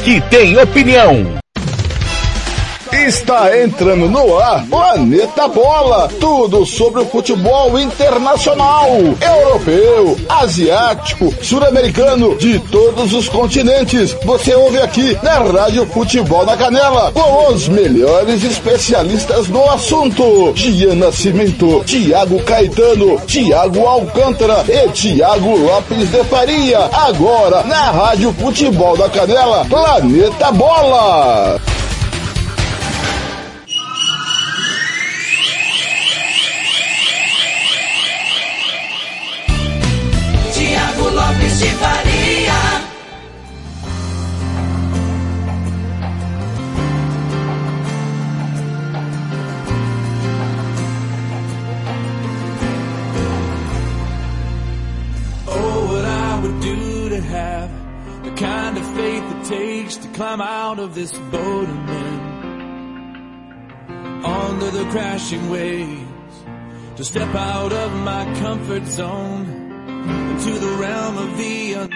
aqui tem opinião. Está entrando no ar Planeta Bola. Tudo sobre o futebol internacional, europeu, asiático, sul-americano, de todos os continentes. Você ouve aqui na Rádio Futebol na Canela, com os melhores especialistas no assunto. Gian Nascimento, Thiago Caetano, Thiago Alcântara e Thiago Lopes de Faria. Agora na Rádio Futebol da Canela, Planeta Bola. Lopes de Faria. Oh, what I would do to have the kind of faith it takes to climb out of this boat and then under the crashing waves, to step out of my comfort zone into the realm of the unknown.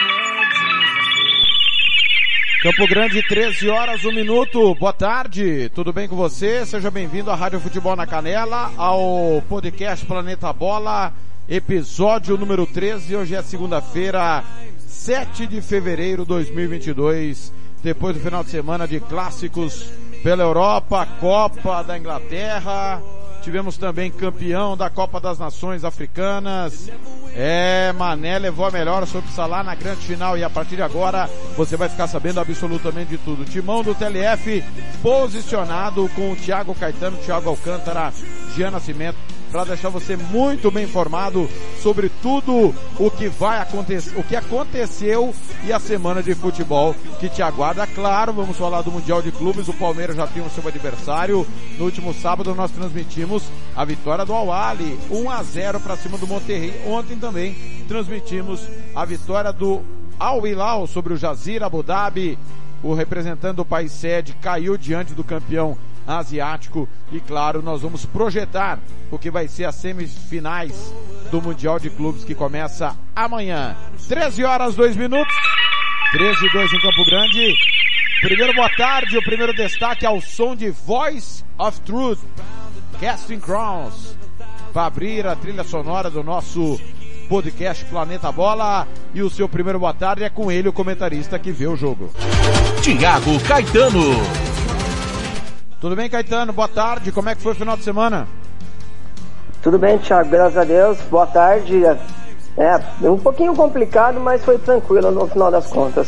Campo Grande, 13 horas, 1 minuto. Boa tarde, tudo bem com você? Seja bem-vindo à Rádio Futebol na Canela, ao podcast Planeta Bola, episódio número 13. Hoje é segunda-feira, 7 de fevereiro de 2022, depois do final de semana de clássicos pela Europa, Copa da Inglaterra. Tivemos também campeão da Copa das Nações Africanas. Mané levou a melhor sobre Salah na grande final e a partir de agora você vai ficar sabendo absolutamente de tudo. Timão do TLF posicionado com o Thiago Caetano, Thiago Alcântara, Gian Nascimento, para deixar você muito bem informado sobre tudo o que vai acontecer, o que aconteceu e a semana de futebol que te aguarda. Claro, vamos falar do Mundial de Clubes. O Palmeiras já tem o seu adversário. No último sábado nós transmitimos a vitória do Al-Ahly, 1-0 para cima do Monterrey. Ontem também transmitimos a vitória do Al-Hilal sobre o Jazeera Abu Dhabi. O representante do país sede caiu diante do campeão asiático e claro, nós vamos projetar o que vai ser as semifinais do Mundial de Clubes que começa amanhã. 13 horas, 2 minutos, 13 e 2 em Campo Grande. Primeiro boa tarde, o primeiro destaque ao som de Voice of Truth, Casting Crowns, para abrir a trilha sonora do nosso podcast Planeta Bola. E o seu primeiro boa tarde é com ele, o comentarista que vê o jogo, Thiago Caetano. Tudo bem, Caetano? Boa tarde. Como é que foi o final de semana? Tudo bem, Thiago. Graças a Deus. Boa tarde. Um pouquinho complicado, mas foi tranquilo no final das contas.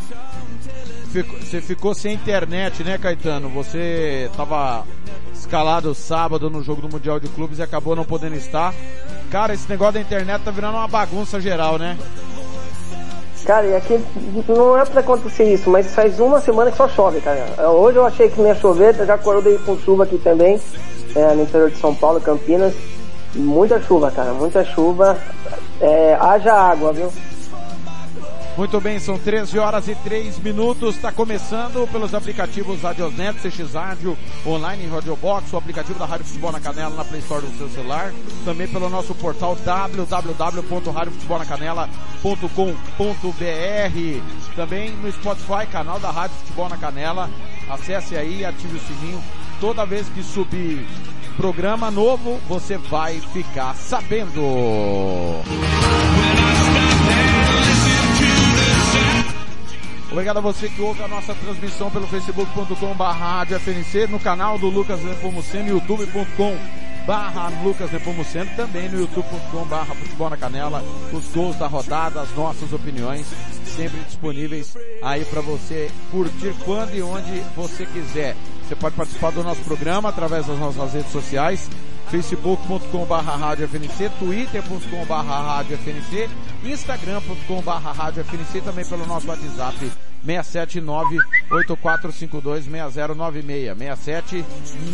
Você ficou sem internet, né, Caetano? Você estava escalado sábado no jogo do Mundial de Clubes e acabou não podendo estar. Cara, esse negócio da internet tá virando uma bagunça geral, né? Cara, e aqui não é pra acontecer isso, mas faz uma semana que só chove, cara. Hoje eu achei que não ia chover, já acordei com chuva aqui também, no interior de São Paulo, Campinas. Muita chuva, cara, muita chuva. Haja água, viu? Muito bem, são 13 horas e 3 minutos, está começando pelos aplicativos Radiosnet, CX Rádio, online em Radiobox, o aplicativo da Rádio Futebol na Canela na Play Store do seu celular, também pelo nosso portal www.radiofutebolnacanela.com.br, também no Spotify, canal da Rádio Futebol na Canela. Acesse aí, ative o sininho, toda vez que subir programa novo, você vai ficar sabendo. Obrigado a você que ouve a nossa transmissão pelo facebook.com/radiofnc, no canal do Lucas Nepomuceno, youtube.com/Lucas Nepomuceno, também no youtube.com/Futebol na Canela, os gols da rodada, as nossas opiniões, sempre disponíveis aí para você curtir quando e onde você quiser. Você pode participar do nosso programa através das nossas redes sociais, facebook.com/radiofnc, twitter.com/radiofnc, instagram.com/radiofnc, também pelo nosso WhatsApp 679-8452-6096,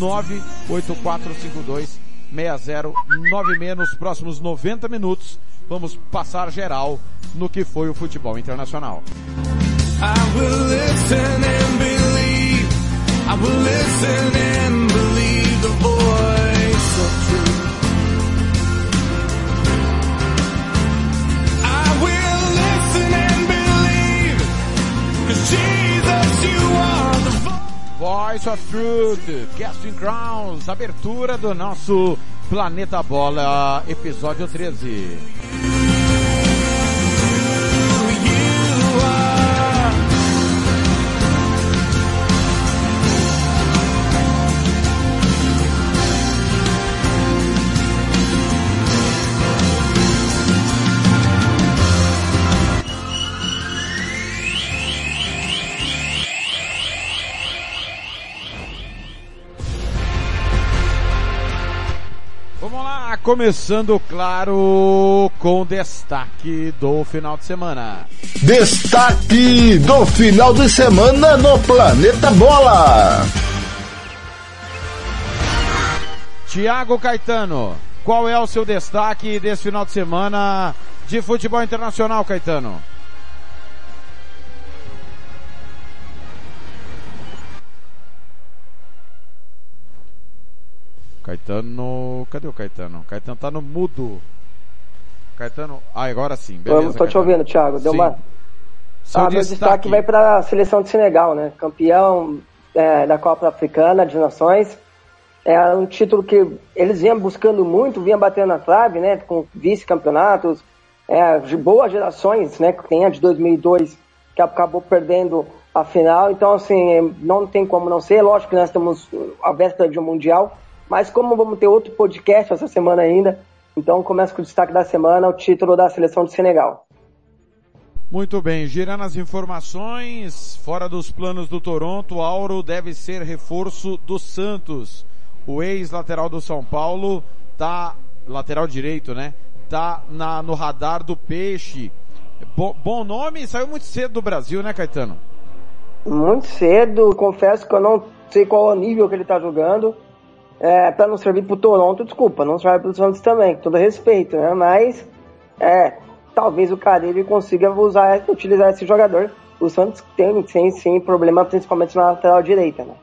679-8452-6096. Nos próximos 90 minutos vamos passar geral no que foi o futebol internacional. I will listen and believe, I will listen and believe the voice of truth. I will listen and believe, 'cause Jesus that you are the Voice of Truth, Casting Crowns, abertura do nosso Planeta Bola, episódio 13. Começando, claro, com destaque do final de semana. Destaque do final de semana no Planeta Bola. Thiago Caetano, qual é o seu destaque desse final de semana de futebol internacional, Caetano? Caetano, cadê o Caetano? Caetano tá no mudo. Caetano, agora sim, beleza. Tô te ouvindo, Thiago. Deu uma... Meu destaque vai para a seleção de Senegal, né? Campeão da Copa Africana de Nações. É um título que eles vinham buscando muito, vinham batendo na trave, né? Com vice-campeonatos, de boas gerações, né? Que tem a de 2002, que acabou perdendo a final. Então, assim, não tem como não ser. Lógico que nós estamos à véspera de um Mundial. Mas como vamos ter outro podcast essa semana ainda, então começa com o destaque da semana, o título da seleção de Senegal. Muito bem, girando as informações, fora dos planos do Toronto, Auro deve ser reforço do Santos. O ex-lateral do São Paulo lateral direito, né? Tá no radar do Peixe. Bom nome, saiu muito cedo do Brasil, né, Caetano? Muito cedo, confesso que eu não sei qual é o nível que ele tá jogando. Pra não servir pro Toronto, desculpa, não serve pro Santos também, com todo respeito, né? Mas, talvez o Carille consiga utilizar esse jogador. O Santos tem sim problema, principalmente na lateral direita, né?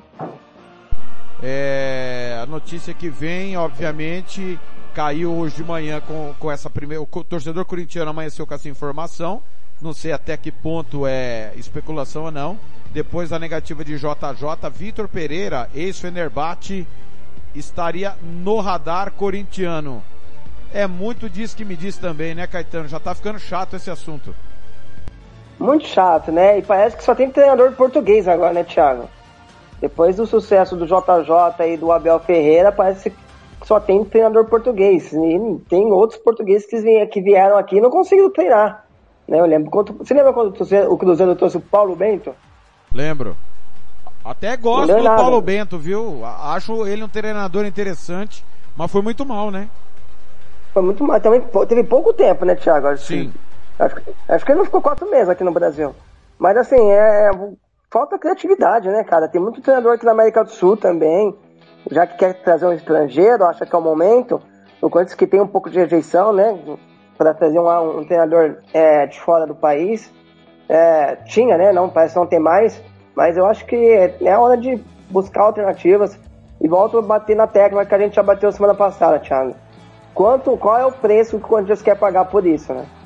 A notícia que vem, obviamente, caiu hoje de manhã com essa primeira, o torcedor corintiano amanheceu com essa informação, não sei até que ponto é especulação ou não. Depois da negativa de JJ, Vitor Pereira, ex-Fenerbahçe, estaria no radar corintiano. É muito disso que me diz também, né, Caetano? Já tá ficando chato esse assunto. Muito chato, né? E parece que só tem treinador português agora, né, Thiago? Depois do sucesso do JJ e do Abel Ferreira, parece que só tem treinador português. E tem outros portugueses que vieram aqui e não conseguiram treinar. Né? Eu lembro você lembra quando o Cruzeiro trouxe o Paulo Bento? Lembro. Até gosto do Paulo Bento, viu? Acho ele um treinador interessante, mas foi muito mal, né? Foi muito mal. Também teve pouco tempo, né, Thiago? Sim. Acho que ele não ficou 4 meses aqui no Brasil. Mas assim, falta criatividade, né, cara? Tem muito treinador aqui na América do Sul também, já que quer trazer um estrangeiro, acha que é o momento. O Corinthians que tem um pouco de rejeição, né? Para trazer um treinador de fora do país. Tinha, né? Não, parece não ter mais. Mas eu acho que é hora de buscar alternativas. E volto a bater na tecla que a gente já bateu semana passada, Thiago. Qual é o preço que o Corinthians quer pagar por isso, né?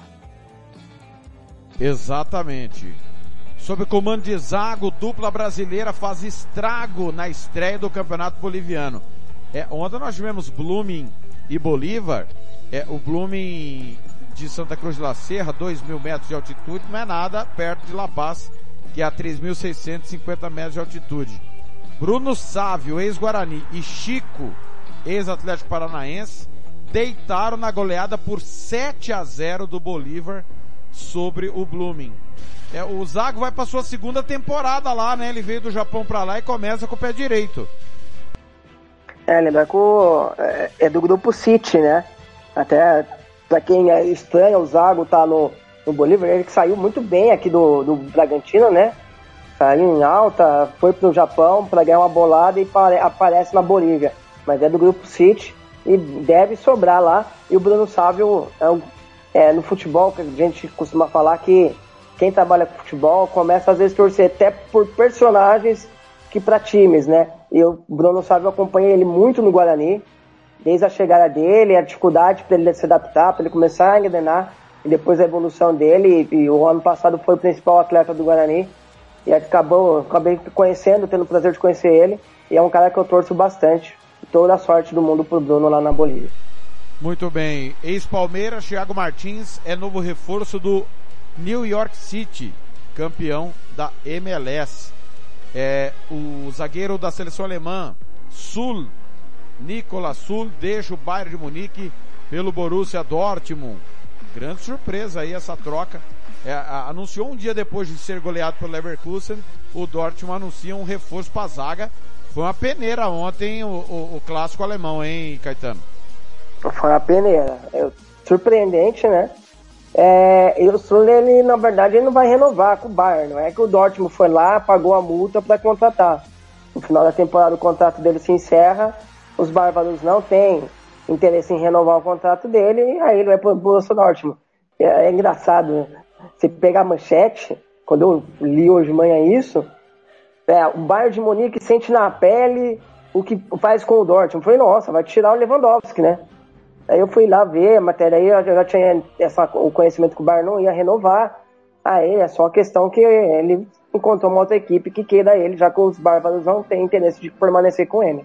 Exatamente. Sob o comando de Zago, dupla brasileira faz estrago na estreia do Campeonato Boliviano. Ontem nós tivemos Blooming e Bolívar. O Blooming de Santa Cruz de la Serra, 2.000 metros de altitude, não é nada perto de La Paz, que é a 3.650 metros de altitude. Bruno Sávio, ex-Guarani, e Chico, ex-Atlético Paranaense, deitaram na goleada por 7-0 do Bolívar sobre o Blooming. O Zago vai para sua segunda temporada lá, né? Ele veio do Japão para lá e começa com o pé direito. Lembra que é do grupo City, né? Até pra quem é estranho, o Zago tá no Bolívar, ele que saiu muito bem aqui do Bragantino, né? Saiu em alta, foi pro Japão para ganhar uma bolada e aparece na Bolívia. Mas é do grupo City e deve sobrar lá. E o Bruno Sávio no futebol, que a gente costuma falar que quem trabalha com futebol começa às vezes a torcer até por personagens que para times, né? E o Bruno Sávio acompanha ele muito no Guarani, desde a chegada dele, a dificuldade para ele se adaptar, para ele começar a engrenar, e depois a evolução dele, e o ano passado foi o principal atleta do Guarani. e acabei conhecendo, tendo o prazer de conhecer ele, e é um cara que eu torço bastante. Toda a sorte do mundo pro Bruno lá na Bolívia. Muito bem. Ex-Palmeiras, Thiago Martins é novo reforço do New York City, campeão da MLS. O zagueiro da seleção alemã, Nicolas Sul, deixa o Bayern de Munique pelo Borussia Dortmund. Grande surpresa aí essa troca. Anunciou um dia depois de ser goleado pelo Leverkusen, o Dortmund anuncia um reforço para a zaga. Foi uma peneira ontem o clássico alemão, hein, Caetano? Foi uma peneira. Surpreendente, né? E o Sul, ele, na verdade, ele não vai renovar com o Bayern. Não é que o Dortmund foi lá, pagou a multa para contratar. No final da temporada o contrato dele se encerra, os bárbaros não têm interesse em renovar o contrato dele, e aí ele vai pro Borussia Dortmund. É engraçado, né? Você pegar a manchete, quando eu li hoje de manhã isso, o Bayern de Munique sente na pele o que faz com o Dortmund. Eu falei, nossa, vai tirar o Lewandowski, né? Aí eu fui lá ver a matéria, aí eu já tinha o conhecimento que o Bayern não ia renovar. Aí é só a questão que ele encontrou uma outra equipe que queira ele, já que os bárbaros não têm interesse de permanecer com ele.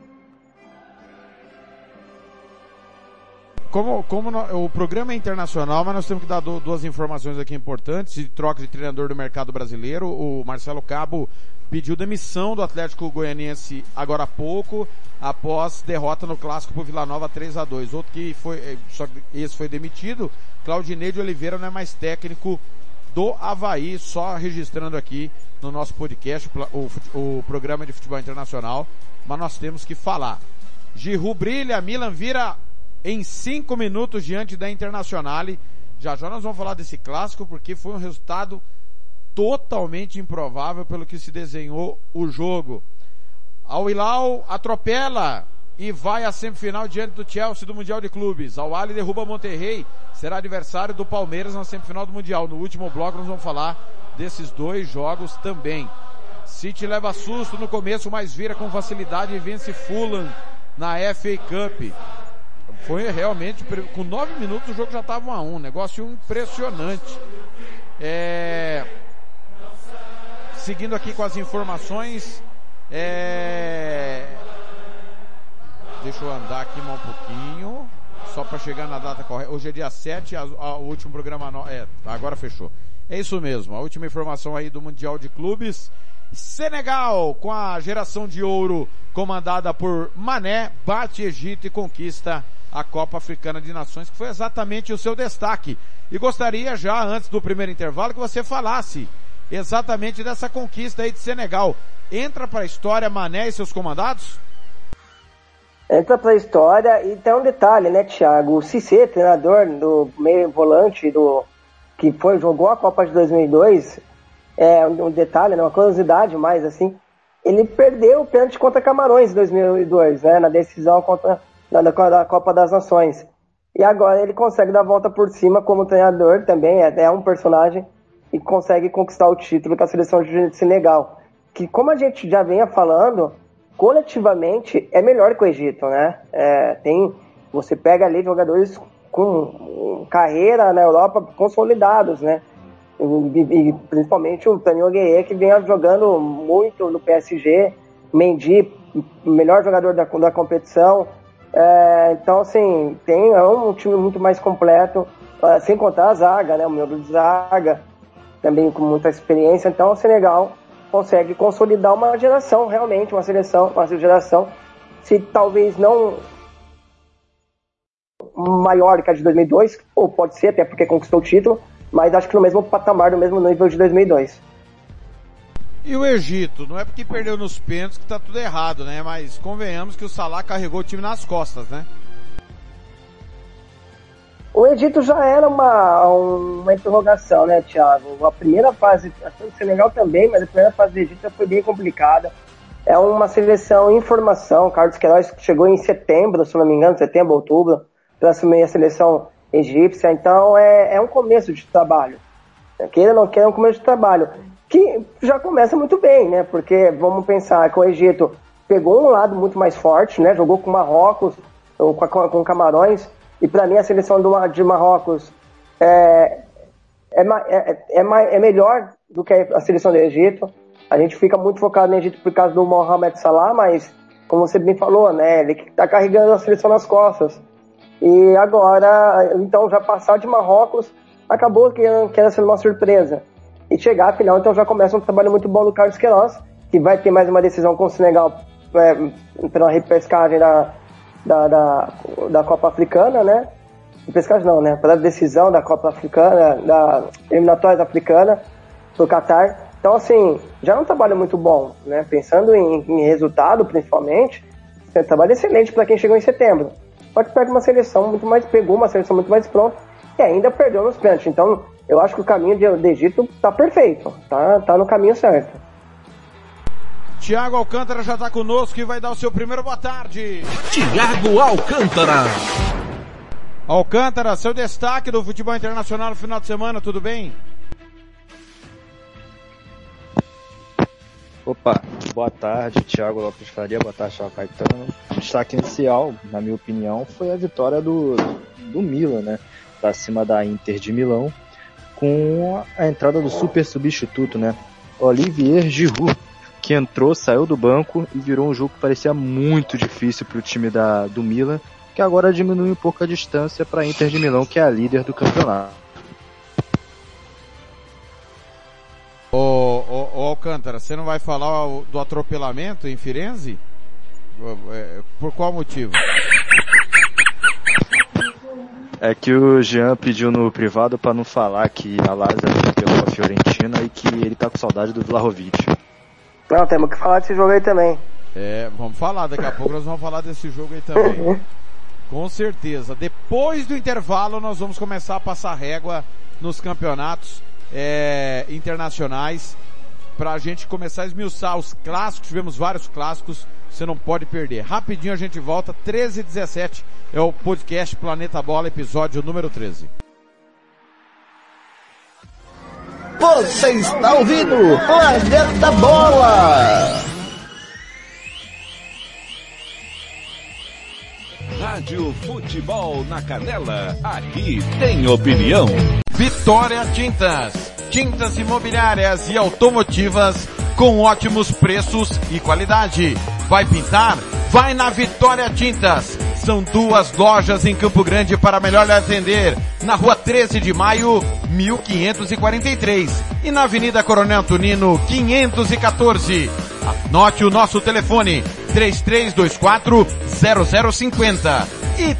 Como o programa é internacional, mas nós temos que dar duas informações aqui importantes de troca de treinador do mercado brasileiro. O Marcelo Cabo pediu demissão do Atlético Goianiense agora há pouco, após derrota no clássico por Vila Nova 3-2. Outro que esse foi demitido, Claudinei de Oliveira não é mais técnico do Avaí, só registrando aqui no nosso podcast, o programa de futebol internacional, mas nós temos que falar. Giroud brilha, Milan vira em 5 minutos diante da Internazionale. Já nós vamos falar desse clássico, porque foi um resultado totalmente improvável pelo que se desenhou o jogo. Al Hilal atropela e vai à semifinal diante do Chelsea do Mundial de Clubes. Al Ahly derruba Monterrey, será adversário do Palmeiras na semifinal do Mundial. No último bloco nós vamos falar desses dois jogos também. City leva susto no começo, mas vira com facilidade e vence Fulham na FA Cup. Foi realmente, com 9 minutos o jogo já estava 1-1, negócio impressionante. Seguindo aqui com as informações, deixa eu andar aqui mais um pouquinho, só para chegar na data correta. Hoje é dia 7, o último programa, agora fechou. É isso mesmo, a última informação aí do Mundial de Clubes. Senegal, com a geração de ouro comandada por Mané, bate Egito e conquista a Copa Africana de Nações, que foi exatamente o seu destaque. E gostaria já, antes do primeiro intervalo, que você falasse exatamente dessa conquista aí de Senegal. Entra para a história Mané e seus comandados? Entra para a história, e tem um detalhe, né, Thiago? O Cissé, treinador do meio volante que jogou a Copa de 2002, um detalhe, né, uma curiosidade mais assim, ele perdeu o pênalti contra Camarões em 2002, né, na decisão da Copa das Nações. E agora ele consegue dar a volta por cima como treinador também, é um personagem, e consegue conquistar o título com a seleção de Senegal. Que, como a gente já vinha falando, coletivamente é melhor que o Egito, né? Você pega ali jogadores com carreira na Europa consolidados, né? E principalmente o Tanguy Gueye, que vem jogando muito no PSG, Mendy, melhor jogador da competição. Então, assim, é um time muito mais completo, sem contar a zaga, né? O meu de zaga, também com muita experiência. Então, o Senegal consegue consolidar uma geração, realmente, uma geração, se talvez não maior que a de 2002, ou pode ser, até porque conquistou o título, mas acho que no mesmo patamar, no mesmo nível de 2002. E o Egito, não é porque perdeu nos pênaltis que tá tudo errado, né? Mas convenhamos que o Salah carregou o time nas costas, né? O Egito já era uma interrogação, né, Thiago? A primeira fase, o Senegal também, mas a primeira fase do Egito já foi bem complicada. É uma seleção em formação. Carlos Queiroz chegou em setembro, se não me engano, setembro, outubro, para assumir a seleção egípcia. Então é um começo de trabalho. Queira ou não queira, é um começo de trabalho. Que já começa muito bem, né? Porque vamos pensar que o Egito pegou um lado muito mais forte, né? Jogou com Marrocos, com Camarões, e para mim a seleção de Marrocos é melhor do que a seleção do Egito. A gente fica muito focado no Egito por causa do Mohamed Salah, mas, como você bem falou, né, ele que tá carregando a seleção nas costas. E agora, então, já passar de Marrocos, acabou que era sendo uma surpresa. E chegar à final, então já começa um trabalho muito bom do Carlos Queiroz, que vai ter mais uma decisão com o Senegal pela repescagem da Copa Africana, né? Repescagem não, né? Pela decisão da Copa Africana, da eliminatória africana, do Qatar. Então, assim, já é um trabalho muito bom, né? Pensando em resultado, principalmente, é um trabalho excelente para quem chegou em setembro. Só que pegou uma seleção muito mais pronta e ainda perdeu nos pênaltis. Então, eu acho que o caminho do Egito tá perfeito, tá no caminho certo. Thiago Alcântara já tá conosco e vai dar o seu primeiro boa tarde. Thiago Alcântara. Alcântara, seu destaque do futebol internacional no final de semana, tudo bem? Opa, boa tarde, Thiago Lopes Faria, boa tarde, Thiago Caetano. O destaque inicial, na minha opinião, foi a vitória do Milan, né? Pra cima da Inter de Milão, com a entrada do super substituto, né? Olivier Giroud, que entrou, saiu do banco e virou um jogo que parecia muito difícil para o time do Milan, que agora diminui um pouco a distância para a Inter de Milão, que é a líder do campeonato. Ô Alcântara, você não vai falar do atropelamento em Firenze? Por qual motivo? É que o Jean pediu no privado para não falar que a Lazio pegou a Fiorentina e que ele tá com saudade do Vlahovic. Não, temos que falar desse jogo aí também. Vamos falar, daqui a pouco nós vamos falar desse jogo aí também. Com certeza. Depois do intervalo nós vamos começar a passar régua nos campeonatos internacionais, pra gente começar a esmiuçar os clássicos. Tivemos vários clássicos, você não pode perder. Rapidinho a gente volta, 13h17, é o podcast Planeta Bola, episódio número 13. Você está ouvindo Planeta Bola! Rádio Futebol na Canela, aqui tem opinião. Vitória Tintas, tintas imobiliárias e automotivas com ótimos preços e qualidade. Vai pintar? Vai na Vitória Tintas. São 2 lojas em Campo Grande para melhor lhe atender. Na Rua 13 de Maio, 1543. E na Avenida Coronel Antonino, 514. Anote o nosso telefone, 3324-0050 e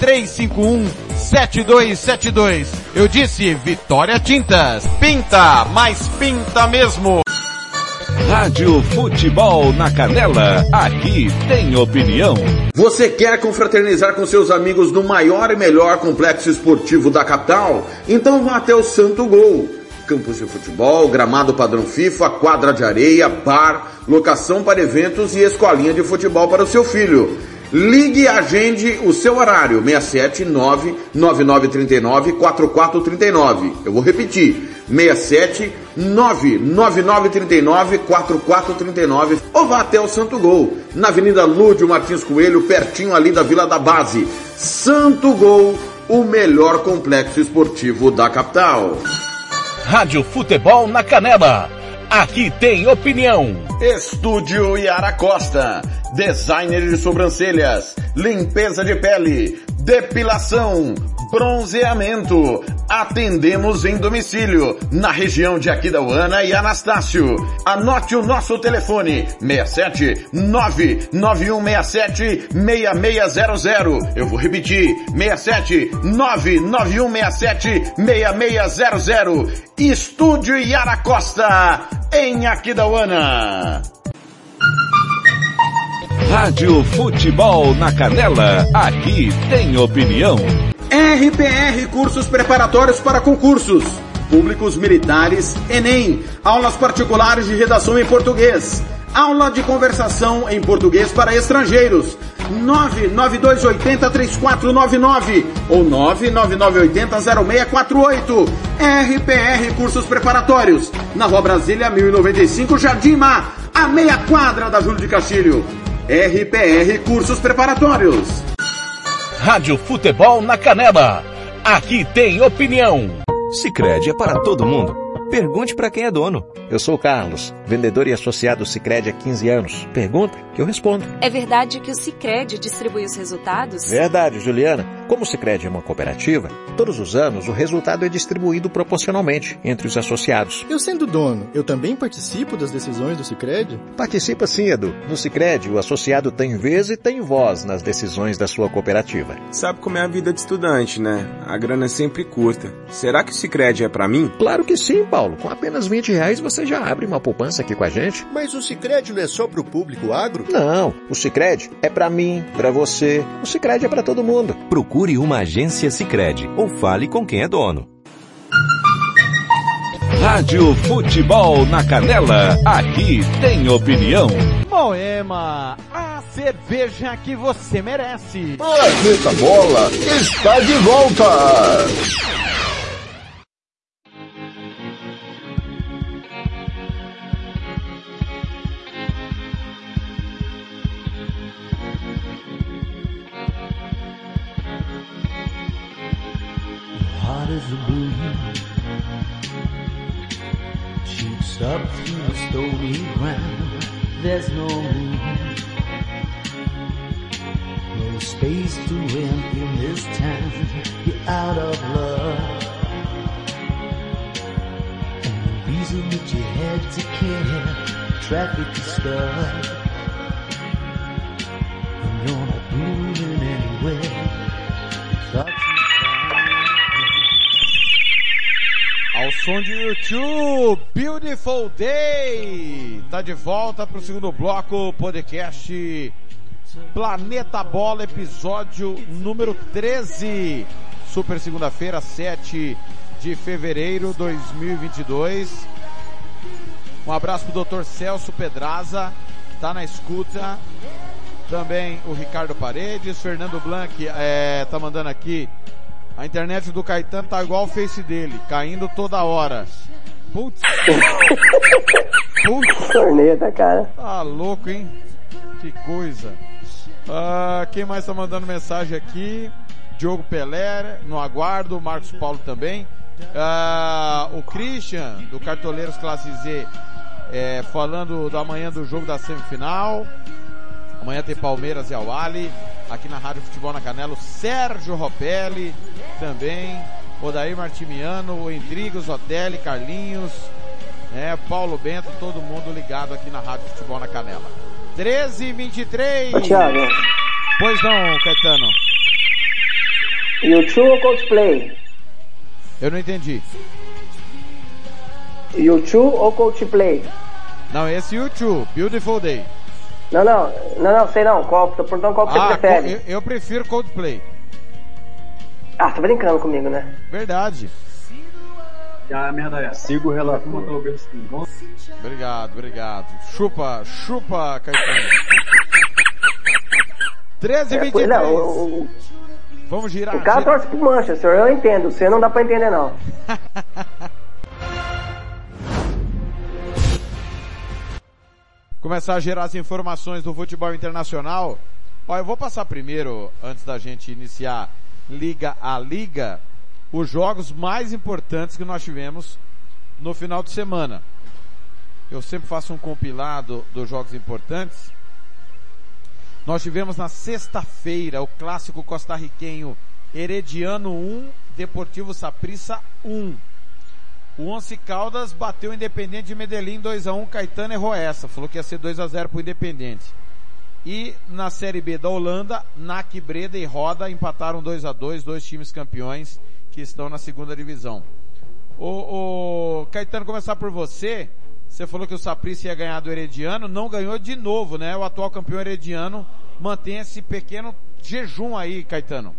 3351-7272. Eu disse Vitória Tintas. Pinta, mas pinta mesmo. Rádio Futebol na Canela, aqui tem opinião. Você quer confraternizar com seus amigos no maior e melhor complexo esportivo da capital? Então vá até o Santo Gol. Campos de futebol, gramado padrão FIFA, quadra de areia, bar, locação para eventos e escolinha de futebol para o seu filho. Ligue e agende o seu horário, 679-9939-4439. Eu vou repetir, 679-9939-4439. Ou vá até o Santo Gol, na Avenida Lúdio Martins Coelho, pertinho ali da Vila da Base. Santo Gol, o melhor complexo esportivo da capital. Rádio Futebol na Canela, aqui tem opinião. Estúdio Yara Costa, designer de sobrancelhas, limpeza de pele, depilação, bronzeamento. Atendemos em domicílio, na região de Aquidauana e Anastácio. Anote o nosso telefone, 67-99167-6600. Eu vou repetir, 67-99167-6600. Estúdio Yara Costa, em Aquidauana. Rádio Futebol na Canela, aqui tem opinião. RPR Cursos Preparatórios para Concursos Públicos Militares, Enem, aulas particulares de redação em português, aula de conversação em português para estrangeiros, 99280-3499 ou 99980-0648. RPR Cursos Preparatórios, na Rua Brasília 1095, Jardim Mar, a meia quadra da Júlio de Castilho. RPR Cursos Preparatórios. Rádio Futebol na Canela, aqui tem opinião. Sicredi é para todo mundo. Pergunte para quem é dono. Eu sou o Carlos, vendedor e associado Sicredi há 15 anos. Pergunta que eu respondo. É verdade que o Sicredi distribui os resultados? Verdade, Juliana. Como o Sicredi é uma cooperativa, todos os anos o resultado é distribuído proporcionalmente entre os associados. Eu sendo dono, eu também participo das decisões do Sicredi? Participa sim, Edu. No Sicredi, o associado tem vez e tem voz nas decisões da sua cooperativa. Sabe como é a vida de estudante, né? A grana é sempre curta. Será que o Sicredi é pra mim? Claro que sim, Paulo. Com apenas R$20 você já abre uma poupança aqui com a gente. Mas o Sicredi não é só pro público agro? Não, o Sicredi é pra mim, pra você. O Sicredi é pra todo mundo. Procure uma agência Sicredi ou fale com quem é dono. Rádio Futebol na Canela, aqui tem opinião. Moema, a cerveja que você merece. Planeta Bola está de volta. Hot as a balloon shoots up through the stony ground. There's no moon, no space to rent in this town. You're out of love, and the reason that you had to care, traffic is stuck, and you're not moving anywhere. Ao som de YouTube, Beautiful Day, tá de volta pro segundo bloco, podcast Planeta Bola, episódio número 13, super segunda-feira, 7 de fevereiro de 2022. Um abraço pro Dr. Celso Pedraza, tá na escuta, também o Ricardo Paredes, Fernando Blanc, tá mandando aqui. A internet do Caetano tá igual o Face dele, caindo toda hora. Putz. Corneta, cara. Tá louco, hein? Que coisa. Quem mais tá mandando mensagem aqui? Diogo Pelé, no aguardo, Marcos Paulo também. O Christian, do Cartoleiros Classe Z, falando do amanhã do jogo da semifinal. Amanhã tem Palmeiras e Al-Ahly, aqui na Rádio Futebol na Canela. O Sérgio Ropelli também, Odair Martimiano, o Endrigo Zotelli, Carlinhos, Paulo Bento, todo mundo ligado aqui na Rádio Futebol na Canela. 13h23. Thiago. Pois não, Caetano. YouTube ou Coldplay? Eu não entendi. YouTube ou Coldplay? Não, esse YouTube, Beautiful Day. Não, sei não. Tô perguntando qual que você prefere. Eu prefiro Coldplay. Tá brincando comigo, né? Verdade. Sigo o relator. Obrigado. Chupa, Caetano. 13h23. Vamos girar. O cara torce pro Manchester, eu entendo. Você não dá pra entender, não. Começar a gerar as informações do futebol internacional. Eu vou passar primeiro, antes da gente iniciar liga a liga, os jogos mais importantes que nós tivemos no final de semana. Eu sempre faço um compilado dos jogos importantes. Nós tivemos na sexta-feira o clássico costarriquenho Herediano 1, Deportivo Saprissa 1. O Once Caldas bateu o Independiente de Medellín 2-1, Caetano errou essa, falou que ia ser 2-0 pro Independiente. E na Série B da Holanda, NAC Breda e Roda empataram 2-2, dois times campeões que estão na segunda divisão. O Caetano, começar por você. Você falou que o Saprissa ia ganhar do Herediano, não ganhou de novo, né? O atual campeão Herediano mantém esse pequeno jejum aí, Caetano.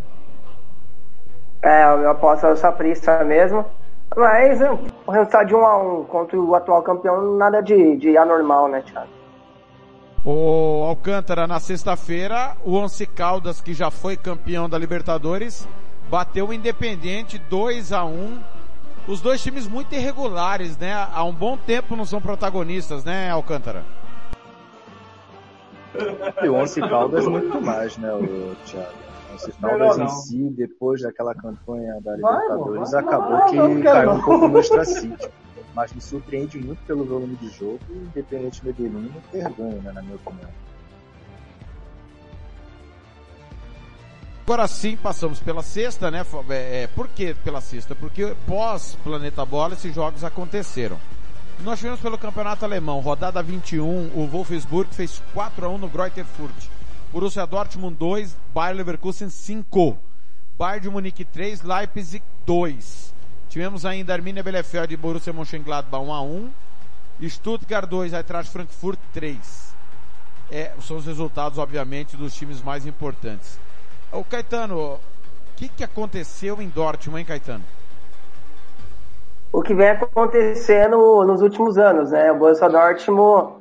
Eu aposto no Saprissa mesmo. Mas o resultado de 1-1 contra o atual campeão, nada de anormal, né, Thiago? O Alcântara, na sexta-feira, o Once Caldas, que já foi campeão da Libertadores, bateu o Independiente 2-1. Os dois times muito irregulares, né? Há um bom tempo não são protagonistas, né, Alcântara? E o Once Caldas muito mais, né, o Thiago? O Once Caldas em si, depois daquela campanha da Libertadores, acabou que caiu um pouco no ostracismo. mas me surpreende muito pelo volume de jogo, independente do Medellín não ter ganho, né, na minha opinião. Agora sim, passamos pela sexta, né? Por que pela sexta? Porque pós Planeta Bola esses jogos aconteceram. Nós tivemos pelo Campeonato Alemão, rodada 21, o Wolfsburg fez 4-1 no Greuther Fürth. Borussia Dortmund 2, Bayer Leverkusen 5. Bayern de Munique 3, Leipzig 2. Tivemos ainda Arminia Bielefeld e Borussia Mönchengladbach 1-1. Stuttgart 2, Eintracht Frankfurt 3. São os resultados, obviamente, dos times mais importantes. Ô Caetano, o que aconteceu em Dortmund, hein, Caetano? O que vem acontecendo nos últimos anos, né? O Borussia Dortmund,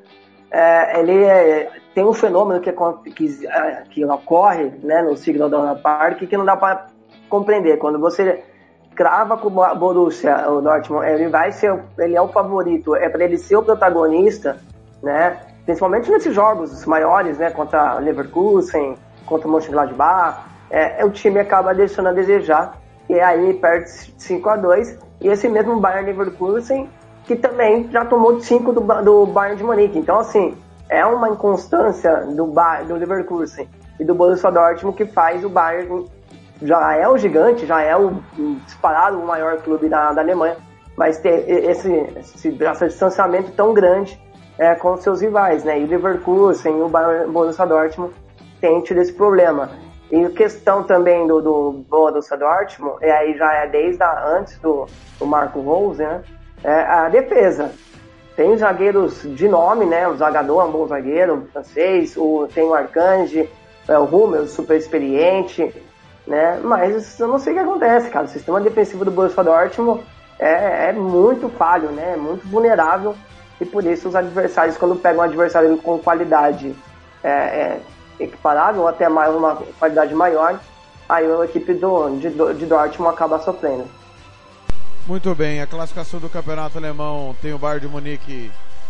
tem um fenômeno que ocorre, né, no Signal Iduna Park que não dá para compreender. Quando você crava com o Borussia, o Dortmund, ele é o favorito, é para ele ser o protagonista, né? Principalmente nesses jogos maiores, né? Contra Leverkusen, contra o Mönchengladbach, o time acaba deixando a desejar, e aí perde 5-2, e esse mesmo Bayern Leverkusen, que também já tomou 5 do Bayern de Munique. Então, assim, é uma inconstância do Leverkusen e do Borussia Dortmund que faz o Bayern, já é o gigante, já é o disparado o maior clube da Alemanha, mas ter esse distanciamento tão grande com seus rivais, né? E o Leverkusen e o Borussia Dortmund tem tido esse problema. E a questão também do Borussia Dortmund, aí já é desde antes do Marco Rose, né? A defesa. Tem zagueiros de nome, né? O Zagadou é um bom zagueiro, francês, tem o Arcanji, o Hummels, super experiente, né? Mas eu não sei o que acontece, cara. O sistema defensivo do Borussia Dortmund é muito falho, né? É muito vulnerável, e por isso os adversários, quando pegam um adversário com qualidade equiparável, ou até uma qualidade maior, aí a equipe de Dortmund acaba sofrendo. Muito bem, a classificação do Campeonato Alemão tem o Bayern de Munique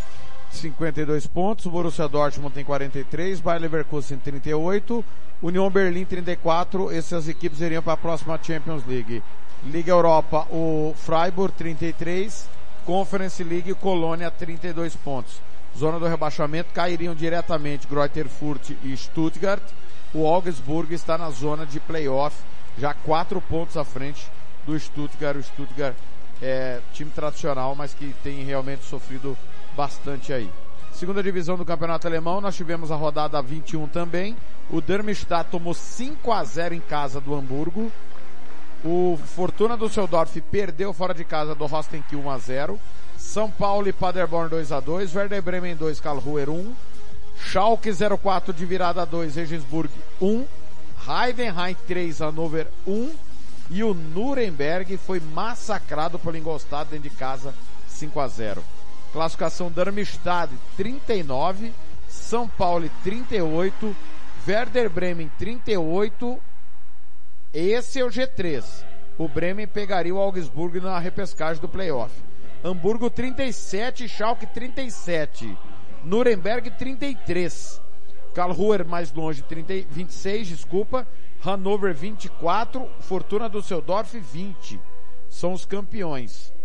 52 pontos, o Borussia Dortmund tem 43, Bayer Leverkusen 38, Union Berlin 34, essas equipes iriam para a próxima Champions League. Liga Europa, o Freiburg 33, Conference League, Colônia 32 pontos. Zona do rebaixamento cairiam diretamente Greuther Fürth e Stuttgart. O Augsburg está na zona de playoff, já 4 pontos à frente do Stuttgart. O Stuttgart é time tradicional, mas que tem realmente sofrido bastante aí. Segunda divisão do Campeonato Alemão, nós tivemos a rodada 21 também. O Darmstadt tomou 5-0 em casa do Hamburgo. O Fortuna Düsseldorf perdeu fora de casa do Holstein Kiel 1-0. São Paulo e Paderborn 2-2, Werder Bremen 2, Karlsruhe 1, Schalke 0-4 de virada 2, Regensburg 1, Heidenheim 3, Hannover 1, e o Nuremberg foi massacrado pelo Ingolstadt dentro de casa 5-0. Classificação: Darmstadt 39, São Paulo 38, Werder Bremen 38, esse é o G3. O Bremen pegaria o Augsburg na repescagem do playoff. Hamburgo 37, Schalke 37, Nuremberg 33, Karlsruhe mais longe 26, Hannover 24, Fortuna Düsseldorf 20, são os campeões.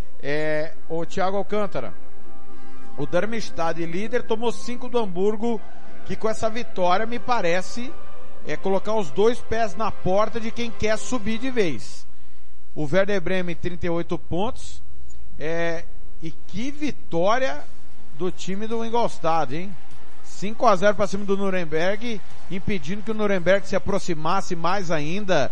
O Thiago Alcântara, o Darmstadt líder tomou 5 do Hamburgo, que com essa vitória me parece colocar os 2 pés na porta de quem quer subir de vez. O Werder Bremen 38 pontos, e que vitória do time do Ingolstadt, hein? 5-0 para cima do Nuremberg, impedindo que o Nuremberg se aproximasse mais ainda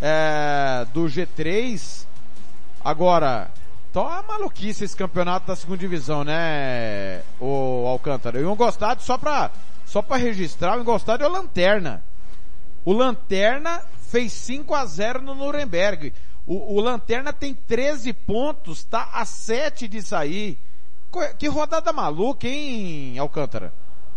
do G3. Agora, então é maluquice esse campeonato da segunda divisão, né, o Alcântara? E o Ingolstadt, só pra registrar, o Ingolstadt é o Lanterna. O Lanterna fez 5-0 no Nuremberg. O Lanterna tem 13 pontos, tá a 7 de sair. Que rodada maluca, hein, Alcântara?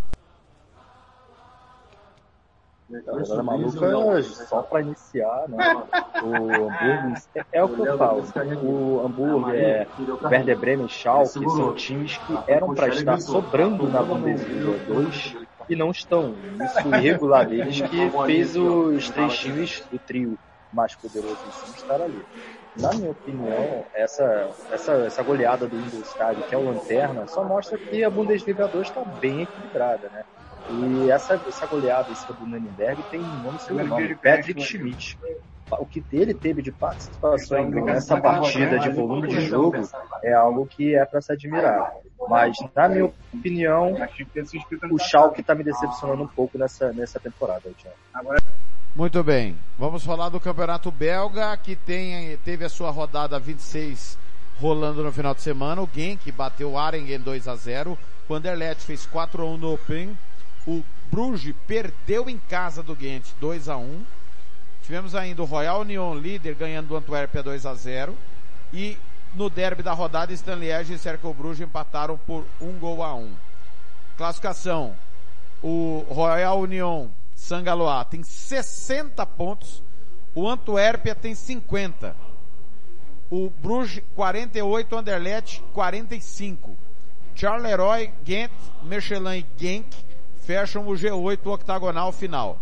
Rodada maluca, só para iniciar, né? O Hamburgo, é o que eu falo. O Hamburgo, o Werder Bremen e Schalke são times que eram para estar sobrando na Bundesliga 2 e não estão. Isso irregular deles que fez os 3 times do trio mais poderosíssimo estar ali. Na minha opinião, essa goleada do Ingolstadt, que é o lanterna, só mostra que a Bundesliga 2 está bem equilibrada, né? E essa goleada em cima do Nürnberg tem um nome seu nome, Patrick Schmidt. O que ele teve de participação nessa partida de volume de jogo é algo que é para se admirar. Mas, na minha opinião, o Schalke está me decepcionando um pouco nessa temporada, Thiago. Muito bem. Vamos falar do Campeonato Belga, que teve a sua rodada 26 rolando no final de semana. O Genk bateu o Arengen 2-0. O Anderlecht fez 4-1 no Open. O Bruges perdeu em casa do Ghent 2-1. Tivemos ainda o Royal Union líder ganhando do Antuérpia 2-0. E no derby da rodada, Stan Liège e Cercle Bruges empataram por 1-1. Classificação. O Royal Union Saint-Galois tem 60 pontos. O Antuérpia tem 50. O Bruges 48, Anderlecht 45. Charleroi, Ghent, Mechelen e Genk fecham o G8, o octagonal final.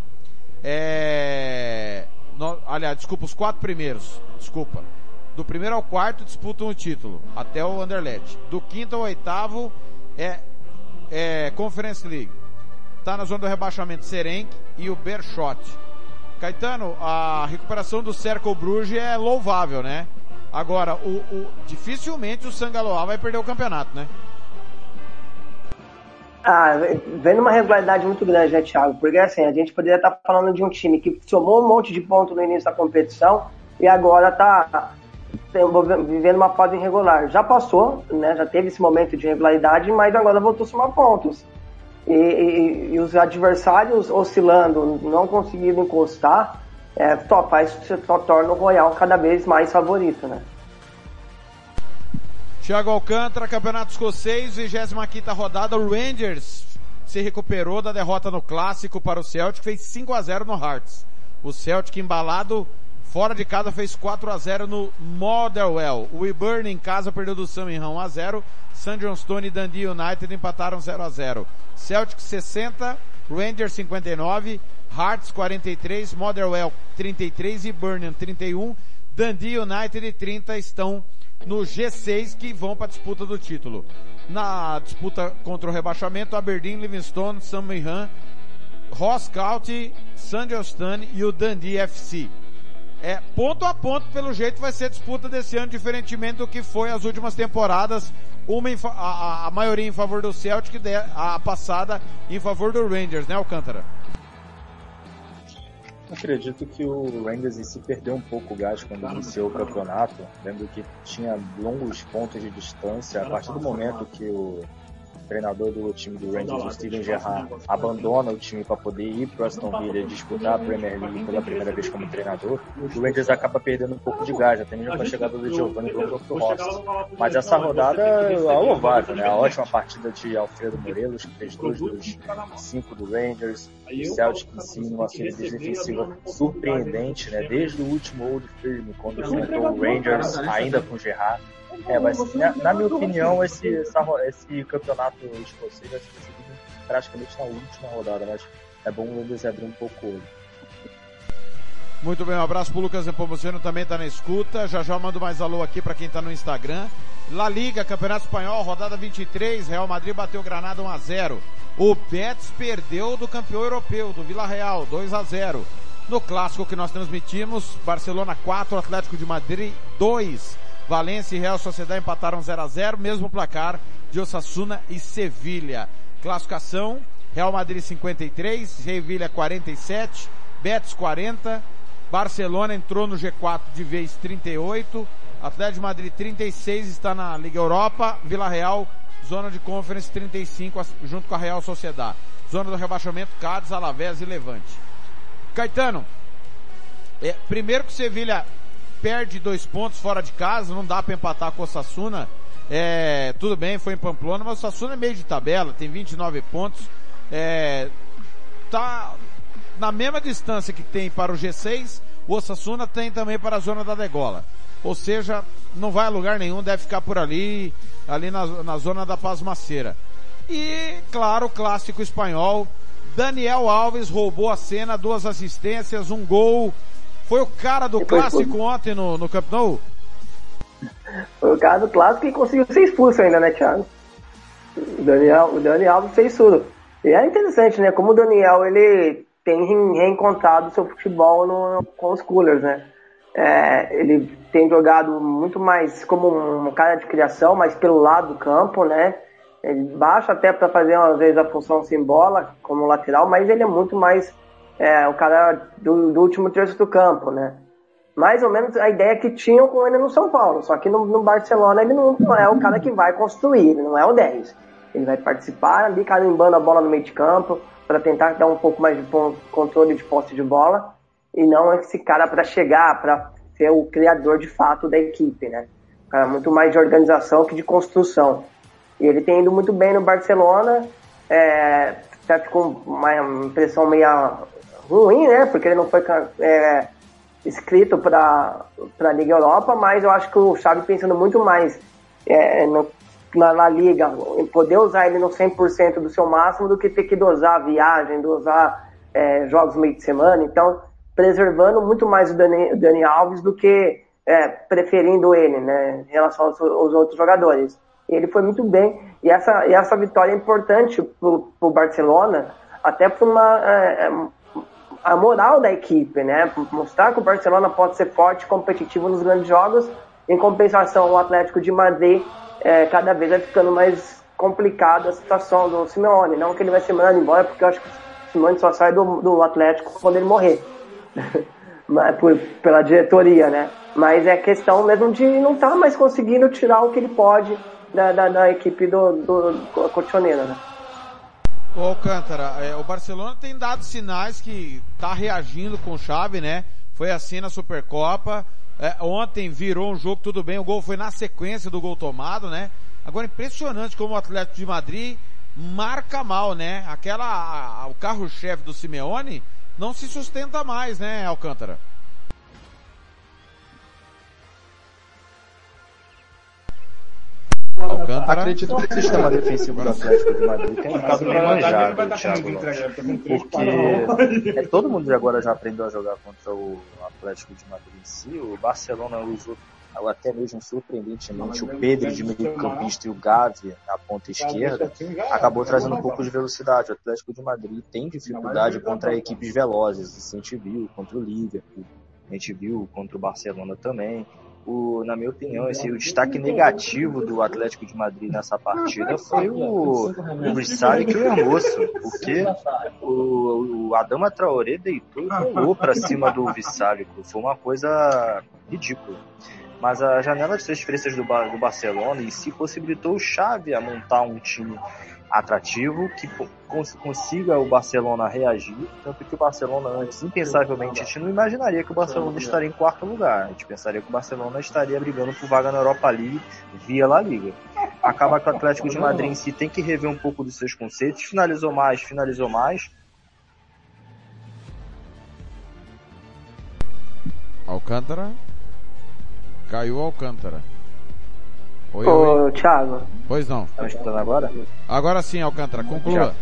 Aliás, desculpa, os 4 primeiros. Desculpa. Do primeiro ao quarto disputam o título, até o Anderlecht. Do quinto ao oitavo é Conference League. Tá na zona do rebaixamento Serenk e o Beerschot. Caetano, a recuperação do Cercle Bruges é louvável, né? Agora, dificilmente o Saint-Galois vai perder o campeonato, né? Vendo uma regularidade muito grande, né, Thiago? Porque assim, a gente poderia estar falando de um time que somou um monte de pontos no início da competição e agora está vivendo uma fase irregular. Já passou, né? Já teve esse momento de regularidade, mas agora voltou a somar pontos. E os adversários oscilando, não conseguindo encostar, só torna o Royal cada vez mais favorito, né? Thiago Alcântara, Campeonato Escocês, 25ª rodada, o Rangers se recuperou da derrota no Clássico para o Celtic, fez 5-0 no Hearts. O Celtic embalado, fora de casa, fez 4-0 no Motherwell. O Hibernian em casa perdeu do Birmingham 1-0. St Johnstone e Dundee United empataram 0-0. Celtic 60, Rangers 59, Hearts 43, Motherwell 33 e Hibernian 31. Dundee United e 30 estão no G6, que vão para a disputa do título. Na disputa contra o rebaixamento, Aberdeen, Livingston, Birmingham, Ross County, St Johnstone e o Dundee FC. Ponto a ponto, pelo jeito, vai ser a disputa desse ano, diferentemente do que foi as últimas temporadas, a maioria em favor do Celtic, a passada em favor do Rangers, né, Alcântara? Acredito que o Rangers em si perdeu um pouco o gás quando iniciou o campeonato, vendo que tinha longos pontos de distância. A partir do momento que o treinador do time do Rangers, o Steven Gerrard, abandona o time para poder ir para o Aston Villa e disputar a Premier League pela primeira vez como treinador, o Rangers acaba perdendo um pouco de gás, até mesmo com a chegada do Giovanni Rossi. Mas essa rodada é louvável, né? A ótima partida de Alfredo Morelos, que fez 2 dos 5 do Rangers. O Celtic em si, numa solidez defensiva surpreendente, né? Desde o último Old Firm, quando enfrentou o Rangers, ainda com o Gerrard. Mas, na minha opinião, esse campeonato escocês vai ser decidido praticamente na última rodada, mas é bom o Rangers abrir um pouco o olho. Muito bem, um abraço pro Lucas Nepomuceno, também tá na escuta. Já mando mais alô aqui para quem tá no Instagram. La Liga, Campeonato Espanhol, rodada 23, Real Madrid bateu o Granada 1-0. O Betis perdeu do campeão europeu, do Villarreal, 2-0. No clássico que nós transmitimos, Barcelona 4, Atlético de Madrid 2. Valência e Real Sociedad empataram 0-0, mesmo placar de Osasuna e Sevilha. Classificação, Real Madrid 53, Sevilha 47, Betis 40, Barcelona entrou no G4 de vez 38, Atlético de Madrid 36, está na Liga Europa, Villarreal, zona de Conference 35, junto com a Real Sociedad. Zona do rebaixamento, Cádiz, Alavés e Levante. Caetano, primeiro que o Sevilha perde 2 pontos fora de casa, não dá para empatar com o Osasuna. Tudo bem, foi em Pamplona, mas o Osasuna é meio de tabela, tem 29 pontos. Tá na mesma distância que tem para o G6, o Osasuna tem também para a zona da degola. Ou seja, não vai a lugar nenhum, deve ficar por ali na zona da pasmaceira. E, claro, o clássico espanhol, Daniel Alves roubou a cena, 2 assistências, 1 gol. Foi o cara do clássico ontem no Camp Nou? Foi o cara do clássico que conseguiu ser expulso ainda, né, Thiago? O Dani Alves fez tudo. E é interessante, né? Como o Daniel, ele tem reencontrado o seu futebol com os Coolers, né? Ele tem jogado muito mais como um cara de criação, mas pelo lado do campo, né? Ele baixa até para fazer, às vezes, a função sem bola, como lateral, mas ele é muito mais o cara do último terço do campo, né? Mais ou menos a ideia que tinham com ele no São Paulo, só que no Barcelona ele não é o cara que vai construir, ele não é o 10. Ele vai participar ali, carimbando a bola no meio de campo, para tentar dar um pouco mais de controle de posse de bola, e não esse cara para chegar, para ser o criador de fato da equipe, né? Um cara muito mais de organização que de construção. E ele tem ido muito bem no Barcelona, até ficou uma impressão meio ruim, né? Porque ele não foi inscrito para a Liga Europa, mas eu acho que o Xavi pensando muito mais na Liga, em poder usar ele no 100% do seu máximo do que ter que dosar a viagem, dosar jogos meio de semana. Então, preservando muito mais o Dani Alves do que preferindo ele, né, em relação aos outros jogadores. Ele foi muito bem, e essa vitória é importante pro Barcelona, até por a moral da equipe, né? Mostrar que o Barcelona pode ser forte e competitivo nos grandes jogos. Em compensação, o Atlético de Madrid cada vez vai ficando mais complicada a situação do Simeone. Não que ele vai ser mandado embora, porque eu acho que o Simeone só sai do Atlético quando ele morrer. Pela diretoria, né? Mas é questão mesmo de não estar mais conseguindo tirar o que ele pode da equipe do Colchoneiro, né? Ô Alcântara, o Barcelona tem dado sinais que tá reagindo com o Xavi, né? Foi assim na Supercopa. Ontem virou um jogo, tudo bem, o gol foi na sequência do gol tomado, né? Agora, impressionante como o Atlético de Madrid marca mal, né? O carro-chefe do Simeone não se sustenta mais, né, Alcântara? Acredito que o sistema defensivo do Atlético de Madrid tem ficado bem manjado, Thiago, porque todo mundo agora já aprendeu a jogar contra o Atlético de Madrid em si. O Barcelona usou até mesmo surpreendentemente o Pedri de meio-campista e o Gavi na ponta esquerda, acabou trazendo um pouco de velocidade. O Atlético de Madrid tem dificuldade contra equipes velozes, isso a gente viu contra o Liverpool, a gente viu contra o Barcelona também. Na minha opinião, o destaque negativo do Atlético de Madrid nessa partida foi o Vrsaljko e o Hermoso, porque o Adama Traoré deitou e rolou para cima do Vrsaljko. Foi uma coisa ridícula. Mas a janela de transferências do Barcelona em si possibilitou o Xavi a montar um time atrativo que consiga o Barcelona reagir, tanto que o Barcelona antes, impensavelmente, a gente não imaginaria que o Barcelona estaria em quarto lugar, a gente pensaria que o Barcelona estaria brigando por vaga na Europa League via La Liga. Acaba que o Atlético de Madrid em si tem que rever um pouco dos seus conceitos, finalizou mais. Alcântara? Caiu Alcântara. Ô, Thiago. Pois não. Tá me escutando agora? Agora sim, Alcântara, conclua.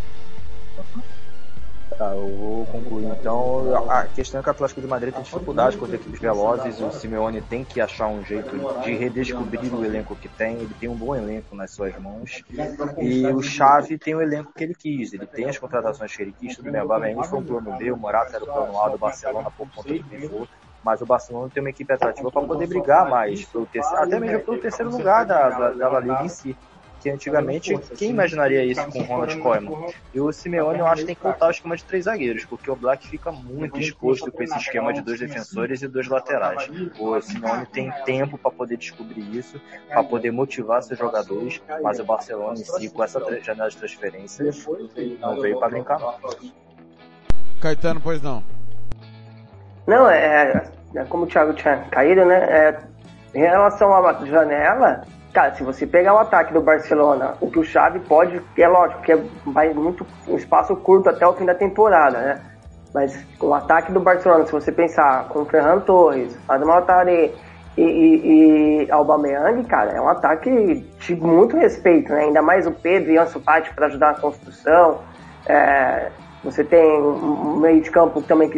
Tá, eu vou concluir. Então, a questão é que o Atlético de Madrid tem dificuldade contra equipes velozes. O Simeone tem que achar um jeito de redescobrir o elenco que tem. Ele tem um bom elenco nas suas mãos. E o Xavi tem o elenco que ele quis. Ele tem as contratações que ele quis. Tudo bem, o Aubameyang foi um plano B, o Morata era o plano A do Barcelona por conta do pivô. Mas o Barcelona tem uma equipe atrativa para poder brigar mais, até mesmo pelo terceiro lugar da La Liga em si. Que antigamente, quem imaginaria isso com o Ronald Koeman? E o Simeone, eu acho que tem que voltar ao esquema de 3 zagueiros, porque o Black fica muito exposto com esse esquema de 2 defensores e 2 laterais. O Simeone tem tempo para poder descobrir isso, para poder motivar seus jogadores, mas o Barcelona em si, com essa janela de transferências, não veio para brincar não. Caetano, pois não? Não, como o Thiago tinha caído, né? Em relação à janela, cara, se você pegar o ataque do Barcelona, o que o Xavi pode, é lógico que vai muito um espaço curto até o fim da temporada, né? Mas o ataque do Barcelona, se você pensar com o Ferran Torres, Adama Traoré e Aubameyang, cara, é um ataque de muito respeito, né? Ainda mais o Pedro e Ansu Fati para ajudar na construção. Você tem um meio de campo também que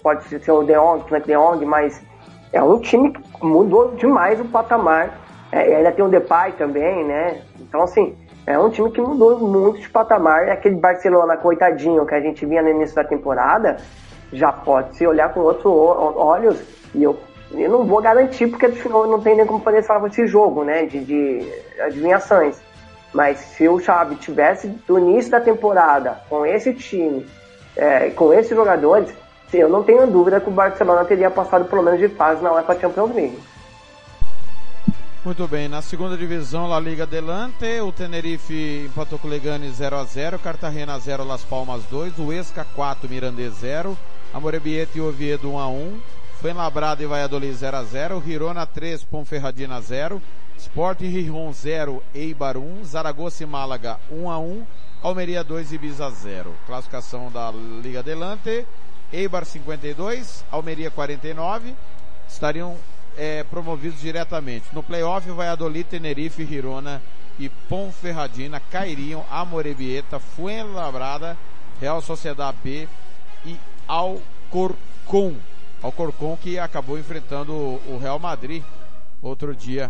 pode ser o Frank de Jong, mas é um time que mudou demais o patamar. Ainda tem o Depay também, né? Então, assim, é um time que mudou muito de patamar. Aquele Barcelona, coitadinho, que a gente via no início da temporada, já pode se olhar com outros olhos. E eu não vou garantir, porque não tem nem como fazer esse jogo, né? De adivinhações. Mas se o Xavi tivesse do início da temporada com esse time, com esses jogadores, eu não tenho dúvida que o Barcelona teria passado pelo menos de fase na UEFA Champions League. Muito bem, na segunda divisão, La Liga Adelante, o Tenerife empatou com o Leganés 0-0, Cartagena 0, Las Palmas 2, o Huesca 4, Mirandés 0, Amorebieta e Oviedo 1-1, Fuenlabrada e Valladolid 0-0, Girona 3, Ponferradina 0, Sporting Gijón 0, Eibar 1, Zaragoza e Málaga 1-1, Almeria 2, Ibiza 0. Classificação da Liga Adelante, Eibar 52, Almeria 49, estariam promovidos diretamente. No playoff, Valladolid, Tenerife, Girona e Ponferradina cairiam, Amorebieta, Fuenlabrada, Real Sociedad B e Alcorcón. Alcorcón que acabou enfrentando o Real Madrid outro dia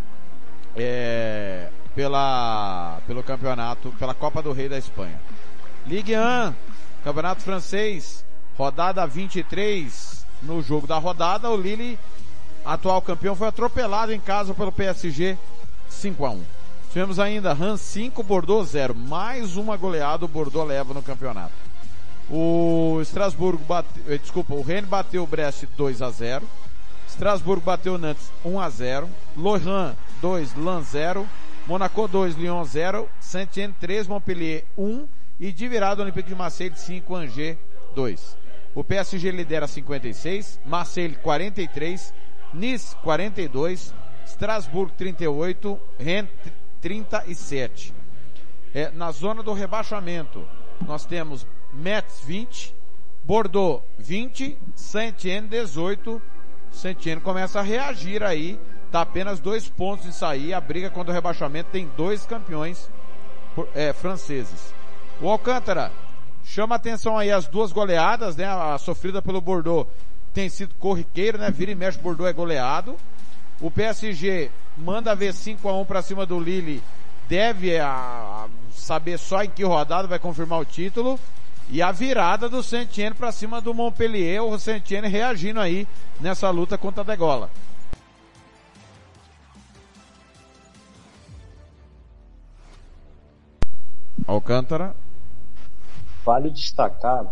pelo campeonato, pela Copa do Rei da Espanha. Ligue 1, Campeonato Francês, rodada 23. No jogo da rodada, o Lille, atual campeão, foi atropelado em casa pelo PSG 5-1. Tivemos ainda Reims 5, Bordeaux 0. Mais uma goleada o Bordeaux leva no campeonato. O Rennes bateu o Brest 2-0. Strasbourg bateu o Nantes 1-0. Lorient 2, Lens 0. Monaco 2, Lyon 0. Saint-Étienne 3, Montpellier 1. E de virada o Olympique de Marseille 5, Angers 2. O PSG lidera 56, Marseille 43, Nice 42, Strasbourg 38, Rennes 37. Na zona do rebaixamento, nós temos Metz 20, Bordeaux 20, Saint-Étienne 18. Saint-Étienne começa a reagir aí, tá apenas 2 pontos de sair. A briga contra o rebaixamento tem 2 campeões franceses. O Alcântara chama atenção aí as 2 goleadas, né? A sofrida pelo Bordeaux tem sido corriqueiro, né? Vira e mexe, o Bordeaux é goleado. O PSG manda ver 5-1 para cima do Lille. Deve saber só em que rodada vai confirmar o título. E a virada do Saint-Étienne para cima do Montpellier. O Saint-Étienne reagindo aí nessa luta contra a degola. Alcântara. Vale destacar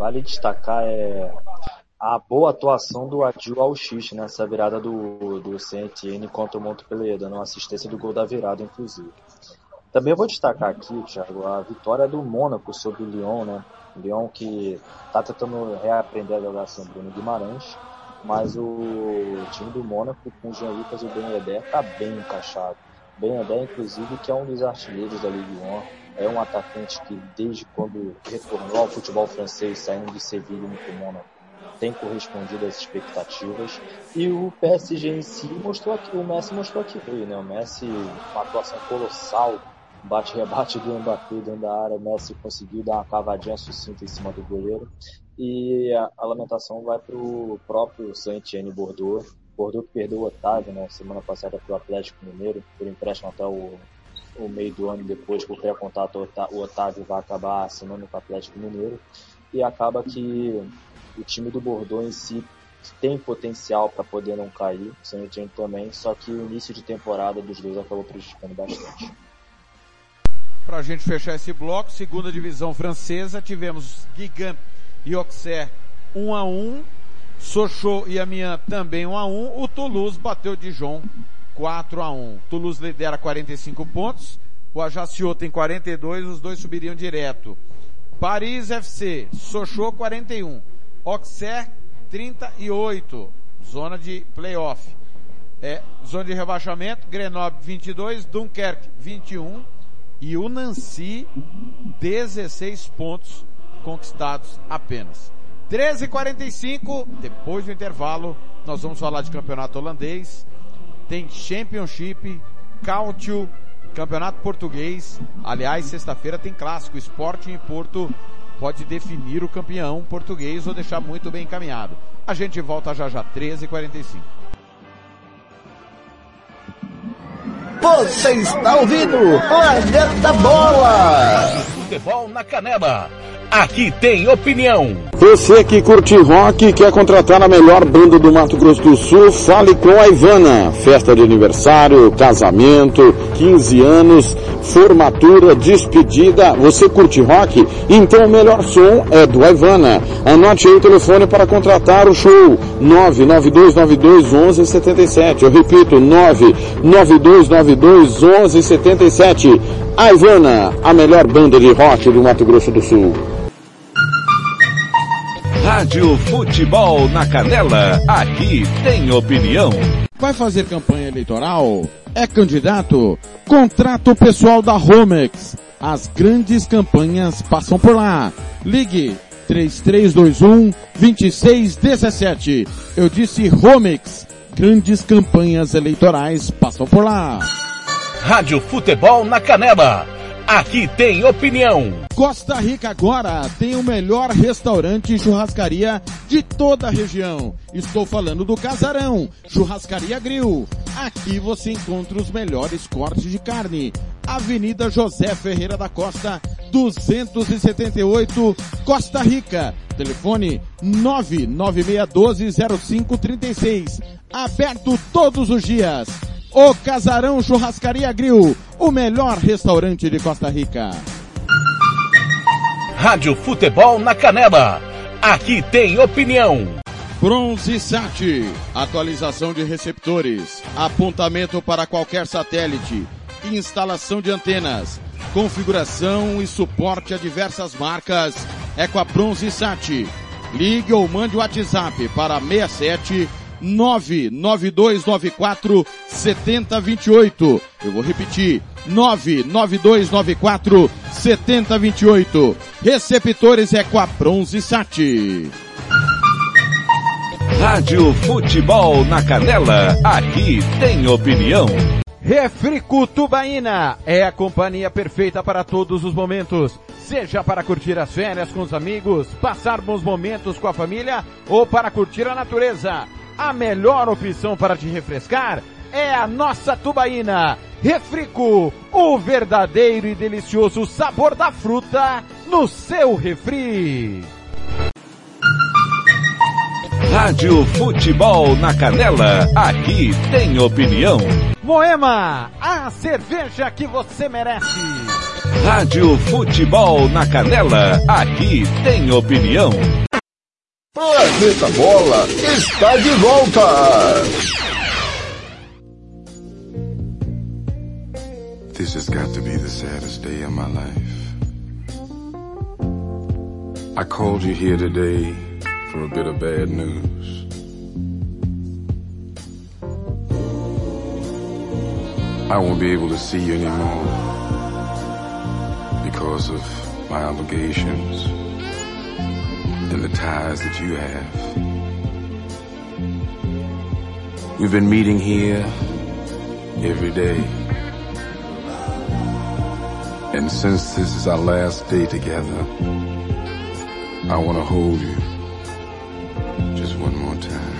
a boa atuação do Adil Al-Shish nessa virada do Saint-Étienne contra o Montpellier, dando uma assistência do gol da virada, inclusive. Também vou destacar aqui, Thiago, a vitória do Mônaco sobre o Lyon, né? O Lyon que está tentando reaprender a jogar sem Bruno Guimarães, mas o time do Mônaco com o Jean Lucas e o Ben Yedder está bem encaixado. Ben Yedder, inclusive, que é um dos artilheiros da Ligue 1. É um atacante que, desde quando retornou ao futebol francês, saindo de Sevilha e para o Mônaco, tem correspondido às expectativas. E o PSG em si o Messi mostrou aqui, né? O Messi, uma atuação colossal, bate-rebate do Mbappé dentro da área. O Messi conseguiu dar uma cavadinha sucinta em cima do goleiro. E a lamentação vai para o próprio Saint-Étienne Bordeaux. Bordeaux que perdeu o Otávio, né? Semana passada para o Atlético Mineiro, por empréstimo até o meio do ano. Depois, por pré-contato, o Otávio vai acabar assinando com o Atlético Mineiro. E acaba que o time do Bordeaux em si tem potencial para poder não cair, o Saint-Étienne também, só que o início de temporada dos dois acabou prejudicando bastante. Para a gente fechar esse bloco, segunda divisão francesa, tivemos Guingamp e Auxerre 1-1, Sochaux e Amiens também 1-1, o Toulouse bateu Dijon 4-1. Toulouse lidera 45 pontos, o Ajaccio tem 42, os dois subiriam direto. Paris FC, Sochaux 41, Auxerre 38, zona de playoff. Zona de rebaixamento, Grenoble 22, Dunkerque 21 e o Nancy 16 pontos conquistados apenas. 13h45, depois do intervalo, nós vamos falar de campeonato holandês, tem Championship, Cautio, campeonato português. Aliás, sexta-feira tem clássico, Sporting e Porto pode definir o campeão português ou deixar muito bem encaminhado. A gente volta já 13h45. Você está ouvindo Planeta Bola! Futebol na Canela. Aqui tem opinião. Você que curte rock e quer contratar a melhor banda do Mato Grosso do Sul, fale com a Ivana. Festa de aniversário, casamento, 15 anos, formatura, despedida. Você curte rock? Então o melhor som é do Ivana. Anote aí o telefone para contratar o show. 992921177. Eu repito, 992921177. A Ivana, a melhor banda de rock do Mato Grosso do Sul. Rádio Futebol na Canela, aqui tem opinião. Vai fazer campanha eleitoral? É candidato? Contrata o pessoal da Romex. As grandes campanhas passam por lá. Ligue 3321-2617. Eu disse Romex. Grandes campanhas eleitorais passam por lá. Rádio Futebol na Canela. Aqui tem opinião. Costa Rica agora tem o melhor restaurante e churrascaria de toda a região. Estou falando do Casarão, Churrascaria Grill. Aqui você encontra os melhores cortes de carne. Avenida José Ferreira da Costa, 278, Costa Rica. Telefone 996120536. Aberto todos os dias. O Casarão Churrascaria Grill, o melhor restaurante de Costa Rica. Rádio Futebol na Canela. Aqui tem opinião. Bronze Sat, atualização de receptores, apontamento para qualquer satélite, instalação de antenas, configuração e suporte a diversas marcas. É com a Bronze Sat. Ligue ou mande o WhatsApp para 67 99294-7028. Eu vou repetir, 99294-7028. Receptores é com a Bronze Sat. Rádio Futebol na Canela, aqui tem opinião. Refrico Tubaína é a companhia perfeita para todos os momentos. Seja para curtir as férias com os amigos, passar bons momentos com a família ou para curtir a natureza. A melhor opção para te refrescar é a nossa Tubaína. Refrico, o verdadeiro e delicioso sabor da fruta no seu refri. Rádio Futebol na Canela, aqui tem opinião. Moema, a cerveja que você merece. Rádio Futebol na Canela, aqui tem opinião. Planeta Bola está de volta. This has got to be the saddest day of my life. I called you here today for a bit of bad news. I won't be able to see you anymore because of my obligations and the ties that you have. We've been meeting here every day. And since this is our last day together, I want to hold you just one more time.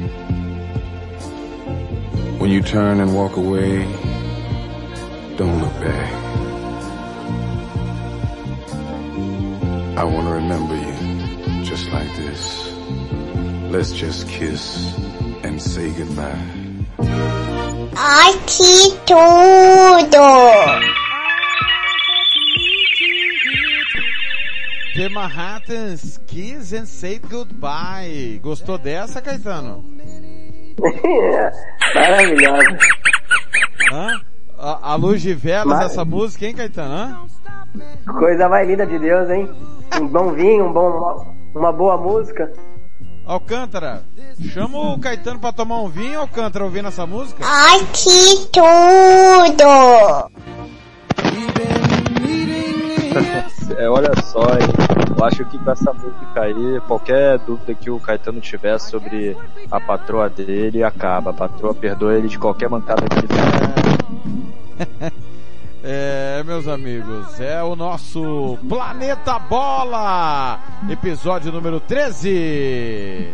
When you turn and walk away, don't look back. I want to remember you just like this. Let's just kiss and say goodbye. Aqui tudo. The Manhattans, Kiss and Say Goodbye. Gostou dessa, Caetano? Maravilhosa. Hã? A luz de velas dessa música, hein, Caetano? Hã? Coisa mais linda de Deus, hein? Um bom vinho, uma boa música. Alcântara, chama o Caetano pra tomar um vinho, Alcântara, ouvindo essa música? Aqui tudo. Olha só, eu acho que com essa música aí, qualquer dúvida que o Caetano tiver sobre a patroa dele, acaba. A patroa perdoa ele de qualquer mancada que ele der. Meus amigos, é o nosso Planeta Bola, episódio número 13.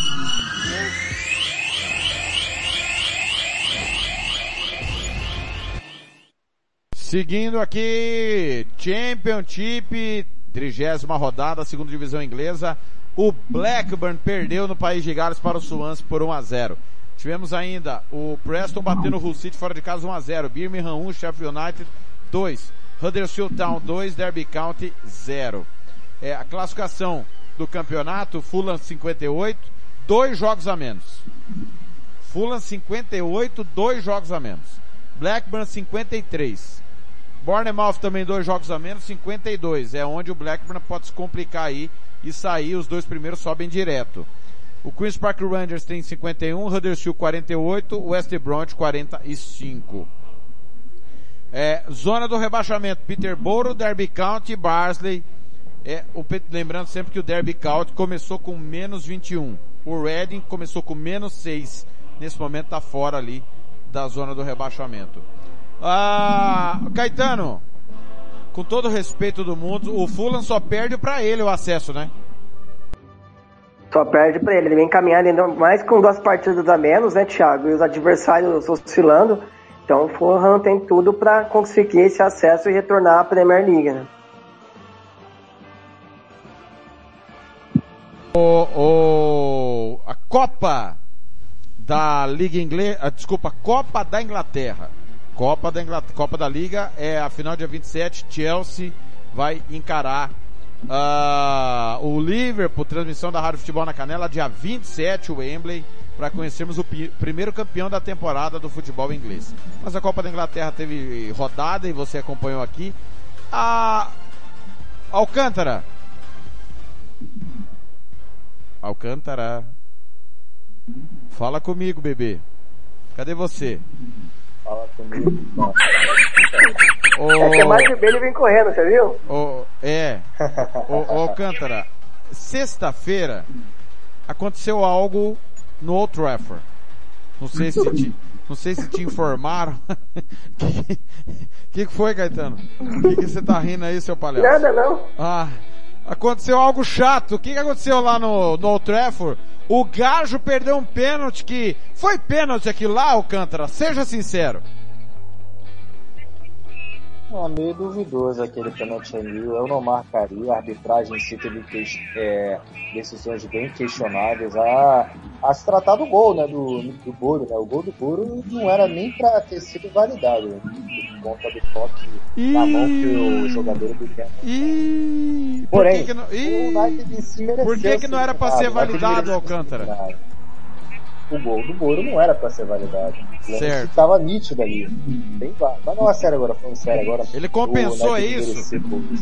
Seguindo aqui, Championship, 30ª rodada, segunda divisão inglesa. O Blackburn perdeu no País de Gales para o Swansea por 1-0. Tivemos ainda o Preston batendo o Hull City fora de casa 1-0. Birmingham 1, Sheffield United 2. Huddersfield Town 2, Derby County 0. A classificação do campeonato, Fulham 58, 2 jogos a menos. Fulham 58, 2 jogos a menos. Blackburn 53. Bournemouth também 2 jogos a menos, 52. É onde o Blackburn pode se complicar aí e sair, os 2 primeiros sobem direto. O Queen's Park Rangers tem 51, Huddersfield 48, West Bromwich 45. Zona do rebaixamento, Peterborough, Derby County, Barnsley. Lembrando sempre que o Derby County começou com menos 21. O Reading começou com menos 6. Nesse momento está fora ali da zona do rebaixamento. Caetano, com todo o respeito do mundo, o Fulham só perde para ele o acesso, né? Só perde pra ele vem caminhando ainda mais com 2 partidas a menos, né, Thiago? E os adversários oscilando. Então o Fulham tem tudo pra conseguir esse acesso e retornar à Premier League, né? A Copa da Liga Inglesa, Copa da Inglaterra. Copa da Liga é a final dia 27, Chelsea vai encarar o Liverpool, transmissão da Rádio Futebol na Canela, dia 27, o Wembley, para conhecermos o primeiro campeão da temporada do futebol inglês. Mas a Copa da Inglaterra teve rodada e você acompanhou aqui. Alcântara, fala comigo, bebê. Cadê você? Fala comigo. Que mais bebê ele vem correndo, você viu? Alcântara, sexta-feira aconteceu algo no Old Trafford. Não sei se te informaram. Que foi, Caetano? Que você tá rindo aí, seu palhaço? Nada, não. Aconteceu algo chato. O que aconteceu lá no Old Trafford? O Gajo perdeu um pênalti que... Foi pênalti aquilo lá, Alcântara? Seja sincero. Meio duvidoso aquele pênalti ali, eu não marcaria, a arbitragem em si teve decisões bem questionáveis, a se tratar do gol, né, do Boro, né, o gol do Boro não era nem pra ter sido validado, né, por conta do toque na mão que o jogador do Keno. Porém, o United em si mereceu. Por que não era pra ser validado, Alcântara? O gol do Boro não era pra ser validado. Certo. Tava nítido ali. Mas não é sério agora, falando sério agora. Ele compensou isso?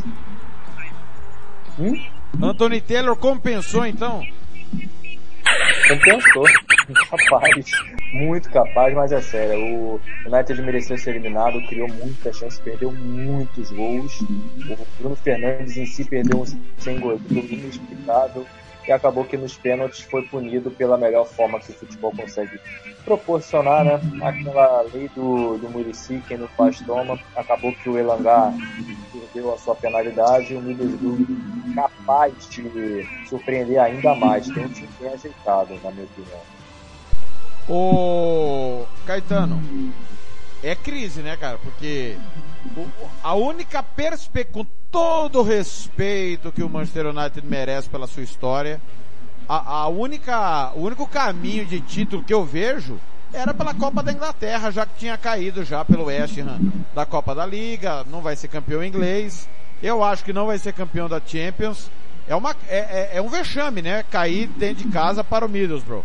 Anthony Taylor compensou então? Compensou. Capaz. Muito capaz, mas é sério. O United mereceu ser eliminado, criou muita chance, perdeu muitos gols. O Bruno Fernandes em si perdeu sem gol, inexplicável. E acabou que nos pênaltis foi punido pela melhor forma que o futebol consegue proporcionar, né? Aquela lei do Muricy, quem não faz toma. Acabou que o Elanga perdeu a sua penalidade e o Middlesbrough capaz de surpreender ainda mais. Tem um time bem ajeitado, na minha opinião. Caetano, é crise, né, cara? Porque a única perspectiva, com todo o respeito que o Manchester United merece pela sua história, o único caminho de título que eu vejo era pela Copa da Inglaterra, já que tinha caído já pelo West Ham da Copa da Liga, não vai ser campeão inglês, eu acho que não vai ser campeão da Champions, é um vexame, né, cair dentro de casa para o Middlesbrough.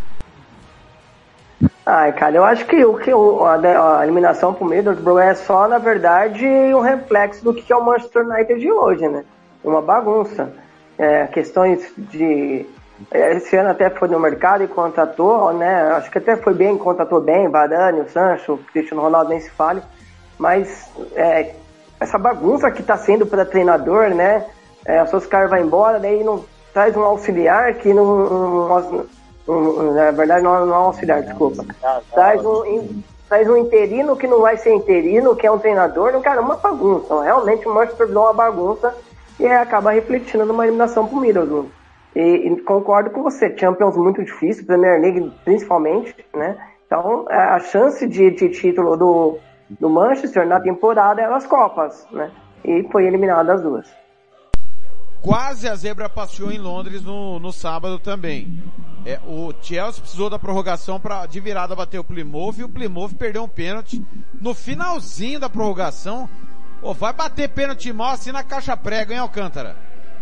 Cara, eu acho que a eliminação pro Middlesbrough é só, na verdade, um reflexo do que é o Manchester United de hoje, né? Uma bagunça. Questões de... Esse ano até foi no mercado e contratou, né? Acho que até foi bem, contratou bem, Varane, o Sancho, o Cristiano Ronaldo nem se fale. Mas essa bagunça que tá sendo para treinador, né? O Solskjaer vai embora, daí não traz um auxiliar que não na verdade não é um auxiliar, desculpa. Traz traz um interino que não vai ser interino, que é um treinador, cara, é uma bagunça. Realmente o Manchester virou uma bagunça e acaba refletindo numa eliminação pro Middlesbrough. E concordo com você, Champions muito difícil, Premier League principalmente, né? Então a chance de título do Manchester na temporada eram as Copas, né? E foi eliminado as duas. Quase a zebra passeou em Londres no sábado também. O Chelsea precisou da prorrogação de virada bater o Plymouth e o Plymouth perdeu um pênalti no finalzinho da prorrogação. Vai bater pênalti mal assim na caixa prego, hein, Alcântara?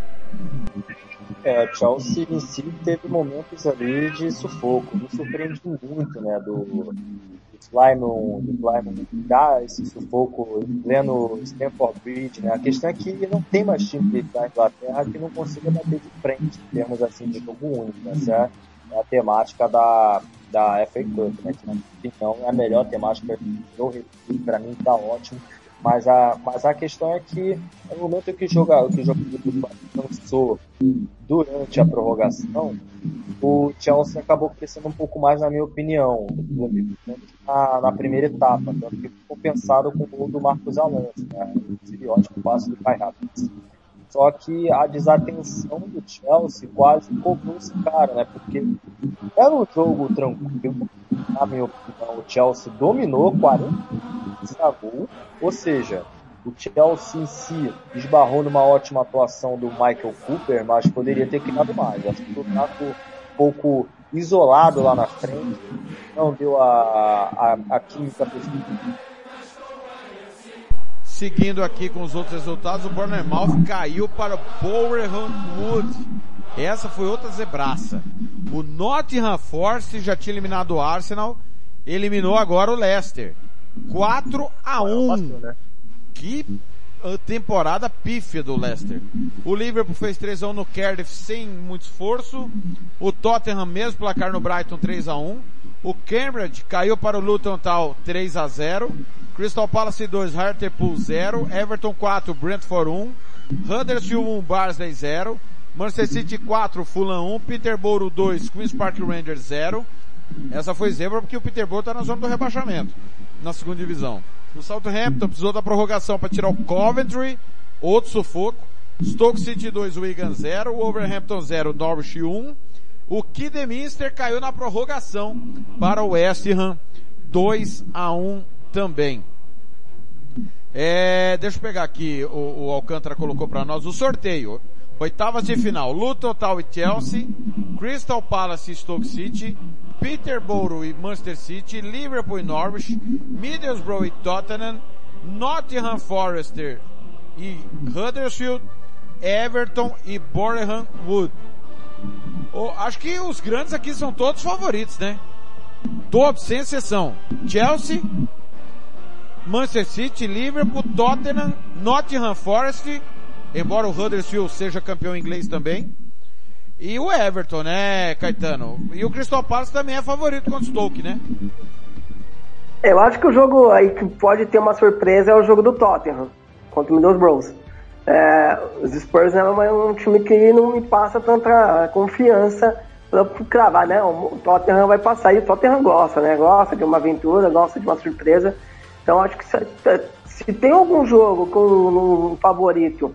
O Chelsea em si teve momentos ali de sufoco, me surpreende muito, né, do Plymouth dar esse sufoco em pleno Stamford Bridge, né? A questão é que não tem mais time da Inglaterra que não consiga bater de frente em termos assim de jogo único, né? Essa é a temática da FA Cup, né? Que então é a melhor temática do repito, para mim tá ótimo, mas a questão é que no momento que o jogo lançou durante a prorrogação, o Chelsea acabou crescendo um pouco mais, na minha opinião, na primeira etapa, tanto que ficou compensado com o gol do Marcos Alonso, né? Seria ótimo passo do Kai Havertz. Só que a desatenção do Chelsea quase cobrou esse cara, né? Porque era um jogo tranquilo, na minha opinião, o Chelsea dominou 40 a gol, ou seja, o Chelsea em si esbarrou numa ótima atuação do Michael Cooper, mas poderia ter criado mais. Acho que o Taco um pouco isolado lá na frente, não deu a química possível. Seguindo aqui com os outros resultados, o Bournemouth caiu para o Bournemouth. Essa foi outra zebraça. O Nottingham Forest já tinha eliminado o Arsenal, eliminou agora o Leicester. 4-1. Que temporada pífia do Leicester. O Liverpool fez 3-1 no Cardiff sem muito esforço. O Tottenham mesmo placar no Brighton 3-1. O Cambridge caiu para o Luton Town 3-0. Crystal Palace 2, Hartlepool 0. Everton 4, Brentford 1. Huddersfield 1, Barnsley 0. Manchester City 4, Fulham 1. Peterborough 2, Queen's Park Rangers 0. Essa foi zebra porque o Peterborough está na zona do rebaixamento, na segunda divisão. O Southampton precisou da prorrogação para tirar o Coventry, outro sufoco. Stoke City 2, Wigan 0. Wolverhampton 0, Norwich 1. O Kidderminster caiu na prorrogação para o West Ham 2-1 também. Deixa eu pegar aqui, o Alcântara colocou para nós o sorteio. Oitavas de final, Luton Town e Chelsea, Crystal Palace e Stoke City, Peterborough e Manchester City, Liverpool e Norwich, Middlesbrough e Tottenham, Nottingham Forest e Huddersfield, Everton e Boreham Wood. Acho que os grandes aqui são todos favoritos, né? Todos, sem exceção. Chelsea, Manchester City, Liverpool, Tottenham, Nottingham Forest, embora o Huddersfield seja campeão inglês também, e o Everton, né, Caetano? E o Crystal Palace também é favorito contra o Stoke, né? Eu acho que o jogo aí que pode ter uma surpresa é o jogo do Tottenham contra o Middlesbrough. Os Spurs é um time que não me passa tanta confiança pra cravar, né? O Tottenham vai passar e o Tottenham gosta, né? Gosta de uma aventura, gosta de uma surpresa. Então acho que se tem algum jogo com um favorito,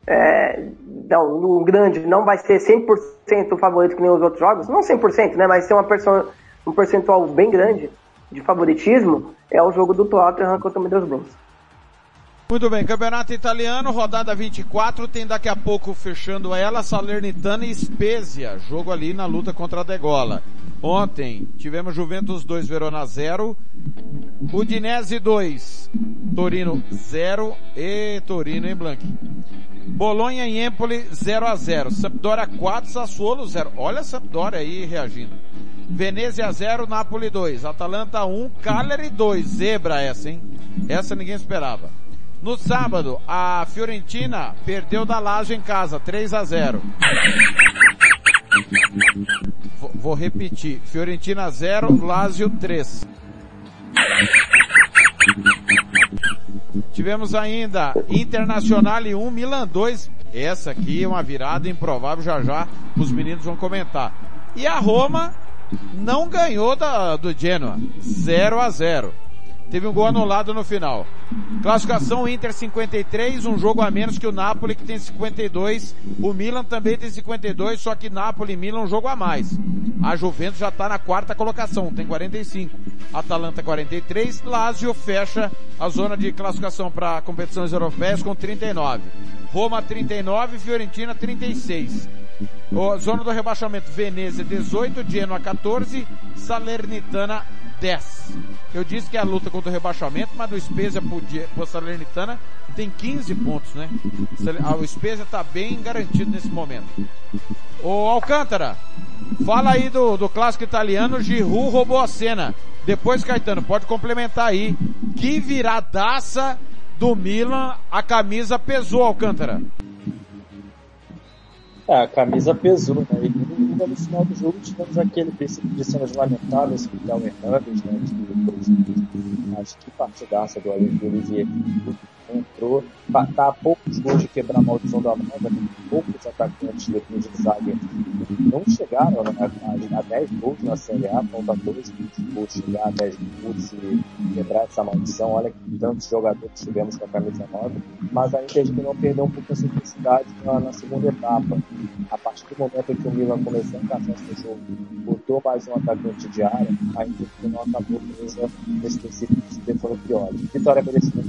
um grande, não vai ser 100% favorito que nem os outros jogos, não 100%, né? Mas ser um percentual bem grande de favoritismo, é o jogo do Tottenham contra o Middlesbrough. Muito bem, Campeonato Italiano, rodada 24, tem daqui a pouco fechando ela, Salernitana e Spezia, jogo ali na luta contra a Degola. Ontem tivemos Juventus 2, Verona 0, Udinese 2, Torino 0 e Torino em Blanc. Bolonha e Empoli 0-0, Sampdoria 4, Sassuolo 0. Olha a Sampdoria aí reagindo. Venezia 0, Napoli 2, Atalanta 1, Cagliari 2, zebra essa, hein? Essa ninguém esperava. No sábado, a Fiorentina perdeu da Lazio em casa, 3-0. Vou repetir, Fiorentina 0, Lazio 3. Tivemos ainda Internacional 1, Milan 2. Essa aqui é uma virada improvável, já os meninos vão comentar. E a Roma não ganhou do Genoa, 0-0. teve um gol anulado no final. Classificação Inter 53, um jogo a menos que o Napoli, que tem 52. O Milan também tem 52, só que Napoli e Milan um jogo a mais. A Juventus já está na 4ª colocação, tem 45. Atalanta 43, Lazio fecha a zona de classificação para competições europeias com 39. Roma 39, Fiorentina 36. Zona do rebaixamento, Venezia 18, Genoa 14, Salernitana 10. Eu disse que é a luta contra o rebaixamento, mas do Spezia pro Salernitana tem 15 pontos, né? O Spezia tá bem garantido nesse momento. Ô Alcântara, fala aí do clássico italiano, Giroud roubou a cena. Depois, Caetano, pode complementar aí. Que viradaça do Milan, a camisa pesou, Alcântara. A camisa pesou, né? E no final do jogo tivemos aquele princípio de cenas lamentáveis com o Del Hernandes, né? Acho que partidaça do Olivier entrou, tá a poucos gols de quebrar a maldição da Nova, poucos atacantes de zaga não chegaram, né, a 10 gols na Série A, falta 12 gols chegar a 10 gols e quebrar essa maldição. Olha que tantos jogadores tivemos com a camisa 9, mas a Inter não perdeu um pouco a simplicidade na segunda etapa. A partir do momento em que o Milan começou a encaixar esse jogo, botou mais um atacante de área, a Inter não acabou presa nesse princípio de Stefano Pioli. Vitória merecida.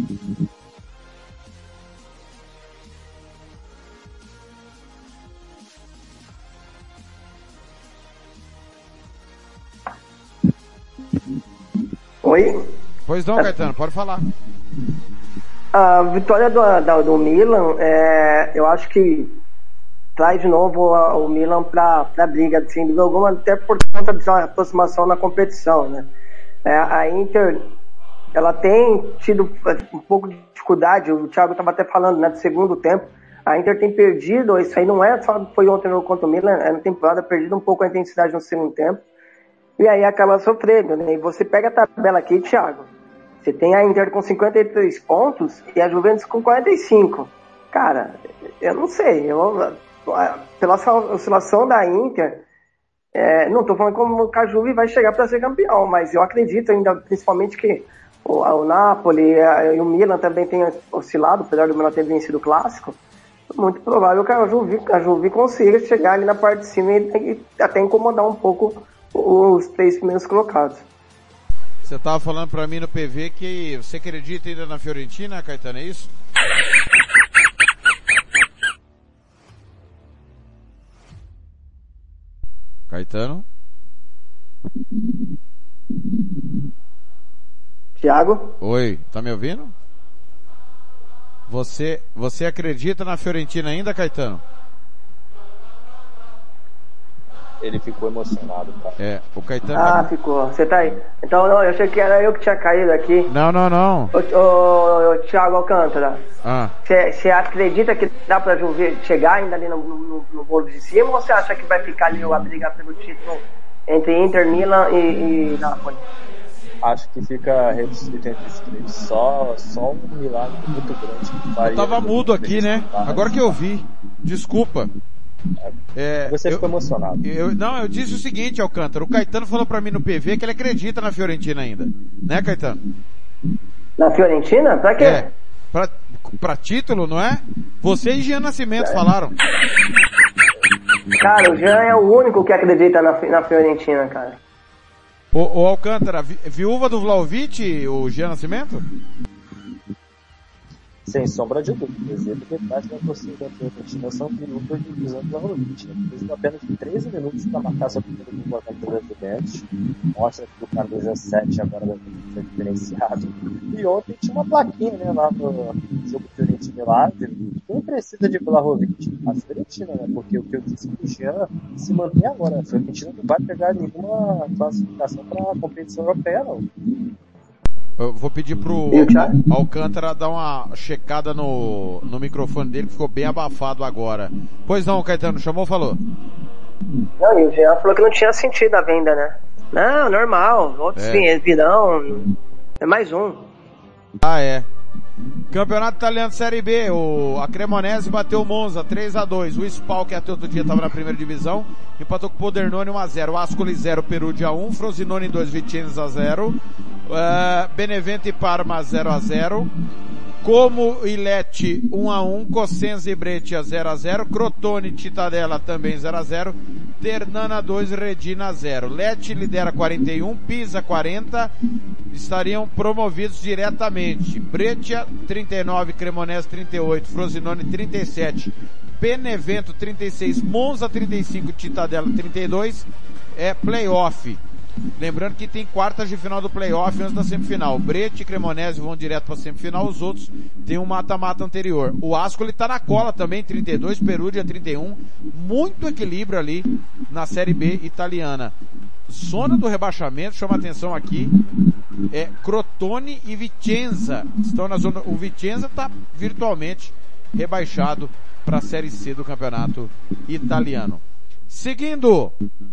Oi? Pois não, Caetano, pode falar. A vitória do Milan, eu acho que traz de novo o Milan pra briga, sem dúvida alguma, até por conta da aproximação na competição, né? A Inter, ela tem tido um pouco de dificuldade, o Thiago estava até falando, né, do segundo tempo. A Inter tem perdido, isso aí não é só foi ontem no contra o Milan, é na temporada, perdido um pouco a intensidade no segundo tempo. E aí acaba sofrendo, né? E você pega a tabela aqui, Thiago. Você tem a Inter com 53 pontos e a Juventus com 45. Cara, eu não sei. Pela oscilação da Inter, não estou falando como o Juve vai chegar para ser campeão, mas eu acredito ainda, principalmente que o Napoli e o Milan também tem oscilado, apesar do Milan ter vencido o clássico. Muito provável que a Juve consiga chegar ali na parte de cima e até incomodar um pouco os 3 primeiros colocados. Você estava falando para mim no PV que você acredita ainda na Fiorentina, Caetano, é isso? Caetano? Thiago? Oi, tá me ouvindo? Você acredita na Fiorentina ainda, Caetano? Ele ficou emocionado, cara. O Caetano... ficou. Você tá aí. Então, não, eu achei que era eu que tinha caído aqui. Não. Ô, Thiago Alcântara. Você acredita que dá pra chegar ainda ali no bolo de cima, ou você acha que vai ficar ali a briga pelo título entre Inter, Milan e Napoli? Acho que fica reduzido entre os 3. Só um milagre muito grande que faria. Eu tava mudo aqui, né? Agora que eu vi. Desculpa. Você ficou emocionado. Eu disse o seguinte, Alcântara, o Caetano falou pra mim no PV que ele acredita na Fiorentina ainda, né, Caetano? Na Fiorentina? Pra quê? Pra título, não é? Você e Jean Nascimento falaram. Cara, o Jean é o único que acredita na Fiorentina, cara. O Alcântara, viúva do Vlahovic, o Jean Nascimento? Sem sombra de dúvidas, ele metade da torcida da Fiorentina são viúvas de Dusan Vlahovic. Ele fez apenas 13 minutos para marcar seu primeiro gol com a camisa da Juventus. Mostra que o camisa 7 agora vai ser diferenciado. E ontem tinha uma plaquinha, né, lá no jogo Fiorentina Live. Quem precisa de Vlahovic? A Fiorentina, né? Porque o que eu disse que o Jean se mantém agora. A Fiorentina não vai pegar nenhuma classificação para a competição europeia, não. Eu vou pedir pro Alcântara dar uma checada no microfone dele, que ficou bem abafado agora. Pois não, Caetano, chamou, falou? Não, e o Jean falou que não tinha sentido a venda, né? Não, normal, outros virão, é mais um. Campeonato Italiano Série B, a Cremonese bateu o Monza 3-2, o Spal, que até outro dia estava na primeira divisão, empatou com o Podernone 1-0, o Ascoli 0, Perugia 1, Frosinone 2, Vicenza 0, Benevento e Parma 0-0, Como e Lecce 1-1, Cosenza e Breccia 0-0, Crotone e Cittadella também 0-0, Ternana 2, Regina 0. Lecce lidera 41, Pisa 40, estariam promovidos diretamente. Breccia 39, Cremonese 38, Frosinone 37, Benevento 36, Monza 35, Cittadella 32, playoff. Lembrando que tem quartas de final do playoff antes da semifinal. Breccia e Cremonese vão direto para a semifinal, os outros tem um mata-mata anterior. O Ascoli tá na cola também, 32, Perugia 31, muito equilíbrio ali na Série B italiana. Zona do rebaixamento, chama atenção aqui, Crotone e Vicenza estão na zona. O Vicenza está virtualmente rebaixado para a Série C do campeonato italiano. Seguindo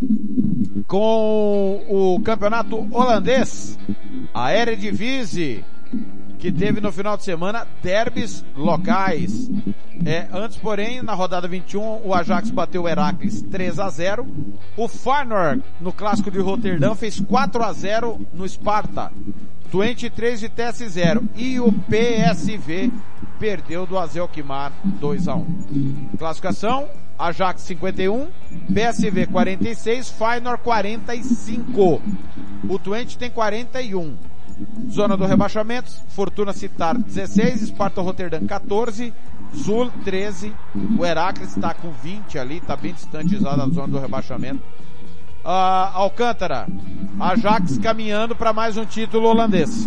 com o campeonato holandês, a Eredivisie, que teve no final de semana derbys locais. Antes, porém, na rodada 21, o Ajax bateu o Heracles 3-0. O Feyenoord, no clássico de Roterdã, fez 4-0 no Sparta. Twente 3 de Vitesse 0. E o PSV perdeu do AZ Alkmaar 2-1. Classificação: Ajax 51, PSV 46, Feyenoord 45. O Twente tem 41. Zona do rebaixamento: Fortuna Sittard 16, Sparta Roterdã 14, Zul 13, o Heracles está com 20 ali, está bem distante da zona do rebaixamento. Alcântara, Ajax caminhando para mais um título holandês.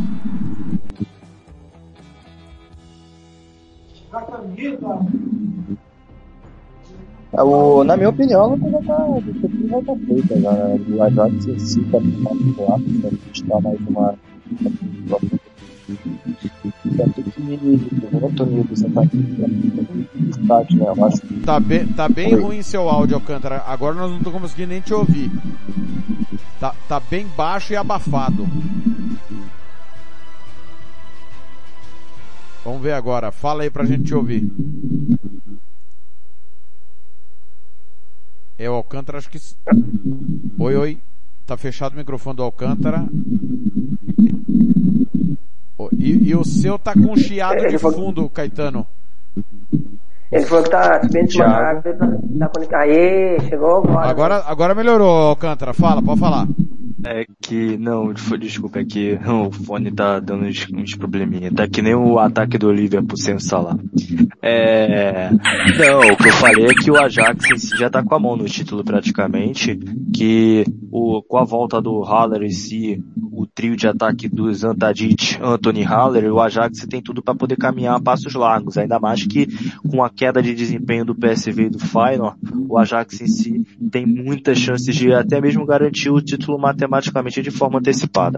Na minha opinião, a coisa vai estar feita já, né? O Ajax em si está mais claro, está mais uma tanto que o Antônio dos ataques estádio, né? Eu acho que tá bem ruim seu áudio, Alcântara. Agora nós não estamos conseguindo nem te ouvir. Tá bem baixo e abafado. Vamos ver agora. Fala aí pra gente te ouvir. O Alcântara, acho que... Oi. Tá fechado o microfone do Alcântara. E o seu tá com chiado de fundo, Caetano. Ele falou que tá bem desmarcado, tá conectado. Aê, chegou agora. Agora melhorou, Alcântara. Pode falar. Desculpa, é que o fone tá dando uns probleminha. Tá que nem o ataque do Liverpool sem o Salah. O que eu falei é que o Ajax em si já tá com a mão no título praticamente, que com a volta do Haller em si, o trio de ataque dos Tadic, Antony Haller, o Ajax tem tudo para poder caminhar a passos largos, ainda mais que com a queda de desempenho do PSV e do Feyenoord, o Ajax em si tem muitas chances de até mesmo garantir o título matematicamente de forma antecipada.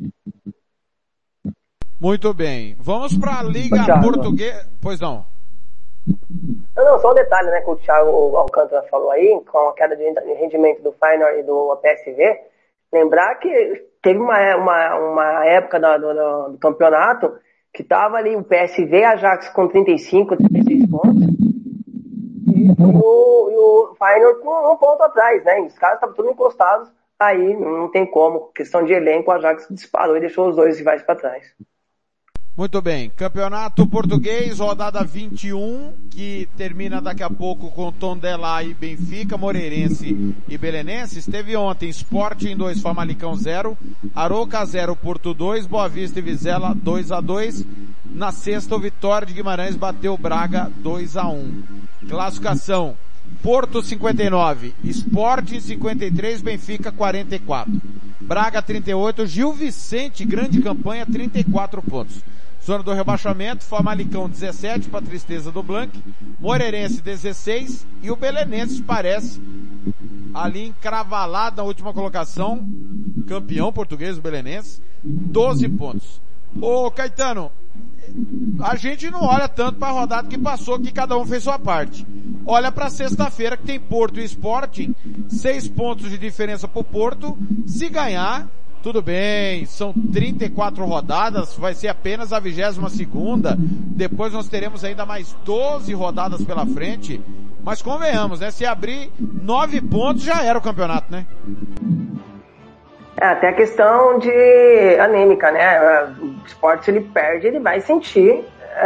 Muito bem. Vamos para a Liga Portuguesa. Pois não. Não, só um detalhe, né, que o Thiago Alcântara falou aí, com a queda de rendimento do Feyenoord e do PSV. Lembrar que teve uma época do campeonato que tava ali o PSV e Ajax com 35, 36 pontos. E o Feyenoord com um ponto atrás, né? Os caras estavam todos encostados. Aí não tem como. Questão de elenco, o Ajax disparou e deixou os dois rivais para trás. Muito bem. Campeonato Português, rodada 21, que termina daqui a pouco com Tondela e Benfica, Moreirense e Belenenses. Teve ontem Sporting 2, Famalicão 0, Arouca 0, Porto 2, Boa Vista e Vizela 2-2. Na sexta, o Vitória de Guimarães bateu Braga 2-1. Classificação: Porto 59, Sporting 53, Benfica 44. Braga 38, Gil Vicente, grande campanha, 34 pontos. Zona do rebaixamento, Famalicão 17, para tristeza do Blanc, Moreirense 16 e o Belenenses parece ali encravalado na última colocação, campeão português do Belenenses, 12 pontos. Ô Caetano, a gente não olha tanto para a rodada que passou, que cada um fez sua parte. Olha para sexta-feira que tem Porto e Sporting, 6 pontos de diferença pro Porto. Se ganhar, tudo bem, são 34 rodadas, vai ser apenas a 22ª, depois nós teremos ainda mais 12 rodadas pela frente, mas convenhamos, né, se abrir 9 pontos já era o campeonato, né? Até a questão de anêmica, né? O Sport, se ele perde, ele vai sentir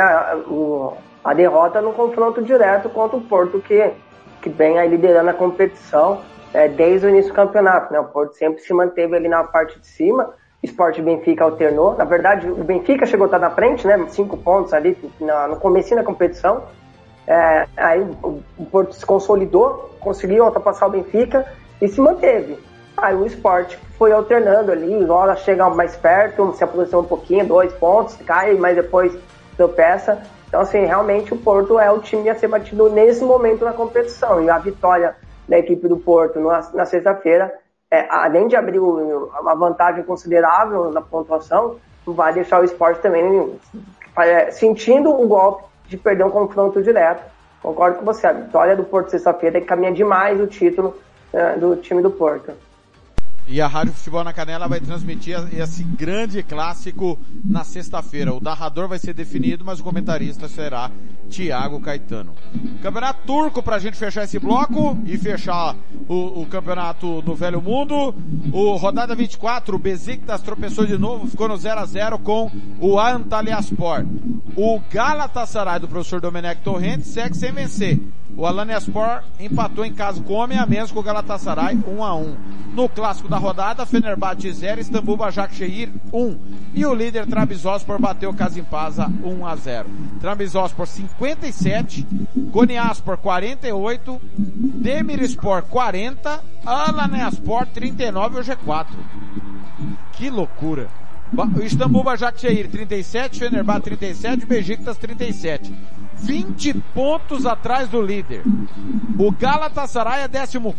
a derrota no confronto direto contra o Porto, que vem aí liderando a competição desde o início do campeonato, né? O Porto sempre se manteve ali na parte de cima, Sport e Benfica alternou. Na verdade, o Benfica chegou a estar na frente, né? 5 pontos ali no comecinho da competição. Aí o Porto se consolidou, conseguiu ultrapassar o Benfica e se manteve. Aí o Sport foi alternando ali, os horas chegam mais perto, se aproxima um pouquinho, 2 pontos, cai, mas depois tropeça. Então, assim, realmente o Porto é o time a ser batido nesse momento na competição. E a vitória da equipe do Porto na sexta-feira, além de abrir uma vantagem considerável na pontuação, vai deixar o Sport também sentindo o golpe de perder um confronto direto. Concordo com você, a vitória do Porto sexta-feira encaminha demais o título do time do Porto. E a Rádio Futebol na Canela vai transmitir esse grande clássico na sexta-feira. O narrador vai ser definido, mas o comentarista será Thiago Caetano. Campeonato turco pra gente fechar esse bloco e fechar o campeonato do Velho Mundo. O rodada 24, o Beşiktaş tropeçou de novo, ficou no 0-0 com o Antalyaspor. O Galatasaray do professor Domenech Torrent segue sem vencer. O Alanyaspor empatou em casa com homem a menos com o Galatasaray 1-1. No clássico da rodada, Fenerbahçe 0, Istambul Başakşehir 1. E o líder Trabzonspor bateu o Kasimpasa 1-0. Trabzonspor 57, Konyaspor 48, Demirspor 40, Alanyaspor 39 e o G4. Que loucura! O Istambul Başakşehir 37, Fenerbahçe 37, Beşiktaş 37. 20 pontos atrás do líder. O Galatasaray é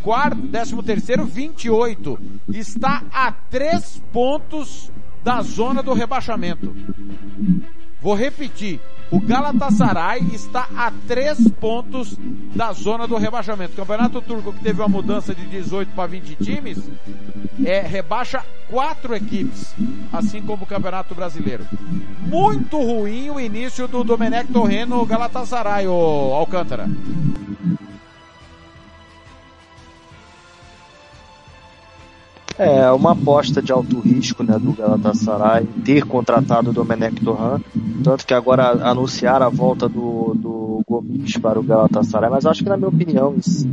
13º, 28. Está a 3 pontos da zona do rebaixamento. Vou repetir. O Galatasaray está a 3 pontos da zona do rebaixamento. O Campeonato Turco, que teve uma mudança de 18 para 20 times, rebaixa 4 equipes, assim como o Campeonato Brasileiro. Muito ruim o início do Domenech Torrent no Galatasaray, o Alcântara. É uma aposta de alto risco, né, do Galatasaray ter contratado o Domenech Torrent, tanto que agora anunciaram a volta do Gomis para o Galatasaray, mas acho que, na minha opinião, em si,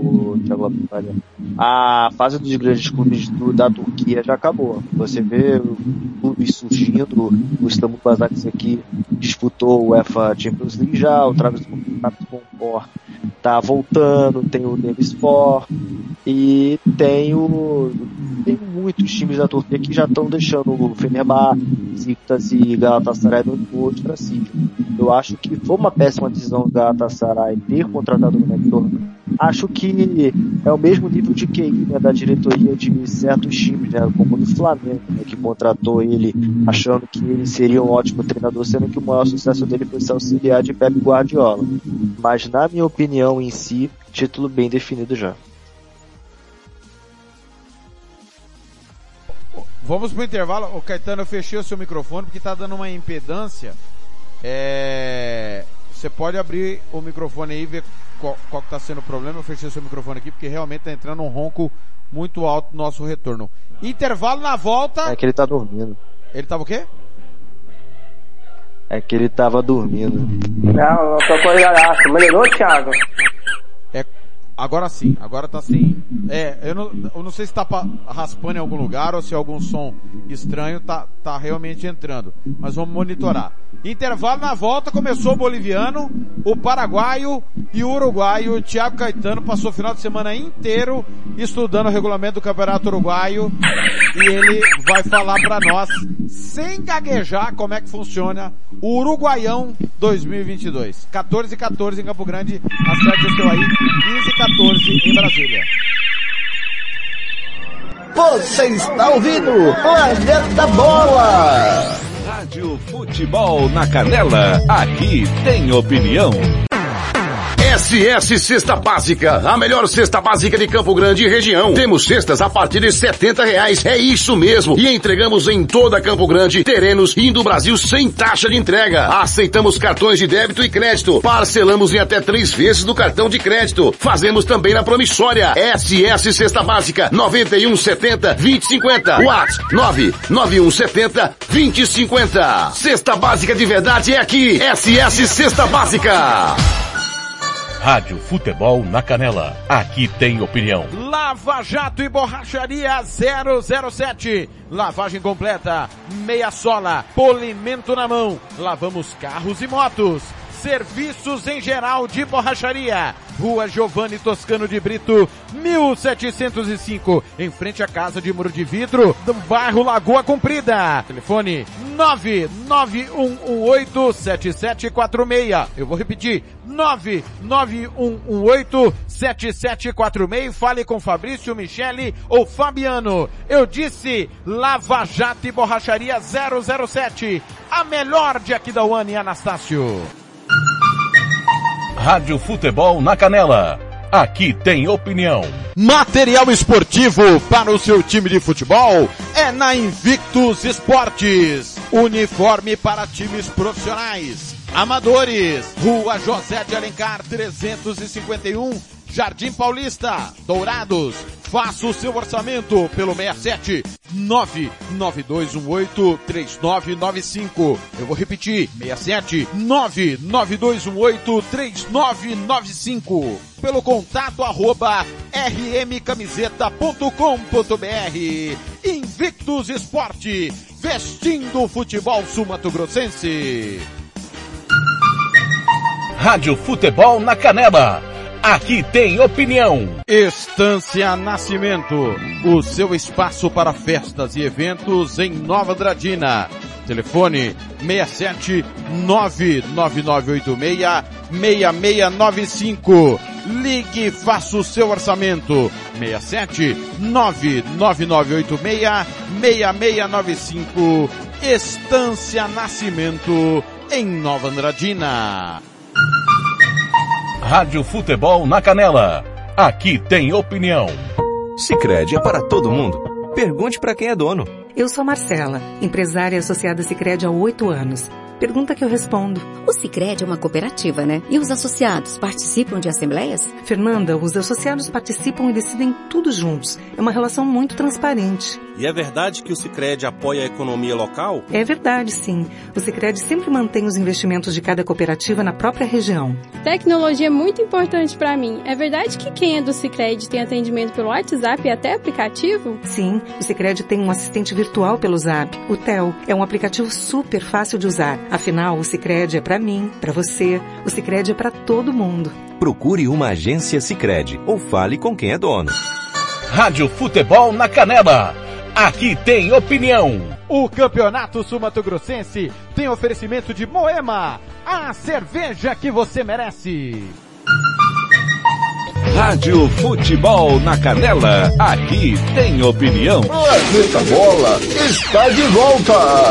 a fase dos grandes clubes da Turquia já acabou. Você vê clubes surgindo, o Istambul Başakşehir disputou o UEFA Champions League já, o Trabzonspor tá voltando, tem o Demirspor e tem muitos times da Turquia que já estão deixando o Fenerbahçe, Beşiktaş e Galatasaray no outro para si. Eu acho que foi uma péssima decisão do Galatasaray ter contratado o Domenech Torrent. Acho que é o mesmo nível de QI, né, da diretoria de certos times, né, como o do Flamengo, né, que contratou ele achando que ele seria um ótimo treinador, sendo que o maior sucesso dele foi ser auxiliar de Pep Guardiola. Mas, na minha opinião, em si, título bem definido já. Vamos pro intervalo. Ô Caetano, eu fechei o seu microfone porque tá dando uma impedância. Você pode abrir o microfone aí e ver qual que tá sendo o problema. Eu fechei o seu microfone aqui porque realmente tá entrando um ronco muito alto no nosso retorno. Intervalo na volta. É que ele tá dormindo. Ele tava o quê? É que ele tava dormindo. Não, eu tô acordadaço. Melhorou, Thiago? Agora sim, agora tá assim. Eu não sei se tá raspando em algum lugar ou se algum som estranho tá realmente entrando. Mas vamos monitorar. Intervalo na volta, começou o boliviano, o paraguaio e o uruguaio. O Thiago Caetano passou o final de semana inteiro estudando o regulamento do Campeonato Uruguaio e ele vai falar pra nós, sem gaguejar, como é que funciona o Uruguaião 2022. 14h14 em Campo Grande, acerte o seu aí, 15h14 em Brasília. Você está ouvindo Planeta Bola! Rádio Futebol na Canela, aqui tem opinião. É SS Cesta Básica, a melhor cesta básica de Campo Grande e região. Temos cestas a partir de R$70. É isso mesmo. E entregamos em toda Campo Grande, terrenos e do Brasil sem taxa de entrega. Aceitamos cartões de débito e crédito. Parcelamos em até 3 vezes no cartão de crédito. Fazemos também na promissória. SS Cesta Básica, 9170-2050. WhatsApp 99170-2050. Cesta Básica de verdade é aqui. SS Cesta Básica. Rádio Futebol na Canela. Aqui tem opinião. Lava Jato e Borracharia 007. Lavagem completa, meia sola, polimento na mão. Lavamos carros e motos. Serviços em geral de borracharia. Rua Giovanni Toscano de Brito, 1705, em frente à Casa de Muro de Vidro, do bairro Lagoa Comprida. Telefone 991187746. Eu vou repetir, 991187746. Fale com Fabrício, Michele ou Fabiano. Eu disse Lava Jato e Borracharia 007. A melhor de Aquidauana e Anastácio. Rádio Futebol na Canela. Aqui tem opinião. Material esportivo para o seu time de futebol é na Invictus Esportes. Uniforme para times profissionais, amadores. Rua José de Alencar 351, Jardim Paulista, Dourados. Faça o seu orçamento pelo 67 992183995. Eu vou repetir, 67 992183995. Pelo contato @rmcamiseta.com.br. Invictus Esporte, vestindo o futebol sul-mato-grossense. Rádio Futebol na Canela. Aqui tem opinião. Estância Nascimento, o seu espaço para festas e eventos em Nova Andradina. Telefone 67 99986-6695. Ligue e faça o seu orçamento. 67 99986-6695. Estância Nascimento em Nova Andradina. Rádio Futebol na Canela. Aqui tem opinião. Sicredi é para todo mundo. Pergunte para quem é dono. Eu sou Marcela, empresária associada Sicredi há 8 anos. Pergunta que eu respondo. O Sicredi é uma cooperativa, né? E os associados participam de assembleias? Fernanda, os associados participam e decidem tudo juntos. É uma relação muito transparente. E é verdade que o Sicredi apoia a economia local? É verdade, sim. O Sicredi sempre mantém os investimentos de cada cooperativa na própria região. Tecnologia é muito importante para mim. É verdade que quem é do Sicredi tem atendimento pelo WhatsApp e até aplicativo? Sim, o Sicredi tem um assistente virtual pelo Zap, o Theo. É um aplicativo super fácil de usar. Afinal, o Sicredi é para mim, para você. O Sicredi é para todo mundo. Procure uma agência Sicredi ou fale com quem é dono. Rádio Futebol na Canela. Aqui tem opinião. O Campeonato Sul-Mato-Grossense tem oferecimento de Moema, a cerveja que você merece. Rádio Futebol na Canela. Aqui tem opinião. Planeta Bola está de volta.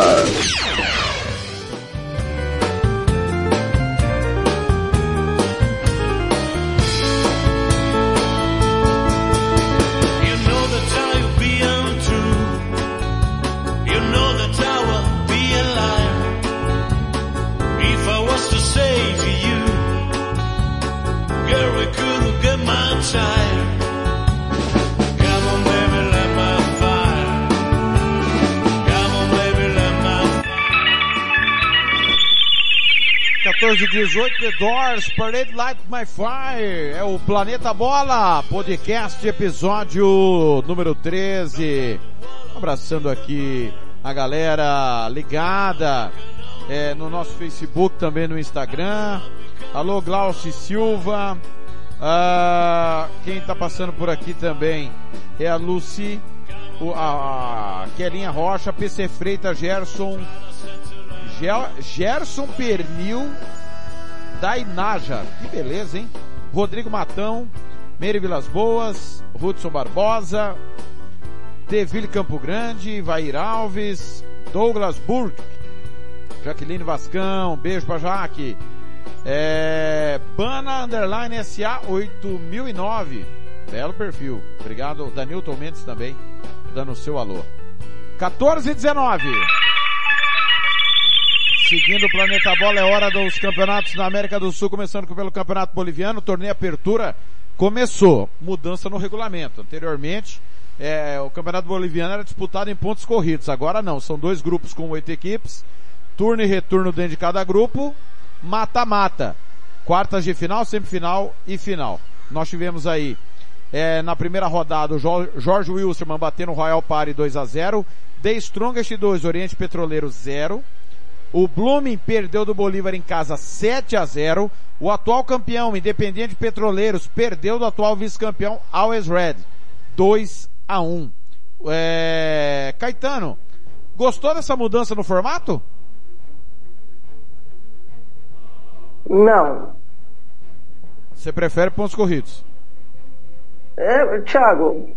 Time. Come on, baby, let my fire. Come on, baby, let my 14:18, The Doors, Parade Light My Fire. É o Planeta Bola, podcast, episódio número 13. Abraçando aqui a galera ligada no nosso Facebook, também no Instagram. Alô, Glaucio Silva. Quem tá passando por aqui também é a Lucy, a Kelinha Rocha, PC Freitas, Gerson Pernil, Dainaja, que beleza, hein? Rodrigo Matão, Meire Vilas Boas, Hudson Barbosa, Deville Campo Grande, Vair Alves, Douglas Burke, Jaqueline Vascão, beijo pra Jaque. Bana _ SA 8009. Belo perfil. Obrigado, Danilton Mendes também, dando o seu alô. 14h19. Seguindo o Planeta Bola, é hora dos campeonatos na América do Sul, começando pelo Campeonato Boliviano. O torneio Apertura começou. Mudança no regulamento. Anteriormente, o Campeonato Boliviano era disputado em pontos corridos. Agora não, são 2 grupos com 8 equipes. Turno e retorno dentro de cada grupo. Mata-mata. Quartas de final, semifinal e final. Nós tivemos aí, na primeira rodada, o Jorge Wilstermann batendo o Royal Party 2-0. The Strongest 2, Oriente Petroleiro 0. O Blooming perdeu do Bolívar em casa 7-0. O atual campeão, Independiente Petroleiros, perdeu do atual vice-campeão Always Red 2-1. Caetano, gostou dessa mudança no formato? Não. Você prefere pontos corridos? Thiago.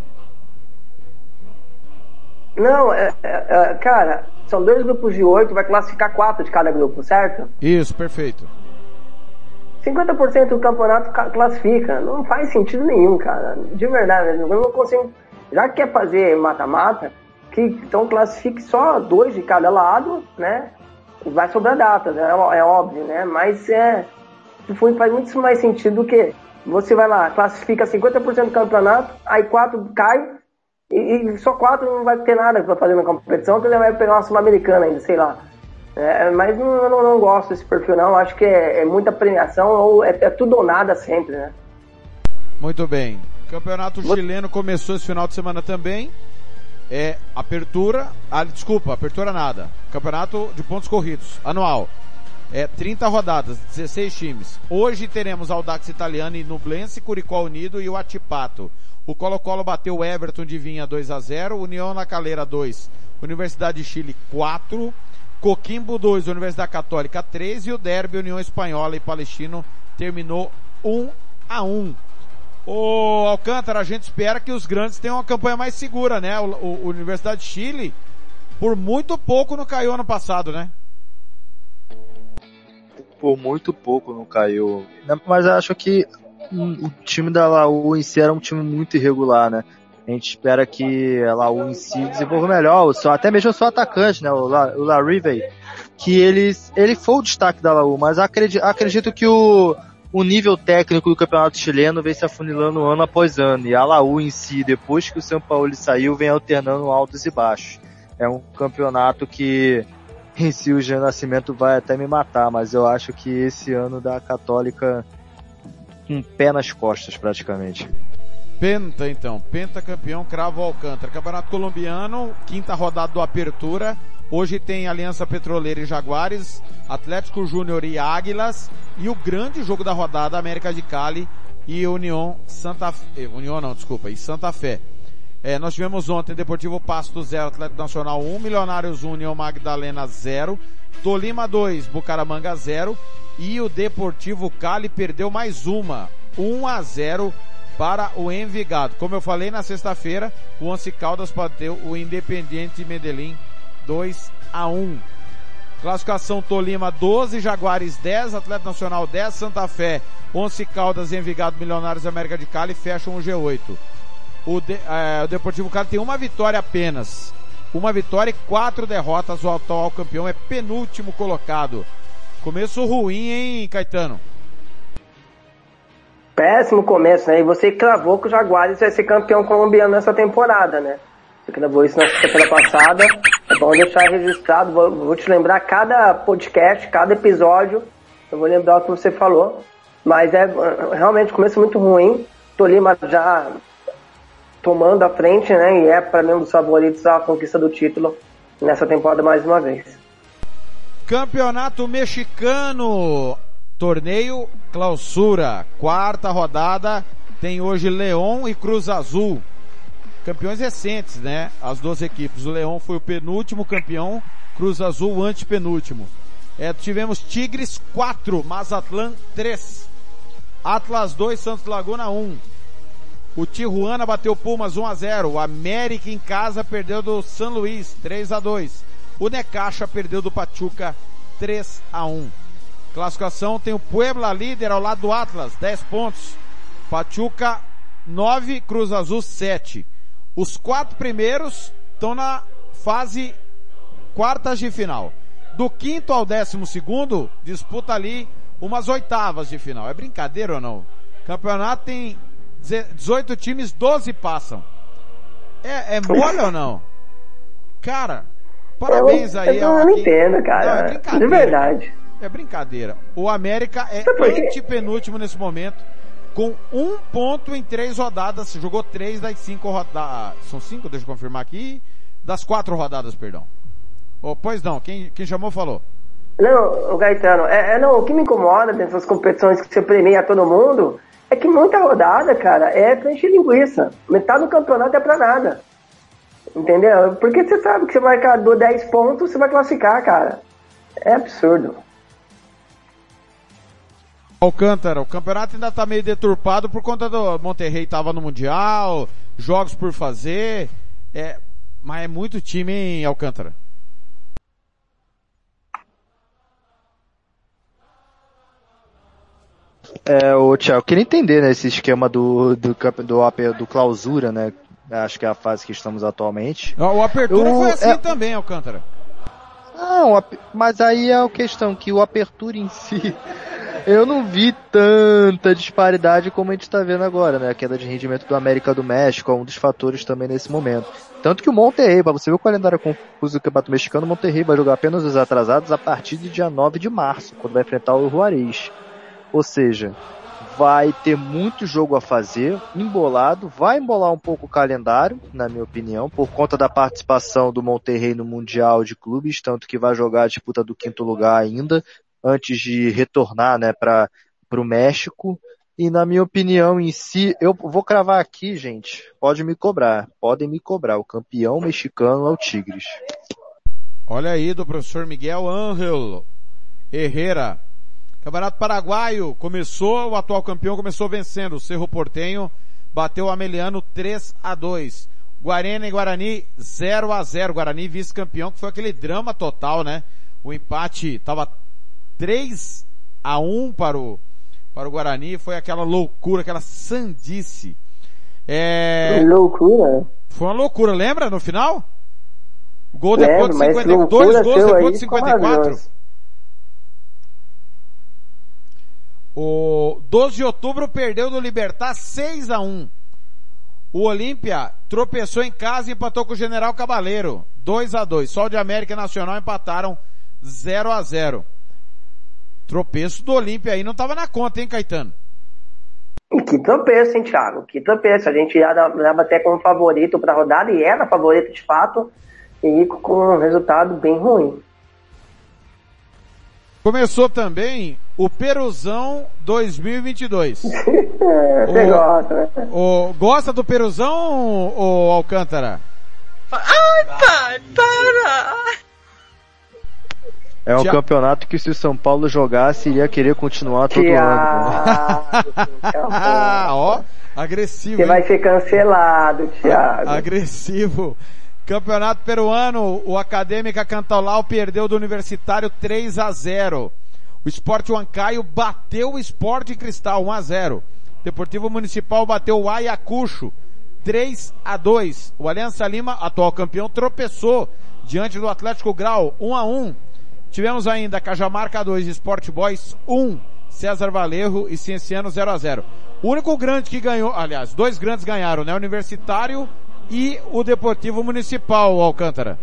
Não, cara, são 2 grupos de 8, vai classificar 4 de cada grupo, certo? Isso, perfeito. 50% do campeonato classifica. Não faz sentido nenhum, cara. De verdade, eu não consigo. Já que quer fazer mata-mata, então classifique só 2 de cada lado, né? Vai sobrar datas, é óbvio, né? Mas faz muito mais sentido do que você vai lá, classifica 50% do campeonato, aí 4 cai, e só 4 não vai ter nada pra fazer na competição, porque ele vai pegar uma Sul-Americana ainda, sei lá. Mas eu não gosto desse perfil não, acho que é muita premiação, ou é tudo ou nada sempre, né? Muito bem. O campeonato chileno começou esse final de semana também. Apertura nada. Campeonato de pontos corridos, anual. 30 rodadas, 16 times. Hoje teremos Audax Italiano e Nublense, Curicó Unido e o Atipato. O Colo-Colo bateu o Everton de Vinha 2-0, União La Calera 2, Universidade de Chile 4, Coquimbo 2, Universidade Católica 3 e o Derby União Espanhola e Palestino terminou 1-1. Ô Alcântara, a gente espera que os grandes tenham uma campanha mais segura, né? O Universidade de Chile, por muito pouco não caiu ano passado, né? Por muito pouco não caiu. Mas acho que o time da Laú em si era um time muito irregular, né? A gente espera que a Laú em si desenvolva melhor, até mesmo o seu atacante, né? O Larivey, que ele foi o destaque da Laú, mas acredito que o nível técnico do campeonato chileno vem se afunilando ano após ano, e a Laú em si, depois que o São Paulo saiu, vem alternando altos e baixos. É um campeonato que em si o Jean Nascimento vai até me matar, mas eu acho que esse ano da Católica com um pé nas costas praticamente. Penta campeão, cravo Alcântara. Campeonato colombiano, 5ª rodada do Apertura. Hoje tem Aliança Petroleira e Jaguares, Atlético Júnior e Águilas, e o grande jogo da rodada, América de Cali e Santa Fé. Nós tivemos ontem Deportivo Pasto 0, Atlético Nacional 1, Milionários 1, União Magdalena 0, Tolima 2, Bucaramanga 0, e o Deportivo Cali perdeu mais uma, 1-0 para o Envigado. Como eu falei, na sexta-feira, o Once Caldas bateu o Independiente Medellín 2-1. Classificação: Tolima 12, Jaguares 10, Atlético Nacional 10, Santa Fé, Once Caldas, Envigado, Milionários e América de Cali fecham o G8. O Deportivo Cali tem uma vitória apenas. Uma vitória e 4 derrotas. O atual campeão é penúltimo colocado. Começo ruim, hein, Caetano? Péssimo começo, né? E você cravou que o Jaguares vai ser campeão colombiano nessa temporada, né? Você cravou isso na temporada passada. É bom deixar registrado. Vou te lembrar cada podcast, cada episódio. Eu vou lembrar o que você falou. Mas realmente começo muito ruim. Tolima já tomando a frente, né? E para mim um dos favoritos à conquista do título nessa temporada mais uma vez. Campeonato Mexicano, torneio Clausura, 4ª rodada, tem hoje León e Cruz Azul, campeões recentes, né? As duas equipes, o León foi o penúltimo campeão, Cruz Azul o antepenúltimo. Tivemos Tigres 4, Mazatlán 3, Atlas 2, Santos Laguna 1. O Tijuana bateu Pumas 1-0. O América em casa perdeu do San Luis 3-2. O Necaxa perdeu do Pachuca 3-1. Classificação tem o Puebla líder ao lado do Atlas, 10 pontos. Pachuca 9, Cruz Azul 7. Os 4 primeiros estão na fase quartas de final. Do 5º ao 12º, disputa ali umas oitavas de final. É brincadeira ou não? O campeonato tem 18 times, 12 passam. É mole ou não? Cara, parabéns aí. Eu não entendo, cara. Não, de verdade. É brincadeira. O América é antepenúltimo nesse momento, com 1 ponto em 3 rodadas. Jogou 3 das 5 rodadas. São 5? Deixa eu confirmar aqui. Das 4 rodadas, perdão. Pois não, quem chamou falou. Não, o Gaetano, não, o que me incomoda dessas competições que você premia todo mundo é que muita rodada, cara, é pra encher linguiça. Metade do campeonato é pra nada. Entendeu? Porque você sabe que você vai marcar 10 pontos, você vai classificar, cara. É absurdo. Alcântara, o campeonato ainda tá meio deturpado por conta do Monterrey tava no Mundial, jogos por fazer, mas é muito time, hein, Alcântara? O Thiago, eu queria entender, né, esse esquema do clausura, né, acho que é a fase que estamos atualmente. O apertura foi assim também, Alcântara. Não, mas aí é a questão que o apertura em si, eu não vi tanta disparidade como a gente está vendo agora, né? A queda de rendimento do América do México é um dos fatores também nesse momento. Tanto que o Monterrey, para você ver o calendário confuso do Campeonato Mexicano, o Monterrey vai jogar apenas os atrasados a partir do dia 9 de março, quando vai enfrentar o Juarez. Ou seja, vai ter muito jogo a fazer, embolado, vai embolar um pouco o calendário, na minha opinião, por conta da participação do Monterrey no Mundial de Clubes, tanto que vai jogar a disputa do 5º lugar ainda, antes de retornar, né, para o México. E na minha opinião em si, eu vou cravar aqui, gente, podem me cobrar, o campeão mexicano é o Tigres. Olha aí, do professor Miguel Ángel Herrera. Campeonato Paraguaio começou, o atual campeão começou vencendo, o Cerro Porteño bateu o Ameliano 3-2. Guarani e Guarani 0-0, Guarani vice-campeão, que foi aquele drama total, né? O empate tava 3-1 para o Guarani, foi aquela loucura, aquela sandice. Loucura? Foi uma loucura, lembra no final? O gol depois de 52, 2 gols depois de 54. O 12 de outubro perdeu do Libertad 6-1. O Olímpia tropeçou em casa e empatou com o General Cabaleiro 2-2. Sol de América e Nacional empataram 0-0. Tropeço do Olímpia aí não estava na conta, hein, Caetano? Que tropeço, hein, Thiago? Que tropeço. A gente leva até como favorito para a rodada e era favorito de fato e com um resultado bem ruim. Começou também o Peruzão 2022. Você gosta, né? Gosta do Peruzão, ou Alcântara? Ai, pai, para! É um campeonato que se o São Paulo jogasse, iria querer continuar todo ano. Ó, agressivo. Você vai ser cancelado, Thiago. Agressivo. Campeonato peruano, o Acadêmica Cantolao perdeu do Universitário 3-0. O Sport Huancayo bateu o Sport Cristal 1-0. Deportivo Municipal bateu o Ayacucho 3-2. O Aliança Lima, atual campeão, tropeçou diante do Atlético Grau 1-1. Tivemos ainda Cajamarca 2, Sport Boys 1, César Valerro e Cienciano 0-0. O único grande que ganhou, aliás, 2 grandes ganharam, né? O Universitário e o Deportivo Municipal, Alcântara.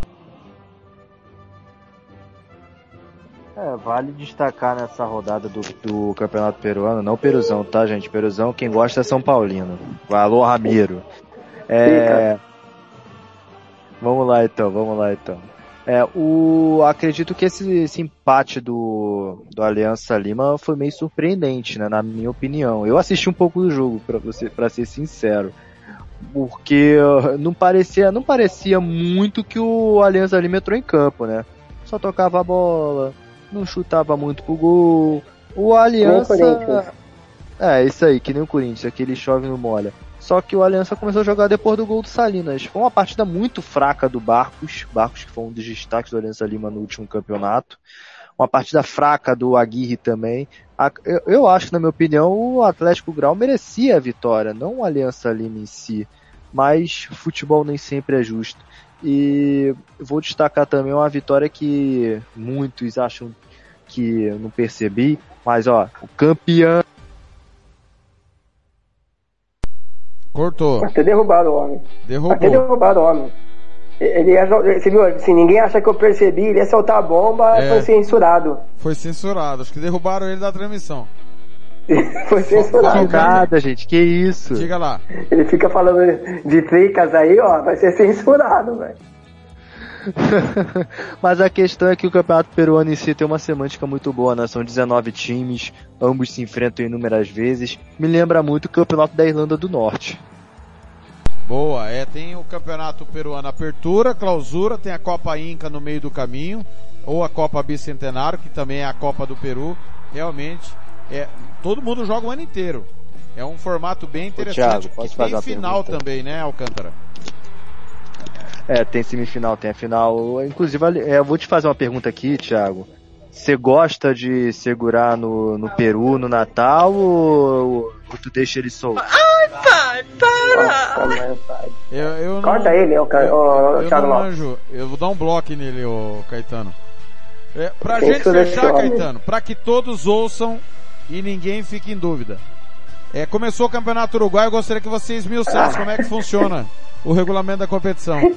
Vale destacar nessa rodada do Campeonato Peruano, não Peruzão, tá, gente? Peruzão, quem gosta é São Paulino. Alô, Ramiro. Vamos lá então. Acredito que esse empate do Aliança Lima foi meio surpreendente, né, na minha opinião. Eu assisti um pouco do jogo, pra ser sincero. Porque não parecia muito que o Aliança Lima entrou em campo, né? Só tocava a bola, não chutava muito pro gol. O Aliança... isso aí, que nem o Corinthians, aquele chove no molha. Só que o Aliança começou a jogar depois do gol do Salinas. Foi uma partida muito fraca do Barcos que foi um dos destaques do Aliança Lima no último campeonato. uma partida fraca do Aguirre também. Eu acho que, na minha opinião, o Atlético Grau merecia a vitória, não o Aliança Lima em si, mas futebol nem sempre é justo. E vou destacar também uma vitória que muitos acham que eu não percebi, mas o campeão... Cortou. Até derrubaram o homem. Derrubou. Até derrubaram o homem. Você viu, se ninguém acha que eu percebi, ele ia soltar a bomba, foi censurado. Foi censurado, acho que derrubaram ele da transmissão. Foi censurado. Nada, gente, que isso? Diga lá. Ele fica falando de tricas aí, vai ser censurado, velho. Mas a questão é que o campeonato peruano em si tem uma semântica muito boa, né? São 19 times, ambos se enfrentam inúmeras vezes. Me lembra muito o campeonato da Irlanda do Norte. Boa, tem o campeonato peruano Apertura, Clausura, tem a Copa Inca no meio do caminho, ou a Copa Bicentenário, que também é a Copa do Peru. Realmente, todo mundo joga o ano inteiro. É um formato bem interessante. Thiago, que tem final também, né, Alcântara? Tem semifinal, tem a final. Inclusive, eu vou te fazer uma pergunta aqui, Thiago. Você gosta de segurar no Peru, no Natal, ou tu deixa ele solto? Ai, pai, para! Eu Corta não, ele, eu Thiago não Lopes. manjo. Eu vou dar um bloco nele, Caetano. Pra Tem gente fechar, selecione. Caetano, pra que todos ouçam e ninguém fique em dúvida. Começou o Campeonato Uruguai, eu gostaria que você esmiuçasse como é que funciona o regulamento da competição.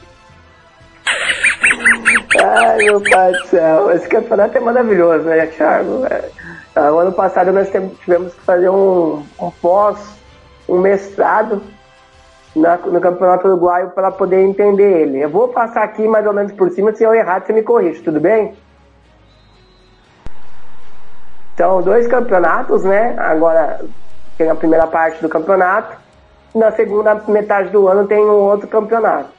Ai, meu pai do céu, esse campeonato é maravilhoso, né, Thiago? O ano passado nós tivemos que fazer um mestrado no Campeonato Uruguaio para poder entender ele. Eu vou passar aqui mais ou menos por cima, se eu errar você me corrige, tudo bem? Então, 2 campeonatos, né? Agora tem a primeira parte do campeonato, e na segunda metade do ano tem um outro campeonato.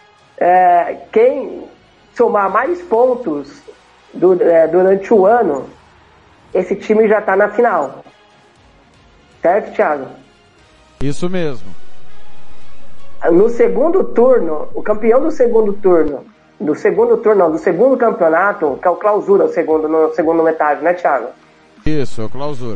Quem somar mais pontos durante o ano, esse time já está na final. Certo, Thiago? Isso mesmo. No segundo turno, o campeão do segundo campeonato, que é o Clausura, no segundo metade, né, Thiago? Isso, é o Clausura.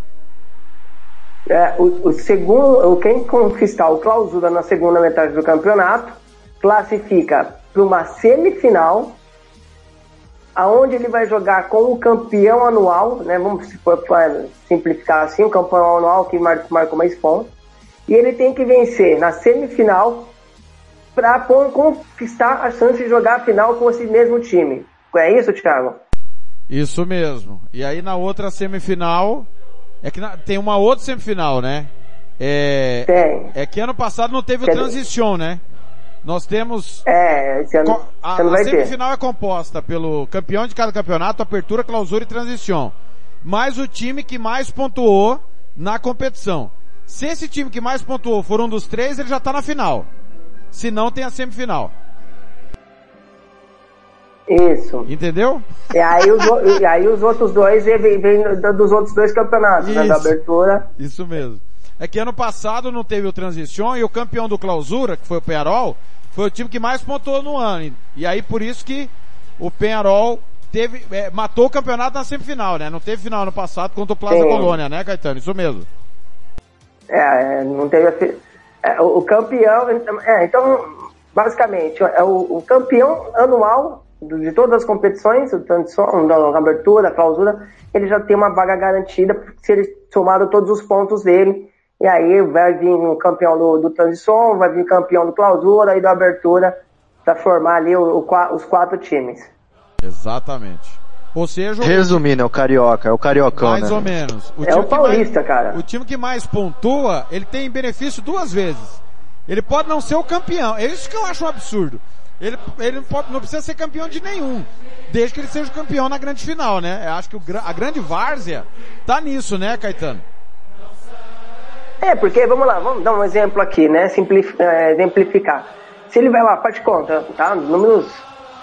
Quem conquistar o Clausura na segunda metade do campeonato classifica para uma semifinal, aonde ele vai jogar com o campeão anual, né? Vamos simplificar assim, o campeão anual que marcou mais pontos, e ele tem que vencer na semifinal para conquistar a chance de jogar a final com esse mesmo time. É isso, Thiago? Isso mesmo. E aí na outra semifinal, tem uma outra semifinal, né? Tem. É que ano passado não teve o Transition, né? Nós temos... esse ano a não vai semifinal é composta pelo campeão de cada campeonato, Apertura, Clausura e Transition. Mais o time que mais pontuou na competição. Se esse time que mais pontuou for um dos 3, ele já tá na final. Se não, tem a semifinal. Isso. Entendeu? E aí os outros 2 vêm dos outros 2 campeonatos, né, da Abertura. Isso mesmo. É que ano passado não teve o Transition e o campeão do Clausura, que foi o Peñarol, foi o time que mais pontuou no ano. E aí por isso que o Peñarol matou o campeonato na semifinal, né? Não teve final ano passado contra o Plaza Colônia, né, Caetano? Isso mesmo. Não teve o campeão, então basicamente o campeão anual de todas as competições, tanto da Abertura, Clausura, ele já tem uma vaga garantida se ele somar todos os pontos dele. E aí vai vir o campeão do Transição, vai vir campeão do Clausura e da Abertura para formar ali os 4 times. Exatamente. Ou seja... Resumindo, é o Carioca, é o Cariocão, mais né? ou menos. O Paulista, cara. O time que mais pontua, ele tem benefício 2 vezes. Ele pode não ser o campeão. É isso que eu acho um absurdo. Ele não precisa ser campeão de nenhum, desde que ele seja o campeão na grande final, né? Eu acho que a grande várzea tá nisso, né, Caetano? Porque, vamos lá, vamos dar um exemplo aqui, né? Exemplificar. Se ele vai lá, faz de conta, tá? Números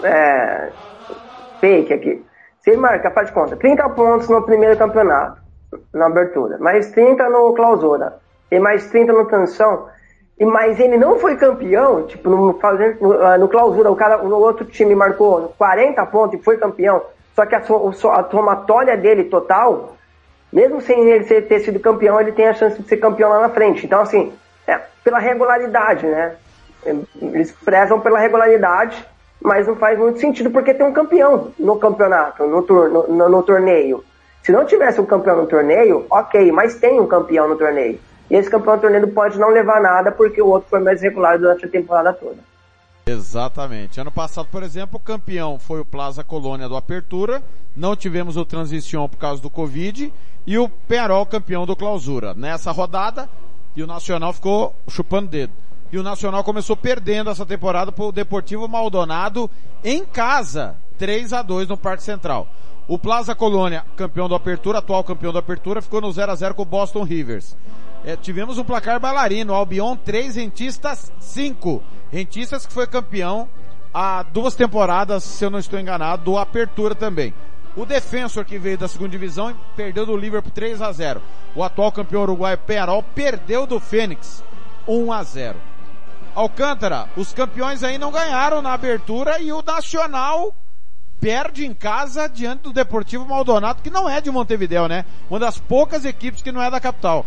fake aqui. Se ele marca, faz de conta, 30 pontos no primeiro campeonato, na Abertura, mais 30 no Clausura, e mais 30 no Transição, mas ele não foi campeão, tipo, no Clausura, o outro time marcou 40 pontos e foi campeão, Só que a somatória dele total, mesmo sem ele ter sido campeão, ele tem a chance de ser campeão lá na frente. Então, assim, pela regularidade, né? Eles prezam pela regularidade, mas não faz muito sentido porque tem um campeão no campeonato, no torneio. Se não tivesse um campeão no torneio, ok, mas tem um campeão no torneio. E esse campeão no torneio pode não levar nada porque o outro foi mais regular durante a temporada toda. Exatamente. Ano passado, por exemplo, o campeão foi o Plaza Colônia do Apertura, não tivemos o Transição por causa do Covid, e o Penharol campeão do Clausura. Nessa rodada, e o Nacional ficou chupando dedo. E o Nacional começou perdendo essa temporada pro Deportivo Maldonado em casa, 3-2 no Parque Central. O Plaza Colônia, campeão do Apertura, atual campeão do Apertura, ficou no 0-0 com o Boston Rivers. Tivemos um placar bailarino, Albion 3, Rentistas 5. Rentistas que foi campeão há 2 temporadas, se eu não estou enganado, do Apertura também. O Defensor, que veio da segunda divisão, perdeu do Liverpool 3-0. O atual campeão uruguaio Penharol perdeu do Fênix 1-0. Alcântara, os campeões aí não ganharam na abertura e o Nacional perde em casa diante do Deportivo Maldonado, que não é de Montevidéu, né? Uma das poucas equipes que não é da capital.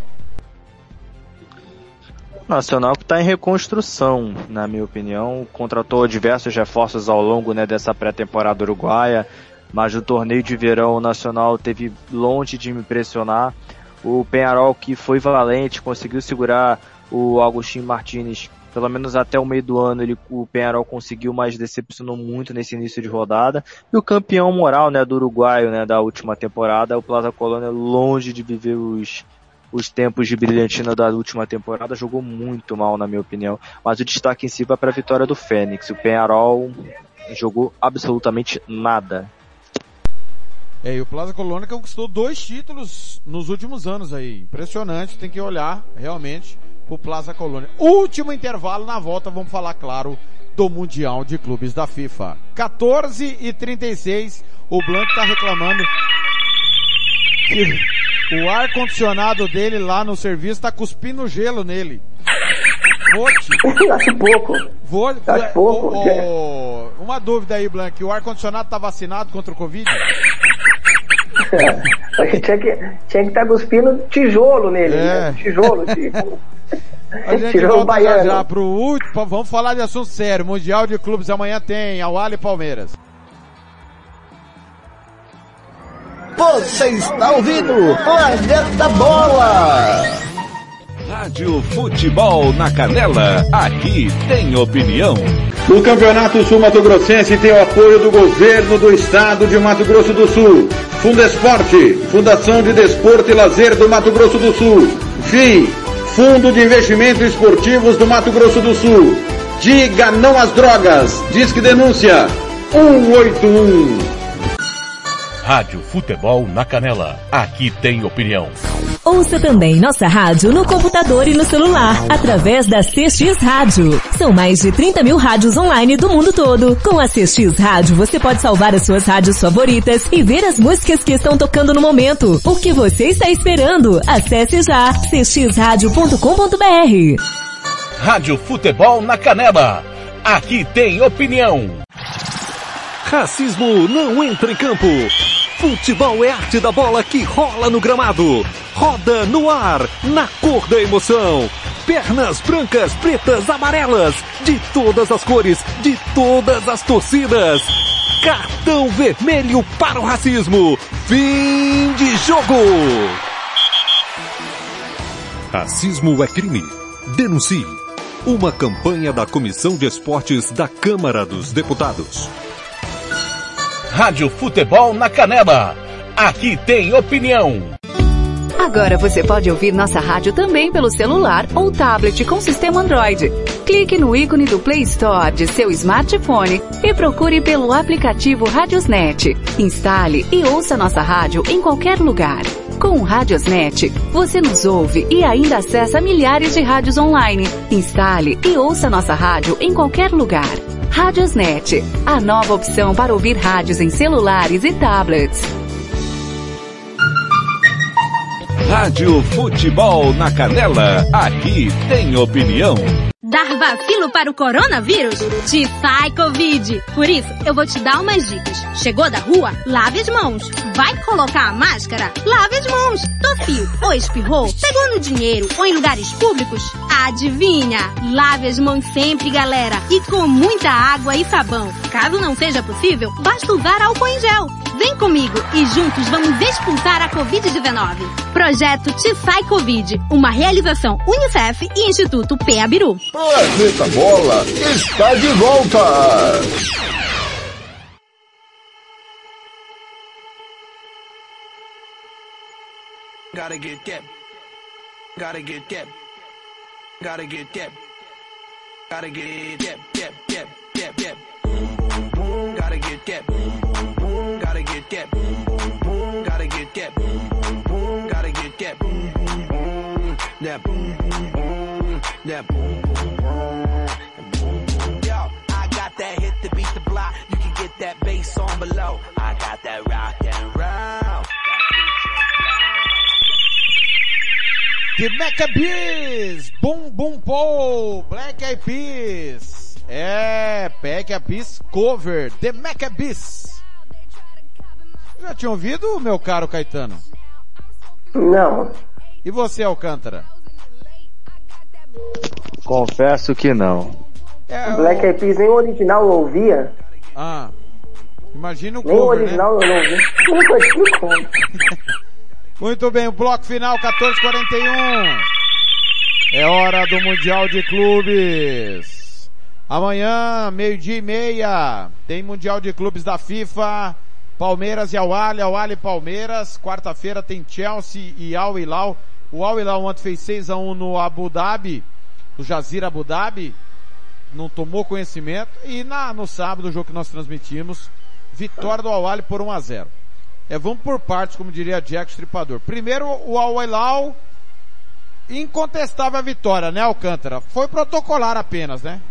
O Nacional que está em reconstrução, na minha opinião, contratou diversos reforços ao longo, né, dessa pré-temporada uruguaia, mas no torneio de verão o Nacional teve longe de me impressionar. O Penharol, que foi valente, conseguiu segurar o Agustín Martínez, pelo menos até o meio do ano o Penharol conseguiu, mas decepcionou muito nesse início de rodada. E o campeão moral, né, do uruguaio, né, da última temporada, o Plaza Colônia, longe de viver os tempos de brilhantina da última temporada, jogou muito mal, na minha opinião. Mas o destaque em si vai para a vitória do Fênix. O Penharol jogou absolutamente nada. E o Plaza Colônia conquistou 2 títulos nos últimos anos aí. Impressionante, tem que olhar realmente pro Plaza Colônia. Último intervalo, na volta vamos falar, claro, do Mundial de Clubes da FIFA. 14h36, o Blanco tá reclamando que o ar-condicionado dele lá no serviço tá cuspindo gelo nele. Acho pouco. Acho pouco. Uma dúvida aí, Blanco, o ar-condicionado tá vacinado contra o Covid? Tinha que estar cuspindo tijolo nele, né? Tijolo. A gente volta já pro último, vamos falar de assunto sério. Mundial de Clubes amanhã tem Al-Ahly e Palmeiras. Você está ouvindo Planeta Bola. Rádio Futebol na Canela, aqui tem opinião. O Campeonato Sul Mato Grossense tem o apoio do governo do estado de Mato Grosso do Sul. Fundesporte, Fundação de Desporto e Lazer do Mato Grosso do Sul. FII, Fundo de Investimentos Esportivos do Mato Grosso do Sul. Diga não às drogas. Disque denúncia 181. Rádio Futebol na Canela. Aqui tem opinião. Ouça também nossa rádio no computador e no celular, através da CX Rádio. São mais de 30 mil rádios online do mundo todo. Com a CX Rádio, você pode salvar as suas rádios favoritas e ver as músicas que estão tocando no momento. O que você está esperando? Acesse já cxradio.com.br. Rádio Futebol na Canela. Aqui tem opinião. Racismo não entra em campo. Futebol é arte da bola que rola no gramado. Roda no ar, na cor da emoção. Pernas brancas, pretas, amarelas, de todas as cores, de todas as torcidas. Cartão vermelho para o racismo. Fim de jogo. Racismo é crime. Denuncie. Uma campanha da Comissão de Esportes da Câmara dos Deputados. Rádio Futebol na Canela. Aqui tem opinião. Agora você pode ouvir nossa rádio também pelo celular ou tablet com sistema Android. Clique no ícone do Play Store de seu smartphone e procure pelo aplicativo Radiosnet. Instale e ouça nossa rádio em qualquer lugar. Com o Radiosnet, você nos ouve e ainda acessa milhares de rádios online. Instale e ouça nossa rádio em qualquer lugar. Radiosnet, a nova opção para ouvir rádios em celulares e tablets. Rádio Futebol na Canela, aqui tem opinião. Dar vacilo para o coronavírus? Te sai Covid. Por isso, eu vou te dar umas dicas. Chegou da rua? Lave as mãos. Vai colocar a máscara? Lave as mãos. Tossiu ou espirrou? Pegou no dinheiro ou em lugares públicos? Adivinha? Lave as mãos sempre, galera. E com muita água e sabão. Caso não seja possível, basta usar álcool em gel. Vem comigo e juntos vamos expulsar a Covid-19. Projeto Te Sai Covid. Uma realização UNICEF e Instituto Peabiru. Planeta Bola está de volta! Gotta get that. Gotta get that. Gotta get that. Gotta get that. Boom, boom, boom. Gotta get that. Boom, boom, boom. Gotta get that. Boom, boom, boom. Gotta get that. Boom, boom, boom. Gotta get that. Boom, boom, boom. That boom, boom, boom. That boom, boom, boom. Yo, I got that hit to beat the block. You can get that bass on below. I got that rock and roll. The Maccabees, Boom Boom Pow, Black Eyed Peas. Black Eyed Peas cover, The Maccabees. Já tinha ouvido, meu caro Caetano? Não. E você, Alcântara? Confesso que não. O Black Eyed Peas nem o original eu ouvia. Imagina o nem cover, o original né? eu não ouvi. Não consigo como. Muito bem, o bloco final, 14h41. É hora do Mundial de Clubes. Amanhã, 12:30, tem Mundial de Clubes da FIFA. Palmeiras e Al-Ahly, Al-Ahly e Palmeiras. Quarta-feira tem Chelsea e Al-Hilal. O Al-Hilal ontem fez 6-1 no Abu Dhabi, no Jazeera Abu Dhabi. Não tomou conhecimento. E no sábado, o jogo que nós transmitimos, vitória do Al-Ahly por 1-0. Vamos por partes, como diria Jack Stripador. Primeiro, o Al-Hilal, incontestável a vitória, né, Alcântara? Foi protocolar apenas, né?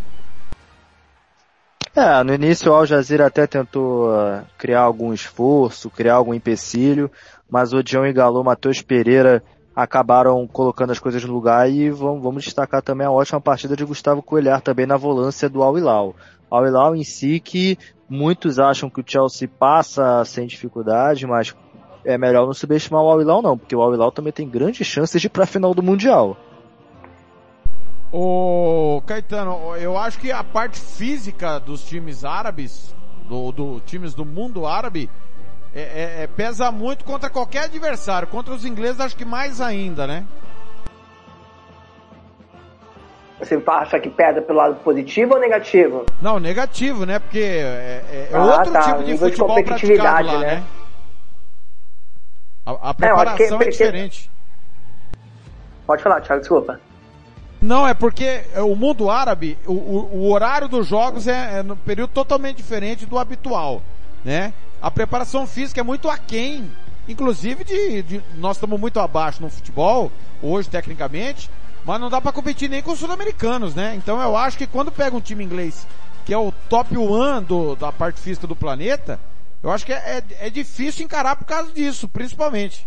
No início o Al Jazeera até tentou criar algum esforço, criar algum empecilho, mas o Dion Igalô, Matheus Pereira acabaram colocando as coisas no lugar e vamos destacar também a ótima partida de Gustavo Coelhar também na volância do Al-Hilal. Al-Hilal em si que muitos acham que o Chelsea passa sem dificuldade, mas é melhor não subestimar o Al-Hilal não, porque o Al-Hilal também tem grandes chances de ir para a final do Mundial. Ô Caetano, eu acho que a parte física dos times árabes, times do mundo árabe, pesa muito contra qualquer adversário. Contra os ingleses acho que mais ainda, né? Você acha que pesa pelo lado positivo ou negativo? Não, negativo, né? Porque é outro tipo de futebol praticado lá, né? A preparação é diferente. Pode falar, Thiago, desculpa. Não, é porque o mundo árabe, o horário dos jogos é no período totalmente diferente do habitual, né? A preparação física é muito aquém, inclusive nós estamos muito abaixo no futebol, hoje tecnicamente, mas não dá para competir nem com os sul-americanos, né? Então eu acho que quando pega um time inglês, que é o top 1 da parte física do planeta, eu acho que é difícil encarar por causa disso, principalmente.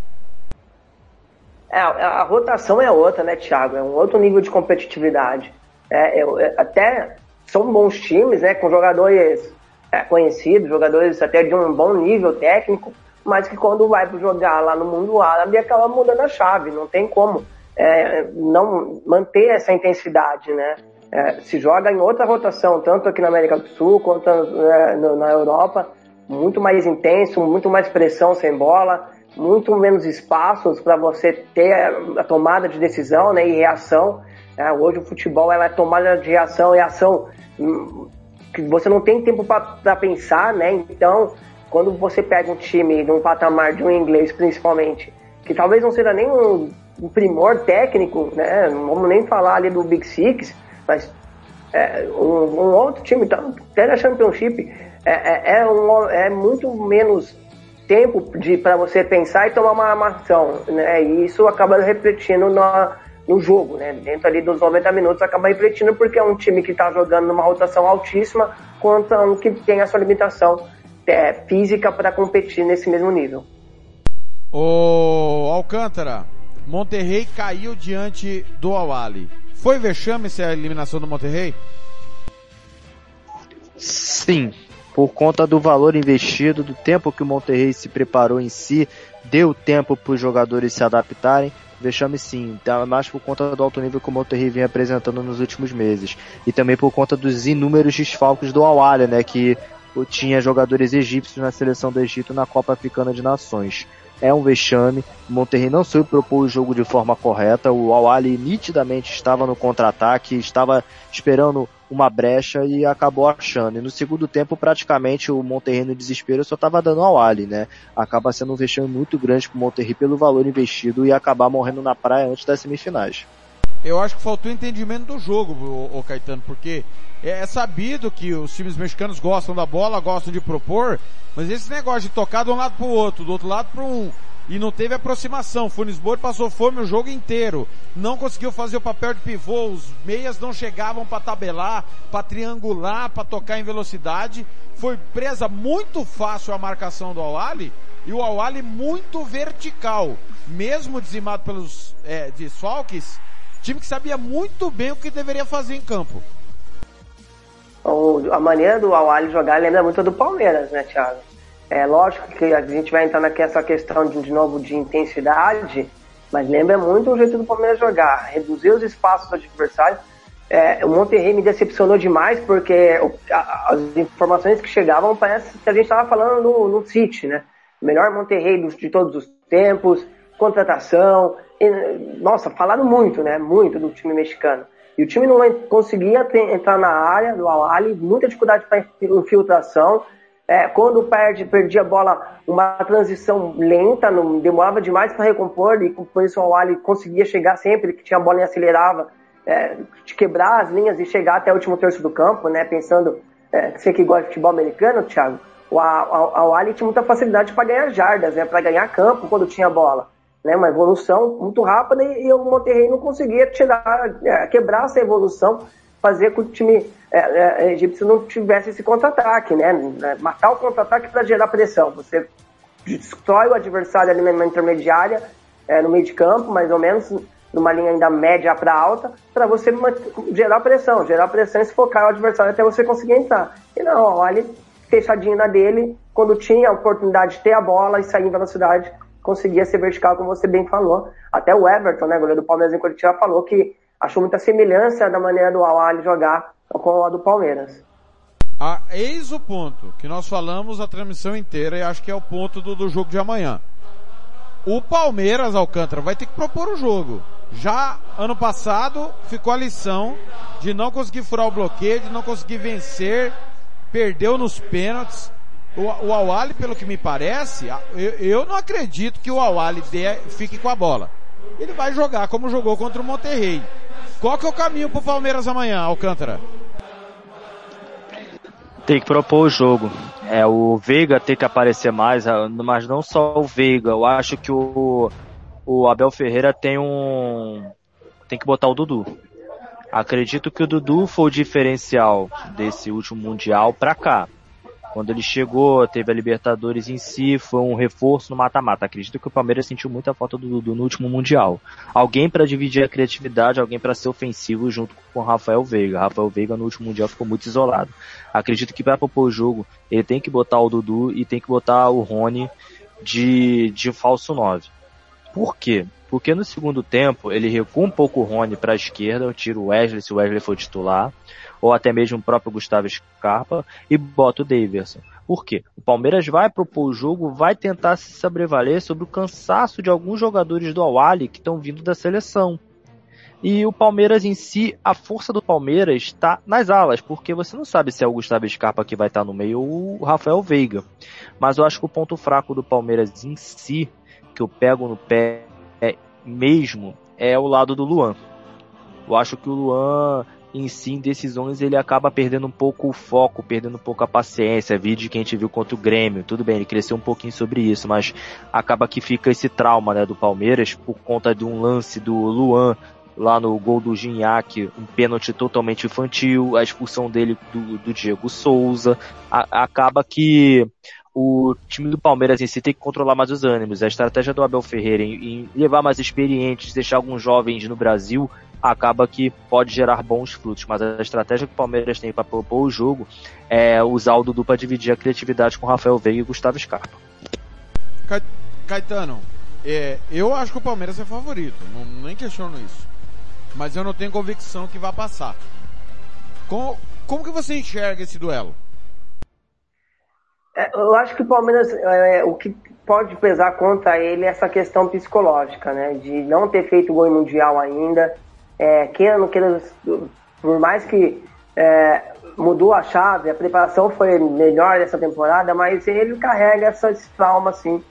A rotação é outra, né, Thiago? É um outro nível de competitividade. Até são bons times, né, com jogadores conhecidos, jogadores até de um bom nível técnico, mas que quando vai jogar lá no mundo árabe acaba mudando a chave, não tem como não manter essa intensidade, né? Se joga em outra rotação, tanto aqui na América do Sul quanto na Europa, muito mais intenso, muito mais pressão sem bola, muito menos espaços para você ter a tomada de decisão, né, e reação. Hoje o futebol é tomada de reação e ação que você não tem tempo para pensar, né? Então, quando você pega um time de um patamar de um inglês principalmente, que talvez não seja nem um primor técnico, né? Não vamos nem falar ali do Big Six, mas um outro time, até na Championship, é muito menos tempo para você pensar e tomar uma ação, né? E isso acaba refletindo no jogo, né? Dentro ali dos 90 minutos acaba refletindo, porque é um time que está jogando numa rotação altíssima contra um que tem a sua limitação física para competir nesse mesmo nível. Ô Alcântara, Monterrey caiu diante do Al-Ahly. Foi vexame essa eliminação do Monterrey? Sim, por conta do valor investido, do tempo que o Monterrey se preparou em si, deu tempo para os jogadores se adaptarem. Vexame sim, mais por conta do alto nível que o Monterrey vem apresentando nos últimos meses. E também por conta dos inúmeros desfalques do Al-Ahly, né, que tinha jogadores egípcios na seleção do Egito na Copa Africana de Nações. É um vexame, o Monterrey não soube propor o jogo de forma correta, o Al-Ahly nitidamente estava no contra-ataque, estava esperando uma brecha e acabou achando. E no segundo tempo, praticamente, o Monterrey no desespero só estava dando ao Ali, né? Acaba sendo um vexame muito grande pro Monterrey pelo valor investido e acabar morrendo na praia antes das semifinais. Eu acho que faltou entendimento do jogo, o Caetano, porque é sabido que os times mexicanos gostam da bola, gostam de propor, mas esse negócio de tocar de um lado pro outro, do outro lado pro um, e não teve aproximação. Funisbor passou fome o jogo inteiro, não conseguiu fazer o papel de pivô, os meias não chegavam para tabelar, para triangular, para tocar em velocidade. Foi presa muito fácil a marcação do Al-Ahly, e o Al-Ahly muito vertical, mesmo dizimado pelos desfalques, time que sabia muito bem o que deveria fazer em campo. A maneira do Al-Ahly jogar lembra muito do Palmeiras, né, Thiago? É lógico que a gente vai entrar nessa questão de novo de intensidade, mas lembra muito o jeito do Palmeiras jogar, reduzir os espaços do adversário. O Monterrey me decepcionou demais, porque as informações que chegavam parece que a gente estava falando no City, né? O melhor Monterrey de todos os tempos, contratação. Nossa, falaram muito, né? Muito do time mexicano. E o time não conseguia entrar na área do Al-Ahly, muita dificuldade para infiltração. Quando perdia a bola, uma transição lenta, não demorava demais para recompor, e por isso o Al-Ahly conseguia chegar sempre que tinha a bola e acelerava, de quebrar as linhas e chegar até o último terço do campo, né? Pensando, você que gosta de futebol americano, Thiago, o Al-Ahly tinha muita facilidade para ganhar jardas, né? Para ganhar campo quando tinha a bola, né? Uma evolução muito rápida, e o Monterrey não conseguia quebrar essa evolução, fazer com que o time egípcio não tivesse esse contra-ataque, né? Matar o contra-ataque para gerar pressão. Você destrói o adversário ali na intermediária, no meio de campo, mais ou menos, numa linha ainda média para alta, para você gerar pressão e sufocar o adversário até você conseguir entrar. E não, olha, fechadinho na dele, quando tinha a oportunidade de ter a bola e sair em velocidade, conseguia ser vertical, como você bem falou. Até o Everton, né, goleiro do Palmeiras em Curitiba, falou que achou muita semelhança da maneira do Al-Ahly jogar com a do Palmeiras. Eis o ponto que nós falamos a transmissão inteira, e acho que é o ponto do jogo de amanhã. O Palmeiras, Alcântara, vai ter que propor o jogo. Já ano passado ficou a lição de não conseguir furar o bloqueio, de não conseguir vencer, perdeu nos pênaltis. O Al-Ahly, pelo que me parece, eu não acredito que o Al-Ahly fique com a bola. Ele vai jogar como jogou contra o Monterrey. Qual que é o caminho pro Palmeiras amanhã, Alcântara? Tem que propor o jogo. O Veiga tem que aparecer mais, mas não só o Veiga. Eu acho que o Abel Ferreira tem que botar o Dudu. Acredito que o Dudu foi o diferencial desse último Mundial pra cá. Quando ele chegou, teve a Libertadores em si, foi um reforço no mata-mata. Acredito que o Palmeiras sentiu muita falta do Dudu no último Mundial. Alguém para dividir a criatividade, alguém para ser ofensivo junto com o Rafael Veiga. Rafael Veiga no último Mundial ficou muito isolado. Acredito que para propor o jogo, ele tem que botar o Dudu e tem que botar o Rony de falso 9. Por quê? Porque no segundo tempo, ele recua um pouco o Rony para a esquerda, tira o Wesley, se o Wesley for titular, ou até mesmo o próprio Gustavo Scarpa, e bota o Daverson. Por quê? O Palmeiras vai propor o jogo, vai tentar se sobrevaler sobre o cansaço de alguns jogadores do Al-Ahly que estão vindo da seleção. E o Palmeiras em si, a força do Palmeiras está nas alas, porque você não sabe se é o Gustavo Scarpa que vai estar no meio ou o Rafael Veiga. Mas eu acho que o ponto fraco do Palmeiras em si, que eu pego no pé mesmo, é o lado do Luan. Eu acho que o Luan, em si, em decisões, ele acaba perdendo um pouco o foco, perdendo um pouco a paciência. Vídeo que a gente viu contra o Grêmio, tudo bem, ele cresceu um pouquinho sobre isso, mas acaba que fica esse trauma, né, do Palmeiras, por conta de um lance do Luan lá no gol do Gignac, um pênalti totalmente infantil, a expulsão dele do Diego Souza. Acaba que o time do Palmeiras em si tem que controlar mais os ânimos. A estratégia do Abel Ferreira em levar mais experientes, deixar alguns jovens no Brasil, acaba que pode gerar bons frutos. Mas a estratégia que o Palmeiras tem para propor o jogo é usar o Dudu para dividir a criatividade com Rafael Veiga e Gustavo Scarpa. Caetano, eu acho que o Palmeiras é favorito, nem questiono isso. Mas eu não tenho convicção que vai passar. Como que você enxerga esse duelo? Eu acho que o Palmeiras, o que pode pesar contra ele é essa questão psicológica, né? De não ter feito gol em Mundial ainda. Queira ou não queira, por mais que mudou a chave, a preparação foi melhor dessa temporada, mas ele carrega esse trauma, assim,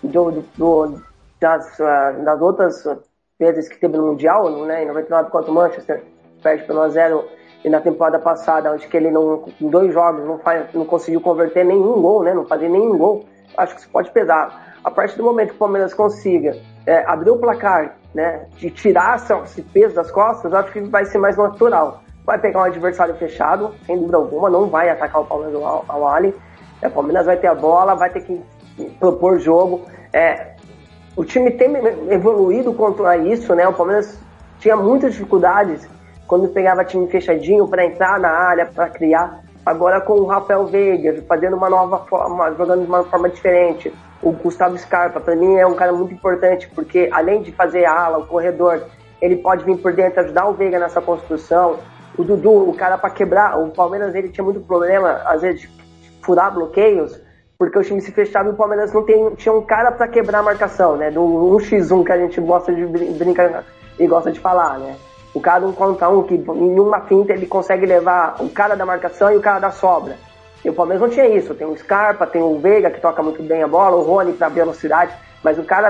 das outras vezes que teve no Mundial, né? Em 99 contra o Manchester, perde pelo 1-0. E na temporada passada, onde que ele em 2 jogos não conseguiu converter nenhum gol, né? Não fazer nenhum gol, acho que isso pode pesar. A partir do momento que o Palmeiras consiga abrir o placar, né? De tirar esse peso das costas, acho que vai ser mais natural. Vai pegar um adversário fechado, sem dúvida alguma, não vai atacar o Palmeiras ao Ali. O Palmeiras vai ter a bola, vai ter que propor jogo. O time tem evoluído contra isso, né? O Palmeiras tinha muitas dificuldades quando pegava time fechadinho para entrar na área, para criar. Agora com o Rafael Veiga, fazendo uma nova forma, jogando de uma forma diferente. O Gustavo Scarpa, para mim, é um cara muito importante, porque além de fazer a ala, o corredor, ele pode vir por dentro, ajudar o Veiga nessa construção. O Dudu, o cara para quebrar. O Palmeiras, ele tinha muito problema, às vezes, de furar bloqueios, porque o time se fechava e o Palmeiras não tinha um cara para quebrar a marcação, né? Do 1x1 que a gente gosta de brincar e gosta de falar, né? O cara 1 contra 1, que em uma finta ele consegue levar o cara da marcação e o cara da sobra. E o Palmeiras não tinha isso. Tem o Scarpa, tem o Veiga, que toca muito bem a bola, o Rony para velocidade, mas o cara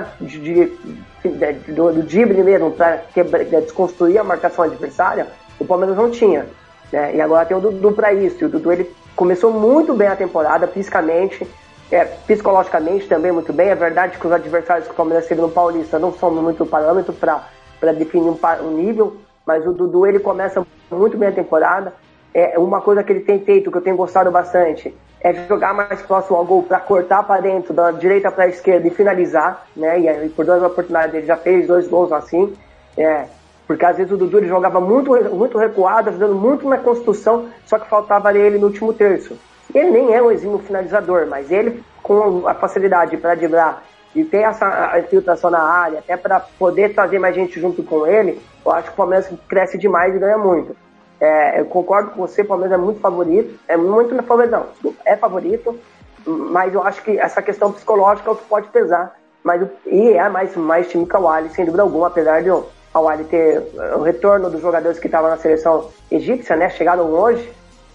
do drible mesmo, para desconstruir a marcação adversária, o Palmeiras não tinha, né? E agora tem o Dudu para isso. E o Dudu, ele começou muito bem a temporada, fisicamente, psicologicamente também muito bem. É verdade que os adversários que o Palmeiras teve no Paulista não são muito parâmetro para definir um nível, mas o Dudu, ele começa muito bem a temporada. Uma coisa que ele tem feito, que eu tenho gostado bastante, é jogar mais próximo ao gol para cortar para dentro, da direita para a esquerda e finalizar, né? E por 2 oportunidades ele já fez 2 gols assim, porque às vezes o Dudu ele jogava muito recuado, ajudando muito na construção, só que faltava ele no último terço. Ele nem é um exímio finalizador, mas ele, com a facilidade para driblar e ter essa infiltração na área, até para poder trazer mais gente junto com ele, eu acho que o Palmeiras cresce demais e ganha muito. Eu concordo com você, o Palmeiras é muito favorito, é favorito, mas eu acho que essa questão psicológica é o que pode pesar, e é mais time que o Ali, sem dúvida alguma, apesar de o Ali ter o retorno dos jogadores que estavam na seleção egípcia, né, chegaram hoje,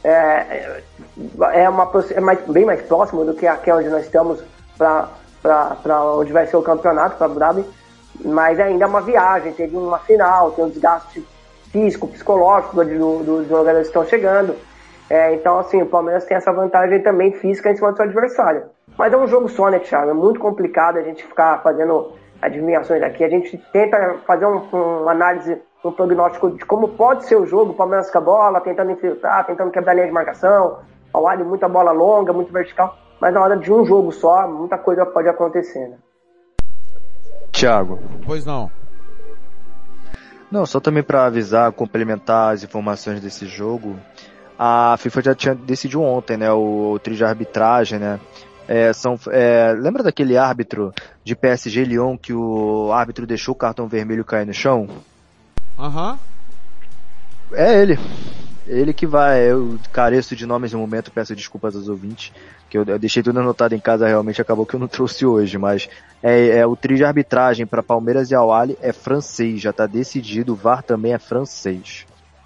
bem mais próximo do que aqui onde nós estamos para onde vai ser o campeonato, para Abu Dhabi, mas ainda é uma viagem, teve uma final, tem um desgaste físico, psicológico dos jogadores que estão chegando, então assim, o Palmeiras tem essa vantagem também física em cima do seu adversário, mas é um jogo só, né, Thiago? É muito complicado a gente ficar fazendo adivinhações aqui, a gente tenta fazer uma análise, um prognóstico de como pode ser o jogo, o Palmeiras com a bola, tentando infiltrar, tentando quebrar a linha de marcação, ao Ali muita bola longa, muito vertical, mas na hora de um jogo só, muita coisa pode acontecer, né? Thiago. Pois não. Não, só também para avisar, complementar as informações desse jogo, a FIFA já tinha decidido ontem, né, o trio de arbitragem, né, lembra daquele árbitro de PSG Lyon que o árbitro deixou o cartão vermelho cair no chão? Aham. É ele que vai. Eu careço de nomes no momento, peço desculpas aos ouvintes, que eu deixei tudo anotado em casa, realmente acabou que eu não trouxe hoje, mas o trio de arbitragem para Palmeiras e Al Ahly é francês, já está decidido, o VAR também é francês.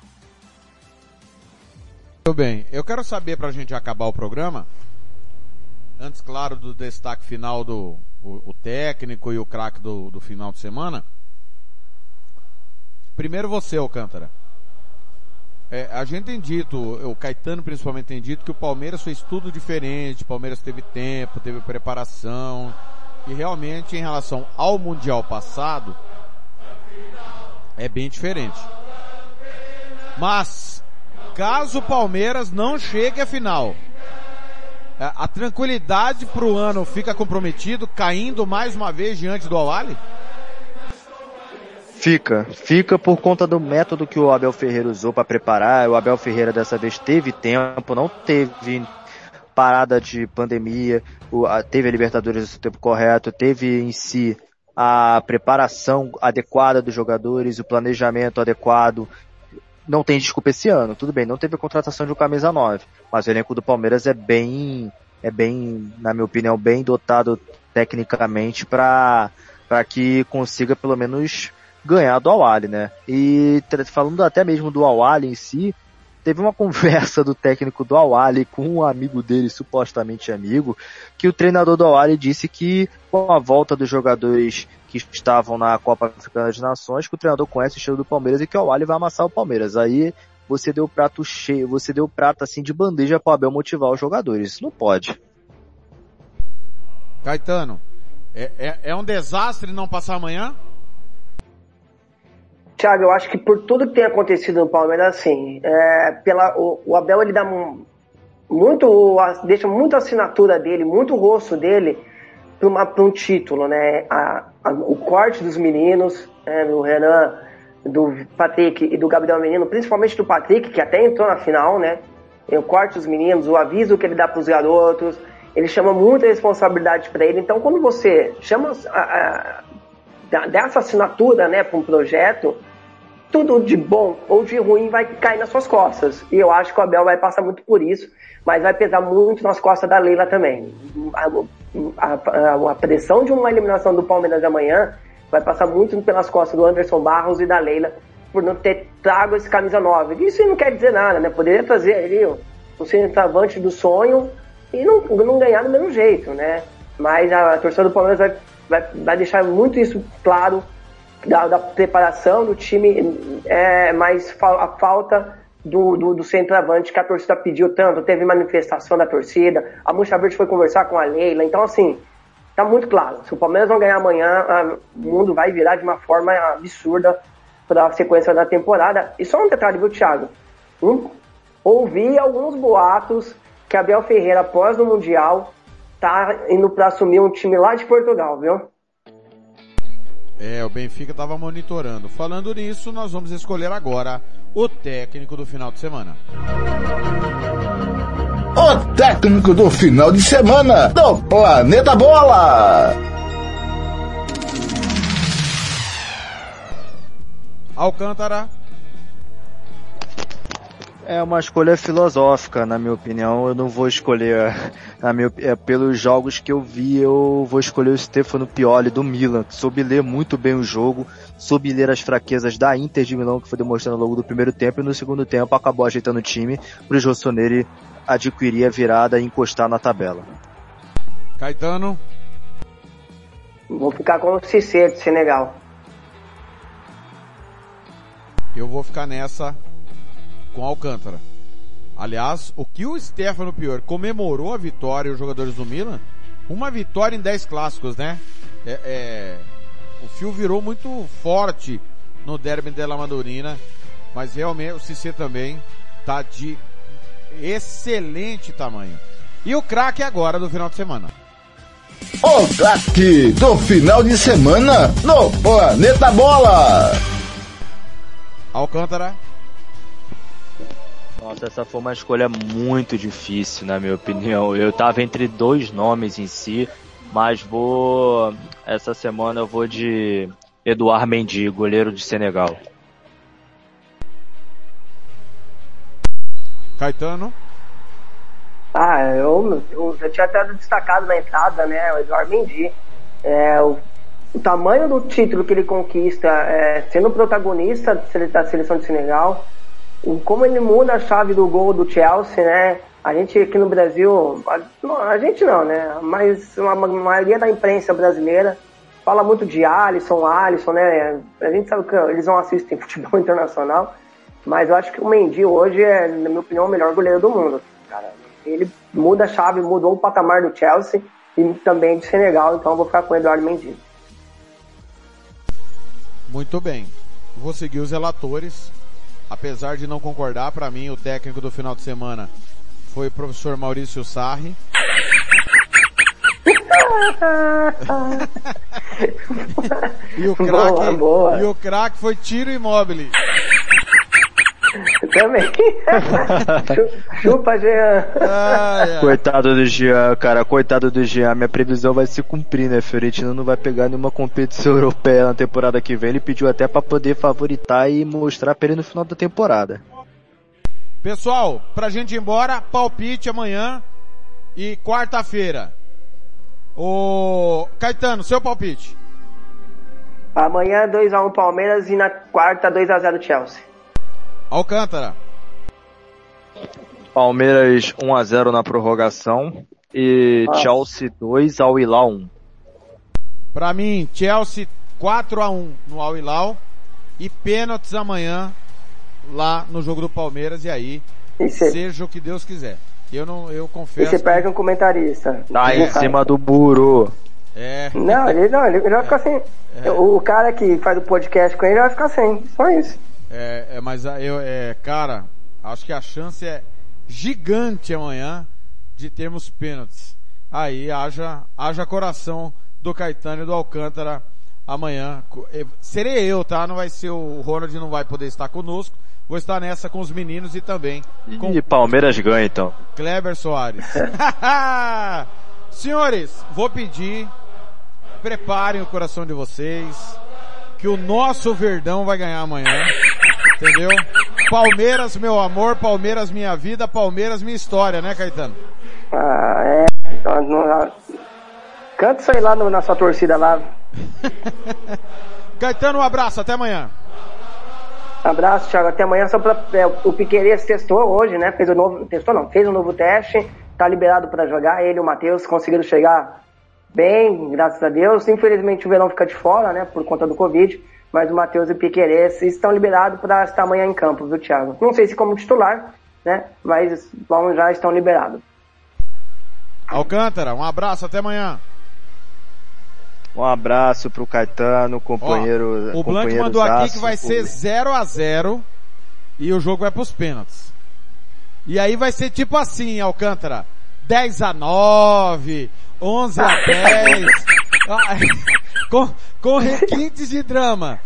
Muito bem, eu quero saber, pra gente acabar o programa, antes, claro, do destaque final o técnico e o craque do final de semana. Primeiro você, Alcântara. A gente tem dito, o Caetano principalmente tem dito que o Palmeiras fez tudo diferente, o Palmeiras teve tempo, teve preparação, e realmente em relação ao Mundial passado, é bem diferente. Mas, caso o Palmeiras não chegue à final, a tranquilidade pro ano fica comprometido, caindo mais uma vez diante do Al Ahly? Fica por conta do método que o Abel Ferreira usou para preparar. O Abel Ferreira dessa vez teve tempo, não teve parada de pandemia, teve a Libertadores no tempo correto, teve em si a preparação adequada dos jogadores, o planejamento adequado. Não tem desculpa esse ano, tudo bem, não teve a contratação de um camisa 9, mas o elenco do Palmeiras é bem, na minha opinião, bem dotado tecnicamente para que consiga pelo menos ganhar do Al-Ahly, né? E falando até mesmo do Al-Ahly em si, teve uma conversa do técnico do Al-Ahly com um amigo dele, supostamente amigo, que o treinador do Al-Ahly disse que com a volta dos jogadores que estavam na Copa Africana das Nações, que o treinador conhece o estilo do Palmeiras e que o Al-Ahly vai amassar o Palmeiras. Aí você deu o prato cheio, você deu o prato assim de bandeja para o Abel motivar os jogadores. Isso não pode. Caetano, é um desastre não passar amanhã? Thiago, eu acho que por tudo que tem acontecido no Palmeiras, assim, o Abel ele dá deixa muita assinatura dele, muito rosto dele para um título, né? O corte dos meninos, do Renan, do Patrick e do Gabriel Menino, principalmente do Patrick, que até entrou na final, né? O corte dos meninos, o aviso que ele dá para os garotos, ele chama muita responsabilidade para ele. Então, quando você chama dessa assinatura, né, para um projeto, tudo de bom ou de ruim vai cair nas suas costas. E eu acho que o Abel vai passar muito por isso, mas vai pesar muito nas costas da Leila também. A pressão de uma eliminação do Palmeiras amanhã vai passar muito pelas costas do Anderson Barros e da Leila por não ter trago esse camisa 9. Isso não quer dizer nada, né? Poderia trazer ali o centroavante do sonho e não ganhar do mesmo jeito, né? Mas a torcida do Palmeiras vai deixar muito isso claro da preparação do time, mas a falta do centroavante que a torcida pediu tanto. Teve manifestação da torcida, a Mancha Verde foi conversar com a Leila, então assim, tá muito claro, se o Palmeiras não ganhar amanhã, o mundo vai virar de uma forma absurda para a sequência da temporada. E só um detalhe, viu, Thiago? Ouvi alguns boatos que Abel Ferreira, após o Mundial, tá indo para assumir um time lá de Portugal, viu? O Benfica estava monitorando. Falando nisso, nós vamos escolher agora o técnico do final de semana. O técnico do final de semana do Planeta Bola. Alcântara. É uma escolha filosófica, na minha opinião. Eu não vou escolher, pelos jogos que eu vi, eu vou escolher o Stefano Pioli do Milan, que soube ler muito bem o jogo, soube ler as fraquezas da Inter de Milão, que foi demonstrando ao longo do primeiro tempo, e no segundo tempo acabou ajeitando o time para o Rossoneri adquirir a virada e encostar na tabela. Caetano? Vou ficar com o Cissé de Senegal. Eu vou ficar nessa com Alcântara. Aliás, o que o Stefano Pioli comemorou a vitória e os jogadores do Milan, uma vitória em 10 clássicos, né? O fio virou muito forte no Derby della Madonnina, mas realmente o Cissé também tá de excelente tamanho. E o craque agora do final de semana. O craque do final de semana no Planeta Bola. Alcântara. Nossa, essa foi uma escolha muito difícil, na minha opinião. Eu tava entre dois nomes em si, mas essa semana eu vou de Edouard Mendy, goleiro de Senegal. Caetano? Eu já tinha até destacado na entrada, né, o Edouard Mendy. O tamanho do título que ele conquista, sendo protagonista da seleção de Senegal, como ele muda a chave do gol do Chelsea, né? A gente aqui no Brasil, a gente não, né? Mas a maioria da imprensa brasileira fala muito de Alisson, né? A gente sabe que eles não assistem futebol internacional, mas eu acho que o Mendy hoje é, na minha opinião, o melhor goleiro do mundo, cara. Ele muda a chave, mudou o patamar do Chelsea e também de Senegal, então eu vou ficar com o Edouard Mendy. Muito bem. Vou seguir os relatores. Apesar de não concordar, para mim o técnico do final de semana foi o professor Maurício Sarri. E o craque foi Ciro Immobile. Também. Chupa, Jean. Coitado do Jean, cara. Coitado do Jean. Minha previsão vai se cumprir, né? Fiorentina não vai pegar nenhuma competição europeia na temporada que vem. Ele pediu até pra poder favoritar e mostrar pra ele no final da temporada. Pessoal, pra gente ir embora, palpite amanhã e quarta-feira. Ô, Caetano, seu palpite. Amanhã 2-1 Palmeiras e na quarta 2-0 Chelsea. Alcântara. Palmeiras 1-0 na prorrogação e Chelsea 2 ao Hilal 1. Pra mim, Chelsea 4-1 no Al Hilal e pênaltis amanhã lá no jogo do Palmeiras e aí seja o que Deus quiser. Eu confesso. E você perde um comentarista. Tá em cima do muro. Não, ele vai ficar sem. O cara que faz o podcast com ele vai ficar sem. Só isso. Cara, acho que a chance é gigante amanhã de termos pênaltis. Aí haja coração do Caetano e do Alcântara amanhã. Serei eu, tá? Não vai ser o Ronald, não vai poder estar conosco. Vou estar nessa com os meninos e também com... E Palmeiras ganha então. Kleber Soares. Senhores, vou pedir, preparem o coração de vocês, que o nosso Verdão vai ganhar amanhã. Entendeu? Palmeiras, meu amor, Palmeiras, minha vida, Palmeiras, minha história, né, Caetano? Canta isso aí lá na sua torcida lá. Caetano, um abraço, até amanhã. Abraço, Thiago, até amanhã. Só o Piquerez testou hoje, né? Fez um novo teste, tá liberado para jogar. Ele e o Matheus conseguiram chegar bem, graças a Deus. Infelizmente o Verão fica de fora, né? Por conta do Covid. Mas o Matheus e o Piquerez estão liberados para estar amanhã em campo, viu, Thiago? Não sei se como titular, né? Mas já estão liberados. Alcântara, um abraço, até amanhã. Um abraço pro Caetano, companheiro. O Blanc mandou aqui que vai ser 0-0 e o jogo vai pros pênaltis. E aí vai ser tipo assim, Alcântara, 10-9, 11-10, com requintes de drama.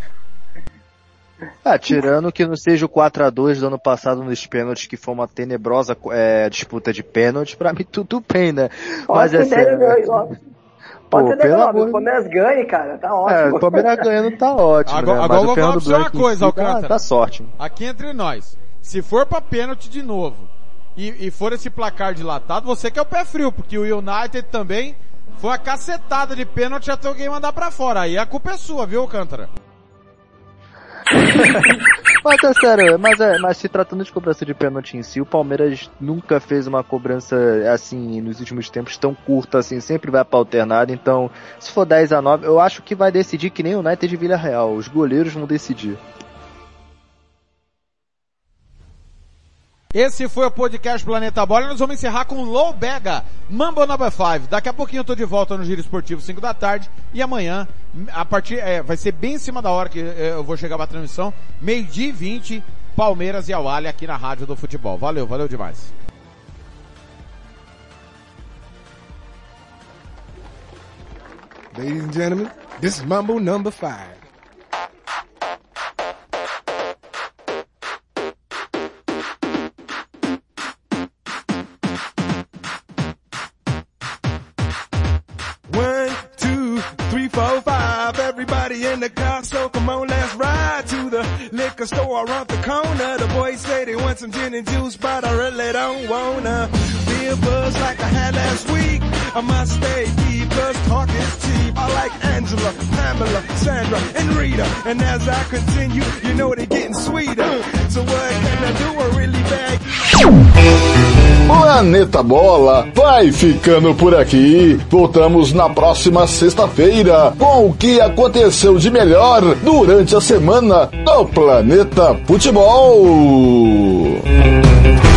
Tirando que não seja o 4-2 do ano passado nos pênaltis, que foi uma tenebrosa disputa de pênaltis, pra mim tudo bem, né? Mas é sério. Pode ser o Palmeiras ganhe, cara, tá ótimo. O Palmeiras ganhando tá ótimo. Agora eu vou falar pra você uma coisa, Alcântara. Dá sorte. Aqui entre nós, se for pra pênalti de novo, e for esse placar dilatado, você que é o pé frio, porque o United também foi uma cacetada de pênalti até alguém mandar pra fora. Aí a culpa é sua, viu, Alcântara? Mas é sério, mas se tratando de cobrança de pênalti em si, o Palmeiras nunca fez uma cobrança assim, nos últimos tempos, tão curta assim, sempre vai pra alternada. Então, se for 10-9, eu acho que vai decidir que nem o United de Villarreal, os goleiros vão decidir. Esse foi o podcast Planeta Bola. Nós vamos encerrar com Low Bega, Mambo No. 5. Daqui a pouquinho eu tô de volta no Giro Esportivo 5 da tarde. E amanhã, vai ser bem em cima da hora que eu vou chegar pra transmissão, 12h20, Palmeiras e Al Ahly aqui na Rádio do Futebol. Valeu demais. Ladies and gentlemen, this is Mambo No. 5. Everybody in the car, so come on, let's ride to the liquor store around the corner. The boys say they want some gin and juice, but I really don't wanna be a buzz like I had last week. I must stay deep, cause talk is cheap. I like Angela, Pamela, Sandra, and Rita. And as I continue, you know they're getting sweeter. So what can I do? I really beg. Planeta Bola vai ficando por aqui. Voltamos na próxima sexta-feira com o que aconteceu de melhor durante a semana do Planeta Futebol.